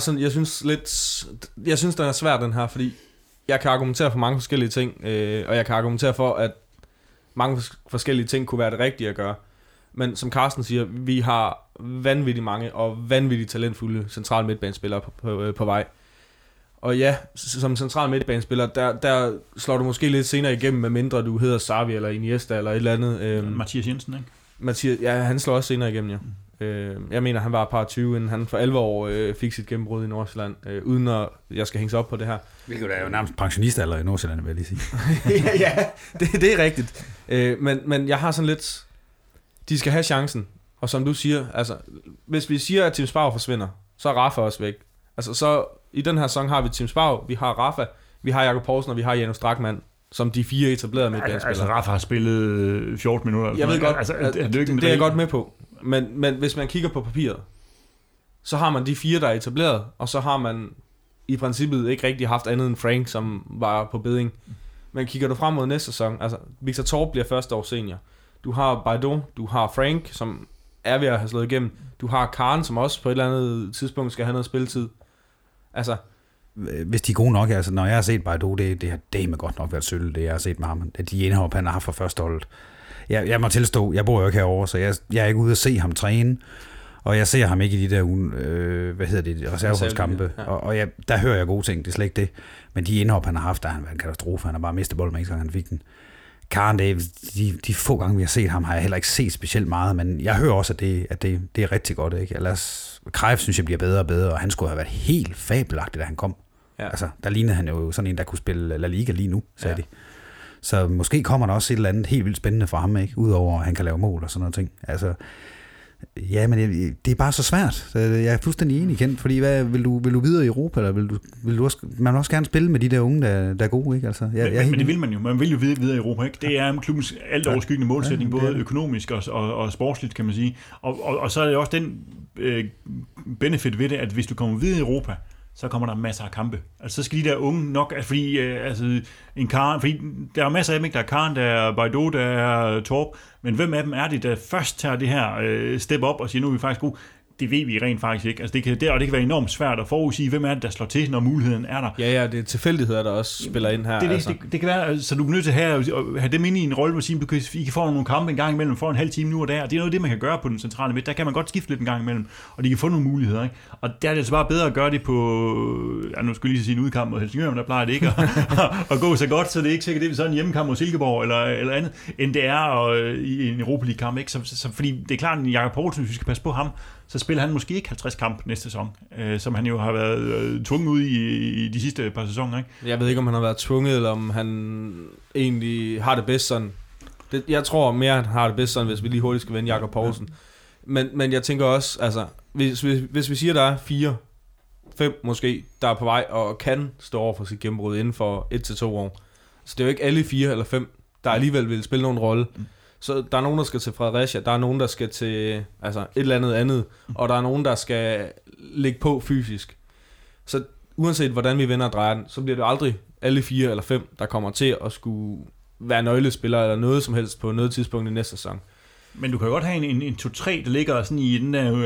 synes den er svær, den her, fordi jeg kan argumentere for mange forskellige ting, og jeg kan argumentere for, at mange forskellige ting kunne være det rigtige at gøre. Men som Carsten siger, vi har vanvittigt mange og vanvittigt talentfulde central midtbanespillere på vej. Og ja, som central midtbanespiller, der slår du måske lidt senere igennem, med mindre du hedder Xavi eller Iniesta eller et eller andet. Mathias Jensen, ikke? Mathias, ja, han slår også senere igennem, ja. Jeg mener, han var par 20, inden han for 11 år fik sit gennembrud i Nordsjælland, uden at jeg skal hænge sig op på det her. Hvilket er jo nærmest pensionister i Nordsjælland, vil jeg lige sige. ja, det er rigtigt. Men jeg har sådan lidt... De skal have chancen. Og som du siger, altså, hvis vi siger, at Tim Sparv forsvinder, så er Rafa også væk. Altså, så i den her sæson har vi Tim Sparv, vi har Rafa, vi har Jakob Poulsen, og vi har Janus Strakman, som de 4 etablerede midtbanespillere. Altså, Rafa har spillet 14 minutter. Jeg ved godt, det er jeg godt med på. Men hvis man kigger på papiret, så har man de 4, der er etableret, og så har man i princippet ikke rigtig haft andet end Frank, som var på beding. Men kigger du frem mod næste sæson, altså, Victor Torp bliver første år senior. Du har Baidoo, du har Frank, som er ved at have slået igennem. Du har Karen, som også på et eller andet tidspunkt skal have noget spilletid. Altså, hvis de er gode nok, altså når jeg har set Baidoo, det har dame godt nok været sølv, det jeg har set med ham. De indhop, han har haft fra førsteholdet. Jeg må tilstå, jeg bor jo ikke herovre, så jeg er ikke ude at se ham træne. Og jeg ser ham ikke i de der reserveholdskampe. Ja. Og der hører jeg gode ting, det er slet ikke det. Men de indhop, han har haft, der har han været en katastrofe. Han har bare mistet bolden med, ikke, så han fik den. Karen, de få gange, vi har set ham, har jeg heller ikke set specielt meget, men jeg hører også, at det er rigtig godt, ikke? Ellers, Cruyff synes jeg bliver bedre og bedre, og han skulle have været helt fabelagtig, da han kom. Ja. Altså, der lignede han jo sådan en, der kunne spille La Liga lige nu, sagde de. Så måske kommer der også et eller andet helt vildt spændende for ham, ikke? Udover, at han kan lave mål og sådan noget ting. Altså, ja, men det er bare så svært. Jeg er fuldstændig enig, Kent, fordi vil du videre i Europa, eller vil du også, man vil også gerne spille med de der unge, der er gode, ikke? Altså, men det vil man jo. Man vil jo videre i Europa, ikke? Det er klubbens alt overskyggende målsætning, både økonomisk og sportsligt, kan man sige. Og så er det også den benefit ved det, at hvis du kommer videre i Europa, så kommer der masser af kampe. Altså, så skal de der unge nok, fordi en Karen, fordi der er masser af dem, ikke? Der er Karen, der er Baidoo, der er Torp, men hvem af dem er det, der først tager det her step op og siger, nu er vi faktisk gode? Det ved vi rent faktisk ikke. Altså, det kan være enormt svært at forudsige, hvem er det, der slår til, når muligheden er der. Ja, det er tilfældigheder, der også spiller ind her. Det kan være, så du er nødt til at have dem inde i en rolle, hvor I kan få nogle kampe en gang imellem, for en halv time nu og der, og det er noget af det, man kan gøre på den centrale midt. Der kan man godt skifte lidt en gang imellem, og de kan få nogle muligheder, ikke? Og der er det altså bare bedre at gøre det på, nu skulle jeg lige sige en udkamp mod Helsingør, men der plejer det ikke at gå så godt, så det er ikke sikkert, det er sådan en hjemmekamp mod Silkeborg eller andet, end det er i en Europa League kamp, ikke? Så fordi det er klart, at Jakob Poulsen, hvis vi skal passe på ham, så spiller han måske ikke 50 kamp næste sæson, som han jo har været tvunget ud i de sidste par sæsoner, ikke? Jeg ved ikke, om han har været tvunget, eller om han egentlig har det bedst sådan. Jeg tror mere, han har det bedst sådan, hvis vi lige hurtigt skal vende Jakob Poulsen. Men jeg tænker også, altså, hvis vi siger, der er 5 måske, der er på vej og kan stå over for sit gennembrud inden for 1-2 år. Så det er jo ikke alle 4 eller 5, der alligevel vil spille nogen rolle. Så der er nogen, der skal til Fredericia, der er nogen, der skal til altså et eller andet, og der er nogen, der skal ligge på fysisk. Så uanset hvordan vi vender og drejer den, så bliver det aldrig alle 4 eller 5, der kommer til at skulle være nøglespillere eller noget som helst på noget tidspunkt i næste sæson. Men du kan jo godt have en 2-3, der ligger sådan i den der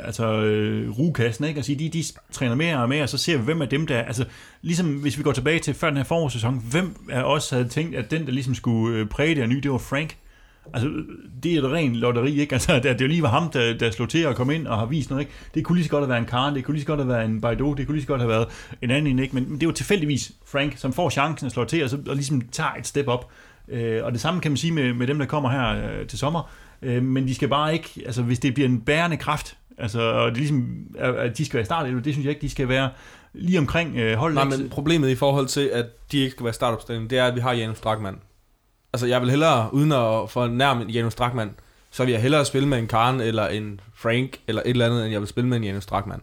rugekassen, ikke? Og sige, de træner mere og mere, og så ser vi, hvem af dem der... Altså, ligesom hvis vi går tilbage til før den her forårssæson, hvem af os havde tænkt, at den, der ligesom skulle præge det her nye, det var Frank? Altså, det er et rent lotteri, ikke? Altså, det jo lige var ham, der slog til at komme ind og har vist noget, ikke? Det kunne lige så godt have været en Karen, det kunne lige så godt have været en Baido, det kunne lige så godt have været en anden, ikke? Men det er jo tilfældigvis Frank, som får chancen at slå til, og ligesom tager et step op. Og det samme kan man sige med dem, der kommer her til sommer. Men de skal bare ikke, altså hvis det bliver en bærende kraft, altså og det ligesom, at de skal være i start, det synes jeg ikke, de skal være lige omkring holdet. Nej, men problemet i forhold til, at de ikke skal være startopstilling, det er, at vi har Janus Drachmann. Altså jeg vil hellere, uden at fornærme Janus Drachmann, så vil jeg hellere spille med en Karen eller en Frank eller et eller andet, end jeg vil spille med en Janus Drachmann.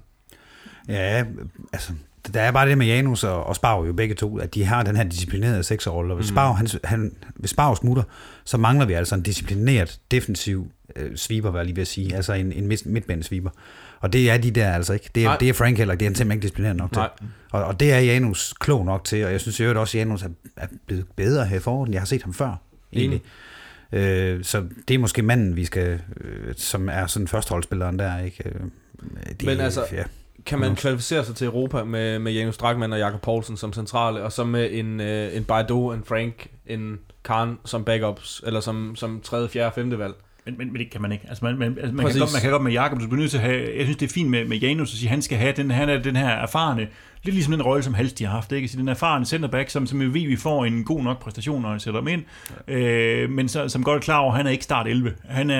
Ja, altså der er bare det med Janus og Sparv jo begge to, at de har den her disciplinerede sekserrolle, og hvis Sparv smutter, så mangler vi altså en disciplineret defensiv sweeper, hvad jeg lige vil sige, altså en midtbanesweeper. Og det er de der altså ikke. Det er Frank heller, det er han simpelthen ikke disciplineret nok til. Og det er Janus klog nok til, og jeg synes jo også, at Janus er blevet bedre her i foråret, end jeg har set ham før, egentlig. Så det er måske manden, vi skal, som er sådan førsteholdsspilleren der, ikke? Men altså... Ja. Kan man kvalificere sig til Europa med Janus Drachmann og Jakob Poulsen som centrale, og så med en Baido, en Frank, en Karen som backups, eller som 3., 4., 5. valg? Men det kan man ikke. Altså man kan godt med Jakob, så bliver nødt til at have, jeg synes det er fint med Janus at sige, han skal have han er den her erfarne, lidt ligesom den rolle som Hals de har haft, ikke? Så den erfarne centerback, som vi får en god nok præstation, når han sætter dem ind, men som godt er klar over, han er ikke start 11.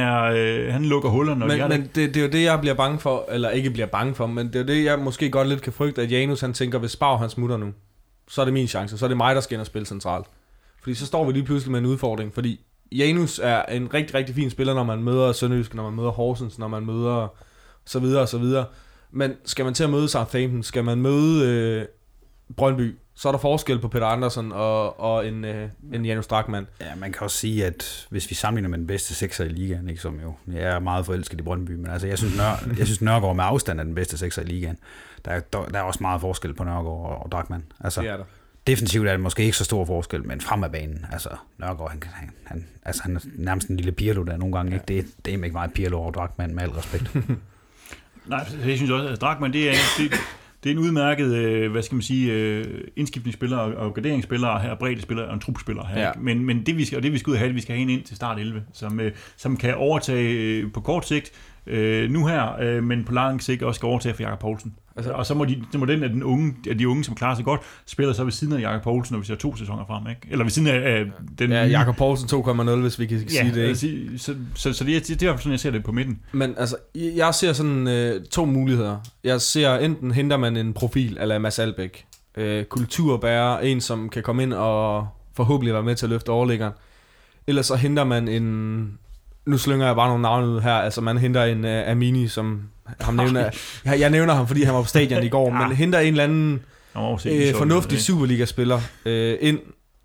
Han lukker huller, når men det er jo det, jeg bliver bange for, eller ikke bliver bange for, men det er jo det, jeg måske godt lidt kan frygte, at Janus han tænker, hvis Sparv han smutter nu, så er det min chance, så er det mig, der skal ind og spille centralt. Fordi så står vi lige pludselig med en udfordring, fordi Janus er en rigtig, rigtig fin spiller, når man møder Sønderjysk, når man møder Horsens, når man møder så videre og så videre. Men skal man til at møde Southampton, skal man møde Brøndby, så er der forskel på Peter Andersen og en Janus Drachmann. Ja, man kan også sige, at hvis vi sammenligner med den bedste sekser i ligaen, ikke, som jo jeg er meget forelsket i Brøndby, men altså jeg synes Nørgaard med afstand er den bedste sekser i ligaen. Der er også meget forskel på Nørgaard og Drachmann. Altså, det er der. Defensivt er det måske ikke så stor forskel, men frem af banen, altså Nørgaard, han er nærmest en lille Pirlo der nogle gange, ikke? Det er ikke meget Pirlo over Drachmann, med al respekt. Nej, jeg synes også, at Drachmann, det er en udmærket, hvad skal man sige, indskiftningsspiller og graderingsspiller her, breddespiller og en trupspiller her. Ja. Men det vi skal ud af have, vi skal have en ind til start 11, som kan overtage på kort sigt nu her, men på lang sigt også skal overtage for Jakob Poulsen. Altså, og så må den af de unge, som klarer sig godt, spiller så ved siden af Jakob Poulsen, når vi ser 2 sæsoner frem, ikke? Eller ved siden af den... Ja, Jakob Poulsen 2,0, hvis vi kan sige det, ikke? Så det er sådan, jeg ser det på midten. Men altså, jeg ser sådan 2 muligheder. Jeg ser enten henter man en profil, eller Mads Albeck. Kulturbærer, en som kan komme ind og forhåbentlig være med til at løfte overliggeren. Eller så henter man en... Nu slynger jeg bare nogle navne ud her. Altså man henter en Amini, som ham nævner. Jeg nævner ham, fordi han var på stadion i går. Men henter en eller anden fornuftig Superliga-spiller ind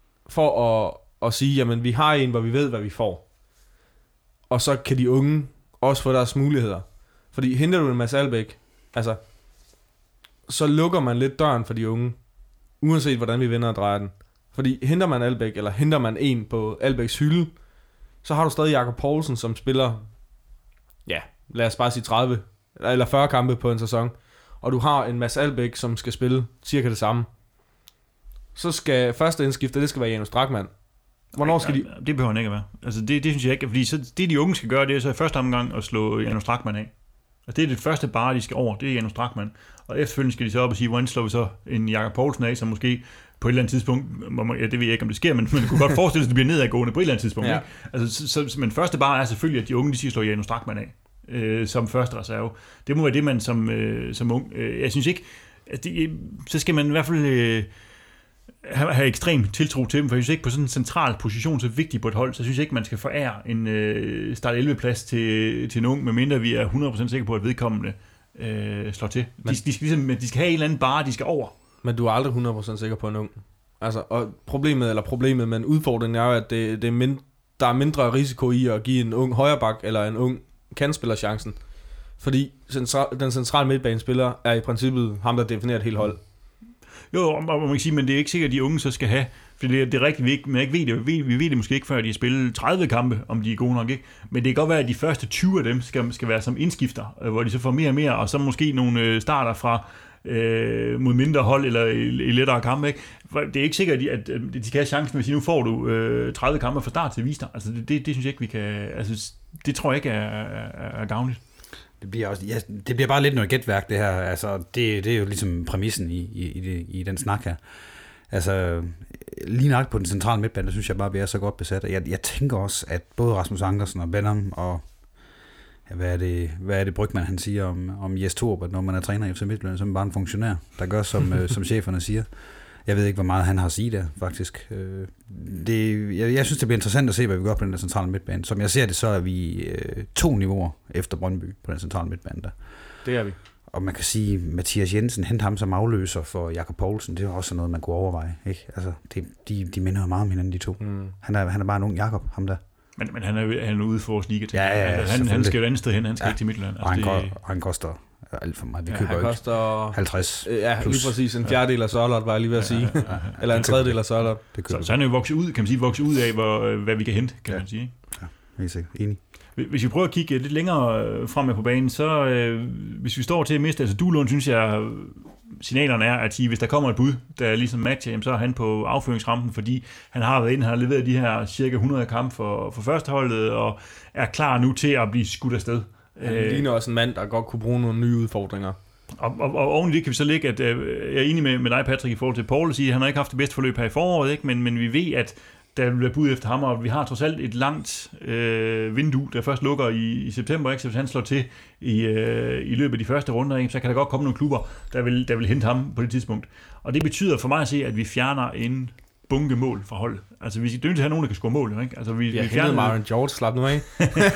for at sige, jamen vi har en, hvor vi ved, hvad vi får. Og så kan de unge også få deres muligheder. Fordi henter du en Mads Albeck, altså så lukker man lidt døren for de unge, uanset hvordan vi vender og drejer den. Fordi henter man Albeck, eller henter man en på Albecks hylde, så har du stadig Jakob Poulsen, som spiller, ja, lad os bare sige 30 eller 40 kampe på en sæson. Og du har en Mads Albeck, som skal spille cirka det samme. Så skal første indskifter, det skal være Janus Drachmann. Hvornår skal de... Det behøver han ikke at være. Altså det synes jeg ikke, fordi så det de unge skal gøre, det er så i første omgang at slå Janus Drachmann af. Og det er det første bare, de skal over, det er Janus Drachmann. Og efterfølgende skal de så op og sige, hvordan slår vi så en Jakob Poulsen af, som måske på et eller andet tidspunkt, det ved jeg ikke, om det sker, men man kunne godt forestille sig, at det bliver nedadgående på et eller andet tidspunkt. Ja. Ikke? Altså, men første bare er selvfølgelig, at de unge, de skal slå Janus Drachmann af som første reserve. Det må være det, man som ung... jeg synes ikke... så skal man i hvert fald... have ekstrem tiltro til dem, for jeg synes ikke på sådan en central position, så vigtig på et hold, så synes jeg ikke, man skal forære en start 11-plads til en ung, medmindre vi er 100% sikre på, at vedkommende slår til. De skal have en eller anden bare, de skal over. Men du er aldrig 100% sikker på en ung. Altså, og problemet, men udfordringen er jo, at der er mindre risiko i at give en ung højreback eller en ung kantspiller chancen. Fordi den centrale midtbanespiller er i princippet ham, der definerer et helt hold. Jo, og man kan sige, men det er ikke sikkert, at de unge så skal have, for det er rigtigt, vi ved det måske ikke, før de har spillet 30 kampe, om de er gode nok, ikke? Men det kan godt være, at de første 20 af dem skal være som indskifter, hvor de så får mere og mere, og så måske nogle starter fra mod mindre hold, eller i lettere kampe, ikke? Det er ikke sikkert, at de kan have chancen, hvis nu får du 30 kampe fra start til at vise dig. Altså, det synes jeg ikke, vi kan, altså, det tror jeg ikke er gavnligt. Det bliver bare lidt noget gætværk, det her. Altså, det er jo ligesom præmissen i den snak her. Altså, lige nok på den centrale midtbane, der synes jeg bare, vi er så godt besat. Jeg tænker også, at både Rasmus Ankersen og Benham og hvad er det Brygman, han siger om Jes Torp, at når man er træner i FC Midtjylland, så er man bare en funktionær, der gør, som cheferne siger. Jeg ved ikke, hvor meget han har at sige der, faktisk. Jeg synes, det bliver interessant at se, hvad vi gør på den der centrale midtbane. Som jeg ser det, så er vi 2 niveauer efter Brøndby på den centrale midtbane der. Det er vi. Og man kan sige, Mathias Jensen, hente ham som afløser for Jakob Poulsen, det er også noget, man kunne overveje. Ikke? Altså, de minder jo meget om hinanden, de to. Han er bare en ung Jakob, ham der. Men han er ude for vores liga til. Ja, han skal jo et andet sted hen, han skal ikke til Midtjylland. Altså, og han koster alt for meget. Vi køber han koster 50 ja, plus. Lige præcis en fjerdedel af Sørloth, var jeg lige ved at sige. Eller en tredjedel af Sørloth. Så han er jo vokset ud af, hvad vi kan hente, kan man sige. Ja, helt sikkert. Enig. Hvis vi prøver at kigge lidt længere frem på banen, så hvis vi står til at miste, altså Duelund, synes jeg, signalerne er, at hvis der kommer et bud, der er ligesom matcher, så er han på afføringsrampen, fordi han har været inde, han har leveret de her cirka 100 kampe for førsteholdet, og er klar nu til at blive skudt afsted. Han ligner også en mand, der godt kunne bruge nogle nye udfordringer. Og oven i det kan vi så lægge, at jeg er enig med dig, Patrick, i forhold til Paul, at sige, at han har ikke haft det bedste forløb her i foråret, ikke? Men vi ved, at der bliver bud efter ham, og vi har trods alt et langt vindue, der først lukker i september, ikke? Så hvis han slår til i løbet af de første runder, ikke? Så kan der godt komme nogle klubber, der vil hente ham på det tidspunkt. Og det betyder for mig at se, at vi fjerner en bunke mål fra holdet. Altså, vi skal have nogen, der kan score mål, ikke? Altså, vi fjernede Marvin George, slap nu af.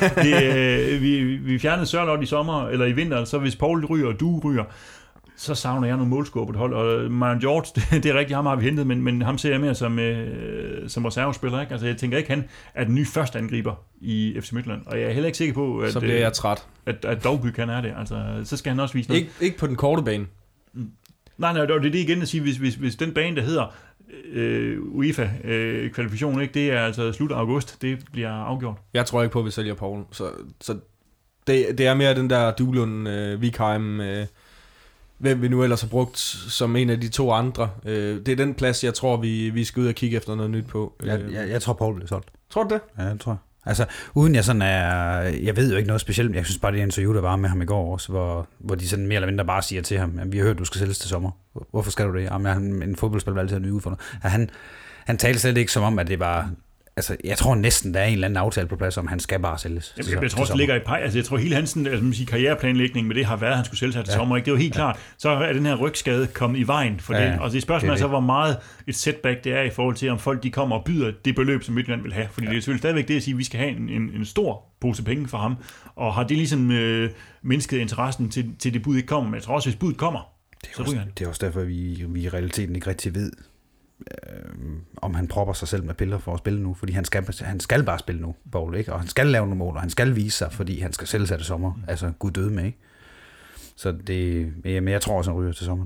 vi fjernede Sørloth i sommer, eller i vinter, så hvis Paul ryger, og du ryger, så savner jeg nogle målscore på et hold. Og Marvin George, det er rigtigt, ham har vi hentet, men ham ser jeg mere som reservespiller, ikke? Altså, jeg tænker ikke, han er den nye første angriber i FC Midtjylland. Og jeg er heller ikke sikker på, at så bliver jeg træt. At Dovbyk han er det. Altså, så skal han også vise noget. Ikke på den korte bane. Nej, det er det igen at sige, hvis den bane, der hedder UEFA-kvalifikation, ikke, det er altså slut af august, det bliver afgjort. Jeg tror ikke på, at vi sælger Poul. Så det er mere den der Duelund, Vikheim, hvem vi nu ellers har brugt som en af de to andre. Det er den plads, jeg tror, vi skal ud og kigge efter noget nyt på. Jeg tror, Poul bliver solgt. Tror du det? Ja, det tror jeg. Altså, uden jeg sådan er... Jeg ved jo ikke noget specielt, jeg synes bare, det interview, der var med ham i går også, hvor de sådan mere eller mindre bare siger til ham, at vi har hørt, du skal sælges til sommer. Hvorfor skal du det? Jamen, en fodboldspiller vil altid have en ny udfordring. Han talte slet ikke som om, at det var... Altså, jeg tror næsten, der er en eller anden aftale på plads, om han skal bare sælges. Jeg tror også, det ligger i pej. Altså, jeg tror, hele hans karriereplanlægning med det har været, at han skulle sælge sig til sommer. Ikke? Det er jo helt klart. Så er den her rygskade kommet i vejen for det. Og det spørgsmål er så, hvor meget et setback det er i forhold til, om folk de kommer og byder det beløb, som Midtjylland vil have. Fordi det er selvfølgelig stadigvæk det at sige, at vi skal have en stor pose penge for ham. Og har det ligesom mindsket interessen til det bud ikke kommer. Men jeg tror også, hvis budet kommer, så ryger han. Det er også derfor, vi i realiteten ikke rigtig ved, om han propper sig selv med piller for at spille nu, fordi han skal bare spille nu, Paul, ikke? Og han skal lave nogle mål, og han skal vise sig, fordi han skal selv sætte sommer, altså Gud døde med, ikke? Så men jeg tror også, han ryger til sommer.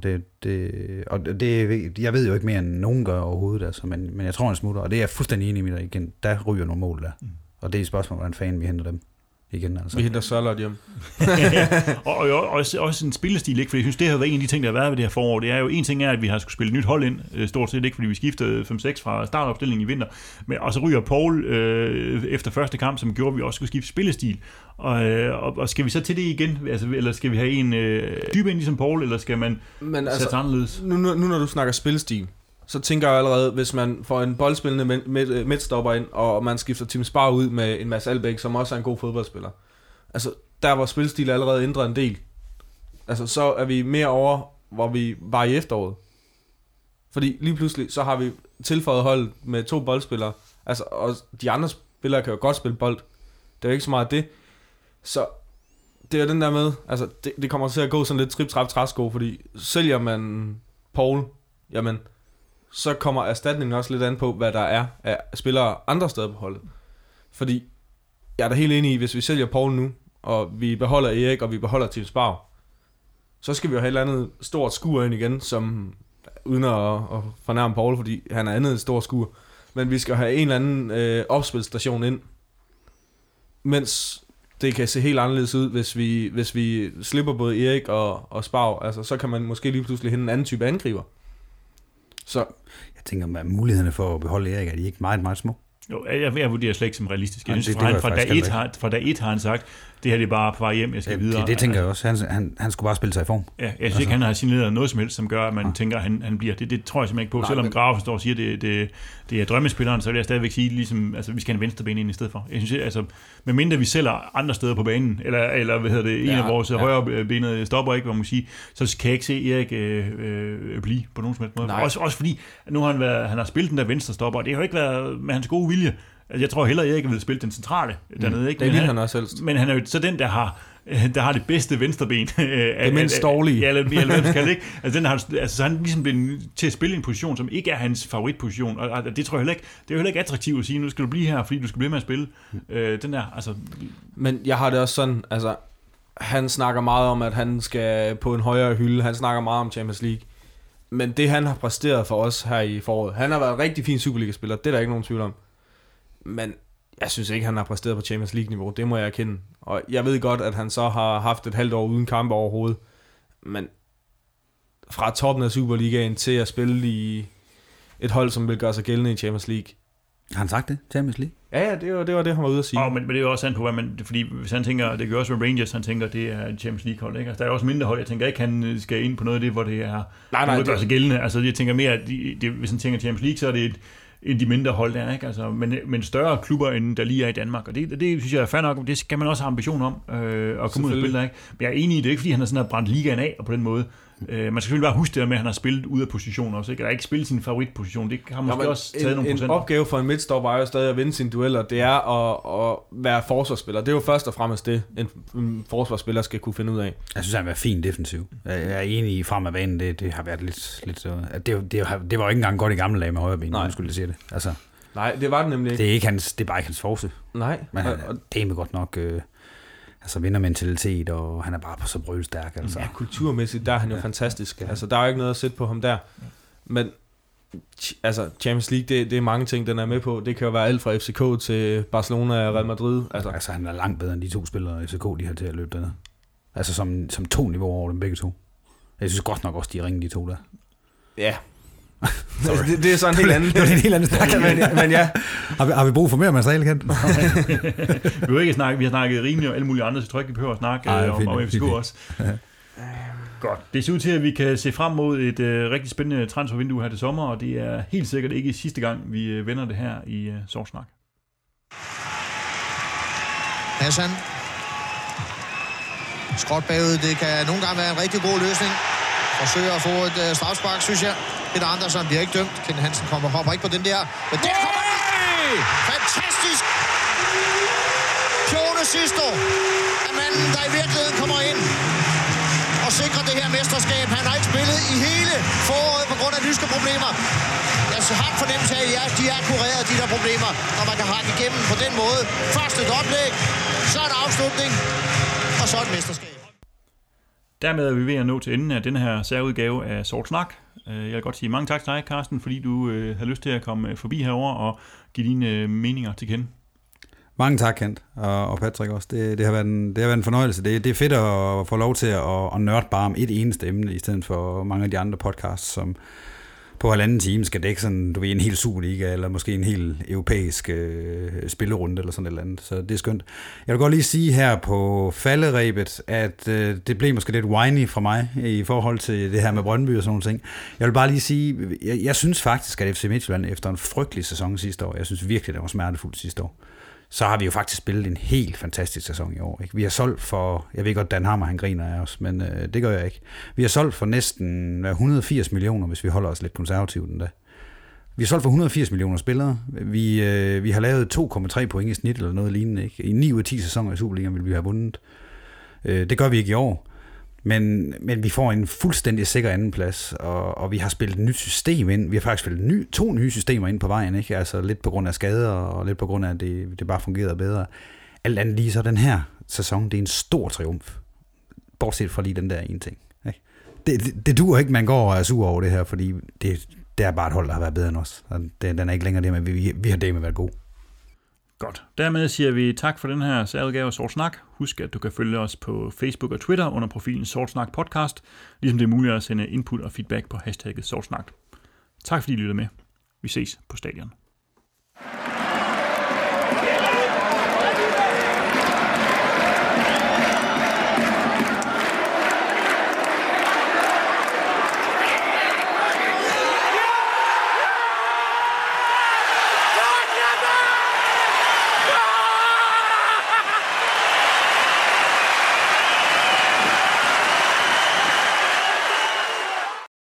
Jeg ved jo ikke mere, end nogen gør overhovedet, altså, men jeg tror, han smutter, og det er jeg fuldstændig enig med dig igen. Der ryger nogle mål der, og det er et spørgsmål, hvordan fanden vi henter dem igen. Altså. Vi henter Sørloth hjem. og også en spillestil, ikke? Fordi jeg synes, det har været en af de ting, der har været ved det her forår. Det er jo en ting er, at vi har skulle spille et nyt hold ind, stort set ikke, fordi vi skiftede 5-6 fra startopstillingen i vinter. Og så ryger Paul efter første kamp, som gjorde, at vi også skulle skifte spillestil. Og skal vi så til det igen? Altså, eller skal vi have en dybe ind ligesom Paul, eller skal man sætte anderledes? Nu når du snakker spillestil, så tænker jeg allerede, hvis man får en boldspillende midtstopper ind, og man skifter Tim Spar ud med en Mads Albeck, som også er en god fodboldspiller. Altså, der hvor spilstil allerede ændret en del. Altså, så er vi mere over, hvor vi var i efteråret. Fordi lige pludselig, så har vi tilføjet holdet med 2 boldspillere. Altså, og de andre spillere kan jo godt spille bold. Det er jo ikke så meget det. Så det er den der med, altså det kommer til at gå sådan lidt trip-trap-træsko, fordi sælger man Paul, jamen, så kommer erstatningen også lidt an på, hvad der er af spillere andre steder på holdet. Fordi, jeg er da helt enig i, hvis vi sælger Paul nu, og vi beholder Erik, og vi beholder Tim Sparv, så skal vi jo have et eller andet stort skur ind igen, som, uden at fornærme Paul, fordi han er andet stort skur, men vi skal have en eller anden opspilstation ind, mens det kan se helt anderledes ud, hvis vi slipper både Erik og Sparv, altså så kan man måske lige pludselig hente en anden type angriber. Så jeg tænker, at mulighederne for at beholde Erik, er de ikke meget, meget små? Jo, jeg vurderer slet ikke som realistisk. Jeg synes, fra dag 1 har han sagt, det her det er bare på vej hjem, jeg skal videre. Det tænker jeg også. Han skulle bare spille sig i form. Ja, jeg synes ikke, han har signaleret noget som helst, som gør, at man tænker, at han bliver. Det tror jeg simpelthen ikke på. Nej, selvom Grave står og siger, at det er drømmespilleren, så vil jeg stadigvæk sige, ligesom, altså, vi skal have en venstreben ind i stedet for. Jeg synes, altså, medmindre vi sælger andre steder på banen, eller hvad hedder det, en af vores højrebenede stopper, ikke, hvor man siger, så kan jeg ikke se Erik blive på nogen som helst måde. Også fordi, nu har han har spillet den der venstre stopper, og det har jo ikke været med hans gode vilje. Altså, jeg tror heller ikke vil spille den centrale dernede, ikke? Det vil han også helst. Men han er jo så den, der har det bedste venstreben. Det mindst dårlige. Ja, eller ikke. Altså, så han ligesom bliver til at spille i en position, som ikke er hans favoritposition. Og det tror jeg heller ikke. Det er jo heller ikke attraktivt at sige, nu skal du blive her, fordi du skal blive med at spille. Den der, altså. Men jeg har det også sådan, altså, han snakker meget om, at han skal på en højere hylde. Han snakker meget om Champions League. Men det, han har præsteret for os her i foråret, han har været en rigtig fin Superliga-spiller. Det er der ikke nogen tvivl om. Men jeg synes ikke, han har præsteret på Champions League-niveau. Det må jeg erkende. Og jeg ved godt, at han så har haft et halvt år uden kampe overhovedet. Men fra toppen af Superligaen til at spille i et hold, som vil gøre sig gældende i Champions League. Har han sagt det? Champions League? Ja, det var det, han var ude at sige. Men det er jo også sandt på, fordi hvis han tænker, det gør også med Rangers, han tænker, det er et Champions League-hold, ikke? Altså, der er også mindre hold. Jeg tænker ikke, han skal ind på noget af det, hvor det er gør sig gældende. Altså, jeg tænker mere, at hvis han tænker Champions League, så er det end de mindre hold der, ikke? Altså, men større klubber, end der lige er i Danmark. Og det synes jeg er fair nok. Det skal man også have ambition om at komme ud og spille der, ikke? Men jeg er enig i det, ikke fordi han har sådan brændt ligaen af og på den måde. Man skal selvfølgelig bare huske det med, at han har spillet ud af position også, ikke? Eller ikke spillet sin favoritposition. Det har måske også taget nogle procent. En opgave for en midtstopper er jo stadig at vinde sine dueller. Det er at være forsvarsspiller. Det er jo først og fremmest det, en forsvarsspiller skal kunne finde ud af. Jeg synes, han var fin defensiv. Jeg er enig i frem af banen. Det har været lidt så. Det var jo ikke engang godt i gamle dage med højre ben, nu skulle jeg sige det. Altså, nej, det var det nemlig ikke. Det er bare ikke hans force. Nej. Men han er godt nok. Altså vindermentalitet, og han er bare på så brølstærk. Altså. Ja, kulturmæssigt, der er han jo fantastisk. Ja. Altså, der er jo ikke noget at sætte på ham der. Men altså, Champions League, det er mange ting, den er med på. Det kan jo være alt fra FCK til Barcelona og Real Madrid. Altså han er langt bedre end de to spillere, FCK de har til at løbe dernede. Altså som 2 niveauer over dem begge to. Jeg synes godt nok også, de ringer de to der. Ja. det er sådan en helt anden. Det er en helt anden snak. men ja. Har vi brug for mere materiale, Kent? Vi har snakket rimelig og alle mulige andre, så jeg tror ikke, vi behøver at snakke om FCK også. Godt. Det ser ud til, at vi kan se frem mod et rigtig spændende transfervindue her til sommer, og det er helt sikkert ikke sidste gang, vi vender det her i Sortsnak. Hassan. Skråt bagud, det kan nogle gange være en rigtig god løsning. Forsøger at få et strafspark, synes jeg. Peter Andersen bliver ikke dømt. Ken Hansen hopper ikke på den der. Men der kommer den! Fantastisk! Pione Sisto er manden, der i virkeligheden kommer ind og sikrer det her mesterskab. Han har ikke spillet i hele foråret på grund af lyskeproblemer. Jeg har en fornemmelse af, at de er kureret, de der problemer, når man kan hakke igennem på den måde. Først et oplæg, så en afslutning, og så et mesterskab. Dermed er vi ved at nå til enden af denne her særudgave af Sort Snak. Jeg vil godt sige mange tak til dig, Carsten, fordi du har lyst til at komme forbi herover og give dine meninger til kende. Mange tak, Kent, og Patrick også. Det har været en fornøjelse. Det er fedt at få lov til at nørde bare om et eneste emne, i stedet for mange af de andre podcasts, som på 1,5 time skal dække sådan, du ved, en hel Superliga, eller måske en hel europæisk spillerunde, eller sådan et eller andet. Så det er skønt. Jeg vil godt lige sige her på falderebet, at det blev måske lidt whiny fra mig, i forhold til det her med Brøndby og sådan nogle ting. Jeg vil bare lige sige, jeg synes faktisk, at FC Midtjylland efter en frygtelig sæson sidste år, jeg synes virkelig, det var smertefuldt sidste år, så har vi jo faktisk spillet en helt fantastisk sæson i år. Ikke? Vi har solgt for, jeg ved godt, Dan Hammer han griner af os, men det gør jeg ikke. Vi har solgt for næsten 180 millioner, hvis vi holder os lidt konservativt den dag. Vi har solgt for 180 millioner spillere. Vi har lavet 2,3 point i snit eller noget lignende. Ikke? I 9 ud af 10 sæsoner i Superligaen vil vi have vundet. Det gør vi ikke i år. Men vi får en fuldstændig sikker andenplads, og vi har spillet et nyt system ind. Vi har faktisk spillet 2 nye systemer ind på vejen, ikke? Altså lidt på grund af skader, og lidt på grund af, at det bare fungerede bedre. Alt andet lige så den her sæson, det er en stor triumf. Bortset fra lige den der ene ting. Ikke? Det duer ikke, man går og er sur over det her, fordi det er bare et hold, der har været bedre end os. Den er ikke længere det, men vi har det med været gode. Godt. Dermed siger vi tak for den her særudgave af Sort Snak. Husk, at du kan følge os på Facebook og Twitter under profilen Sort Snak Podcast, ligesom det er muligt at sende input og feedback på hashtagget Sort Snak. Tak fordi I lyttede med. Vi ses på stadion.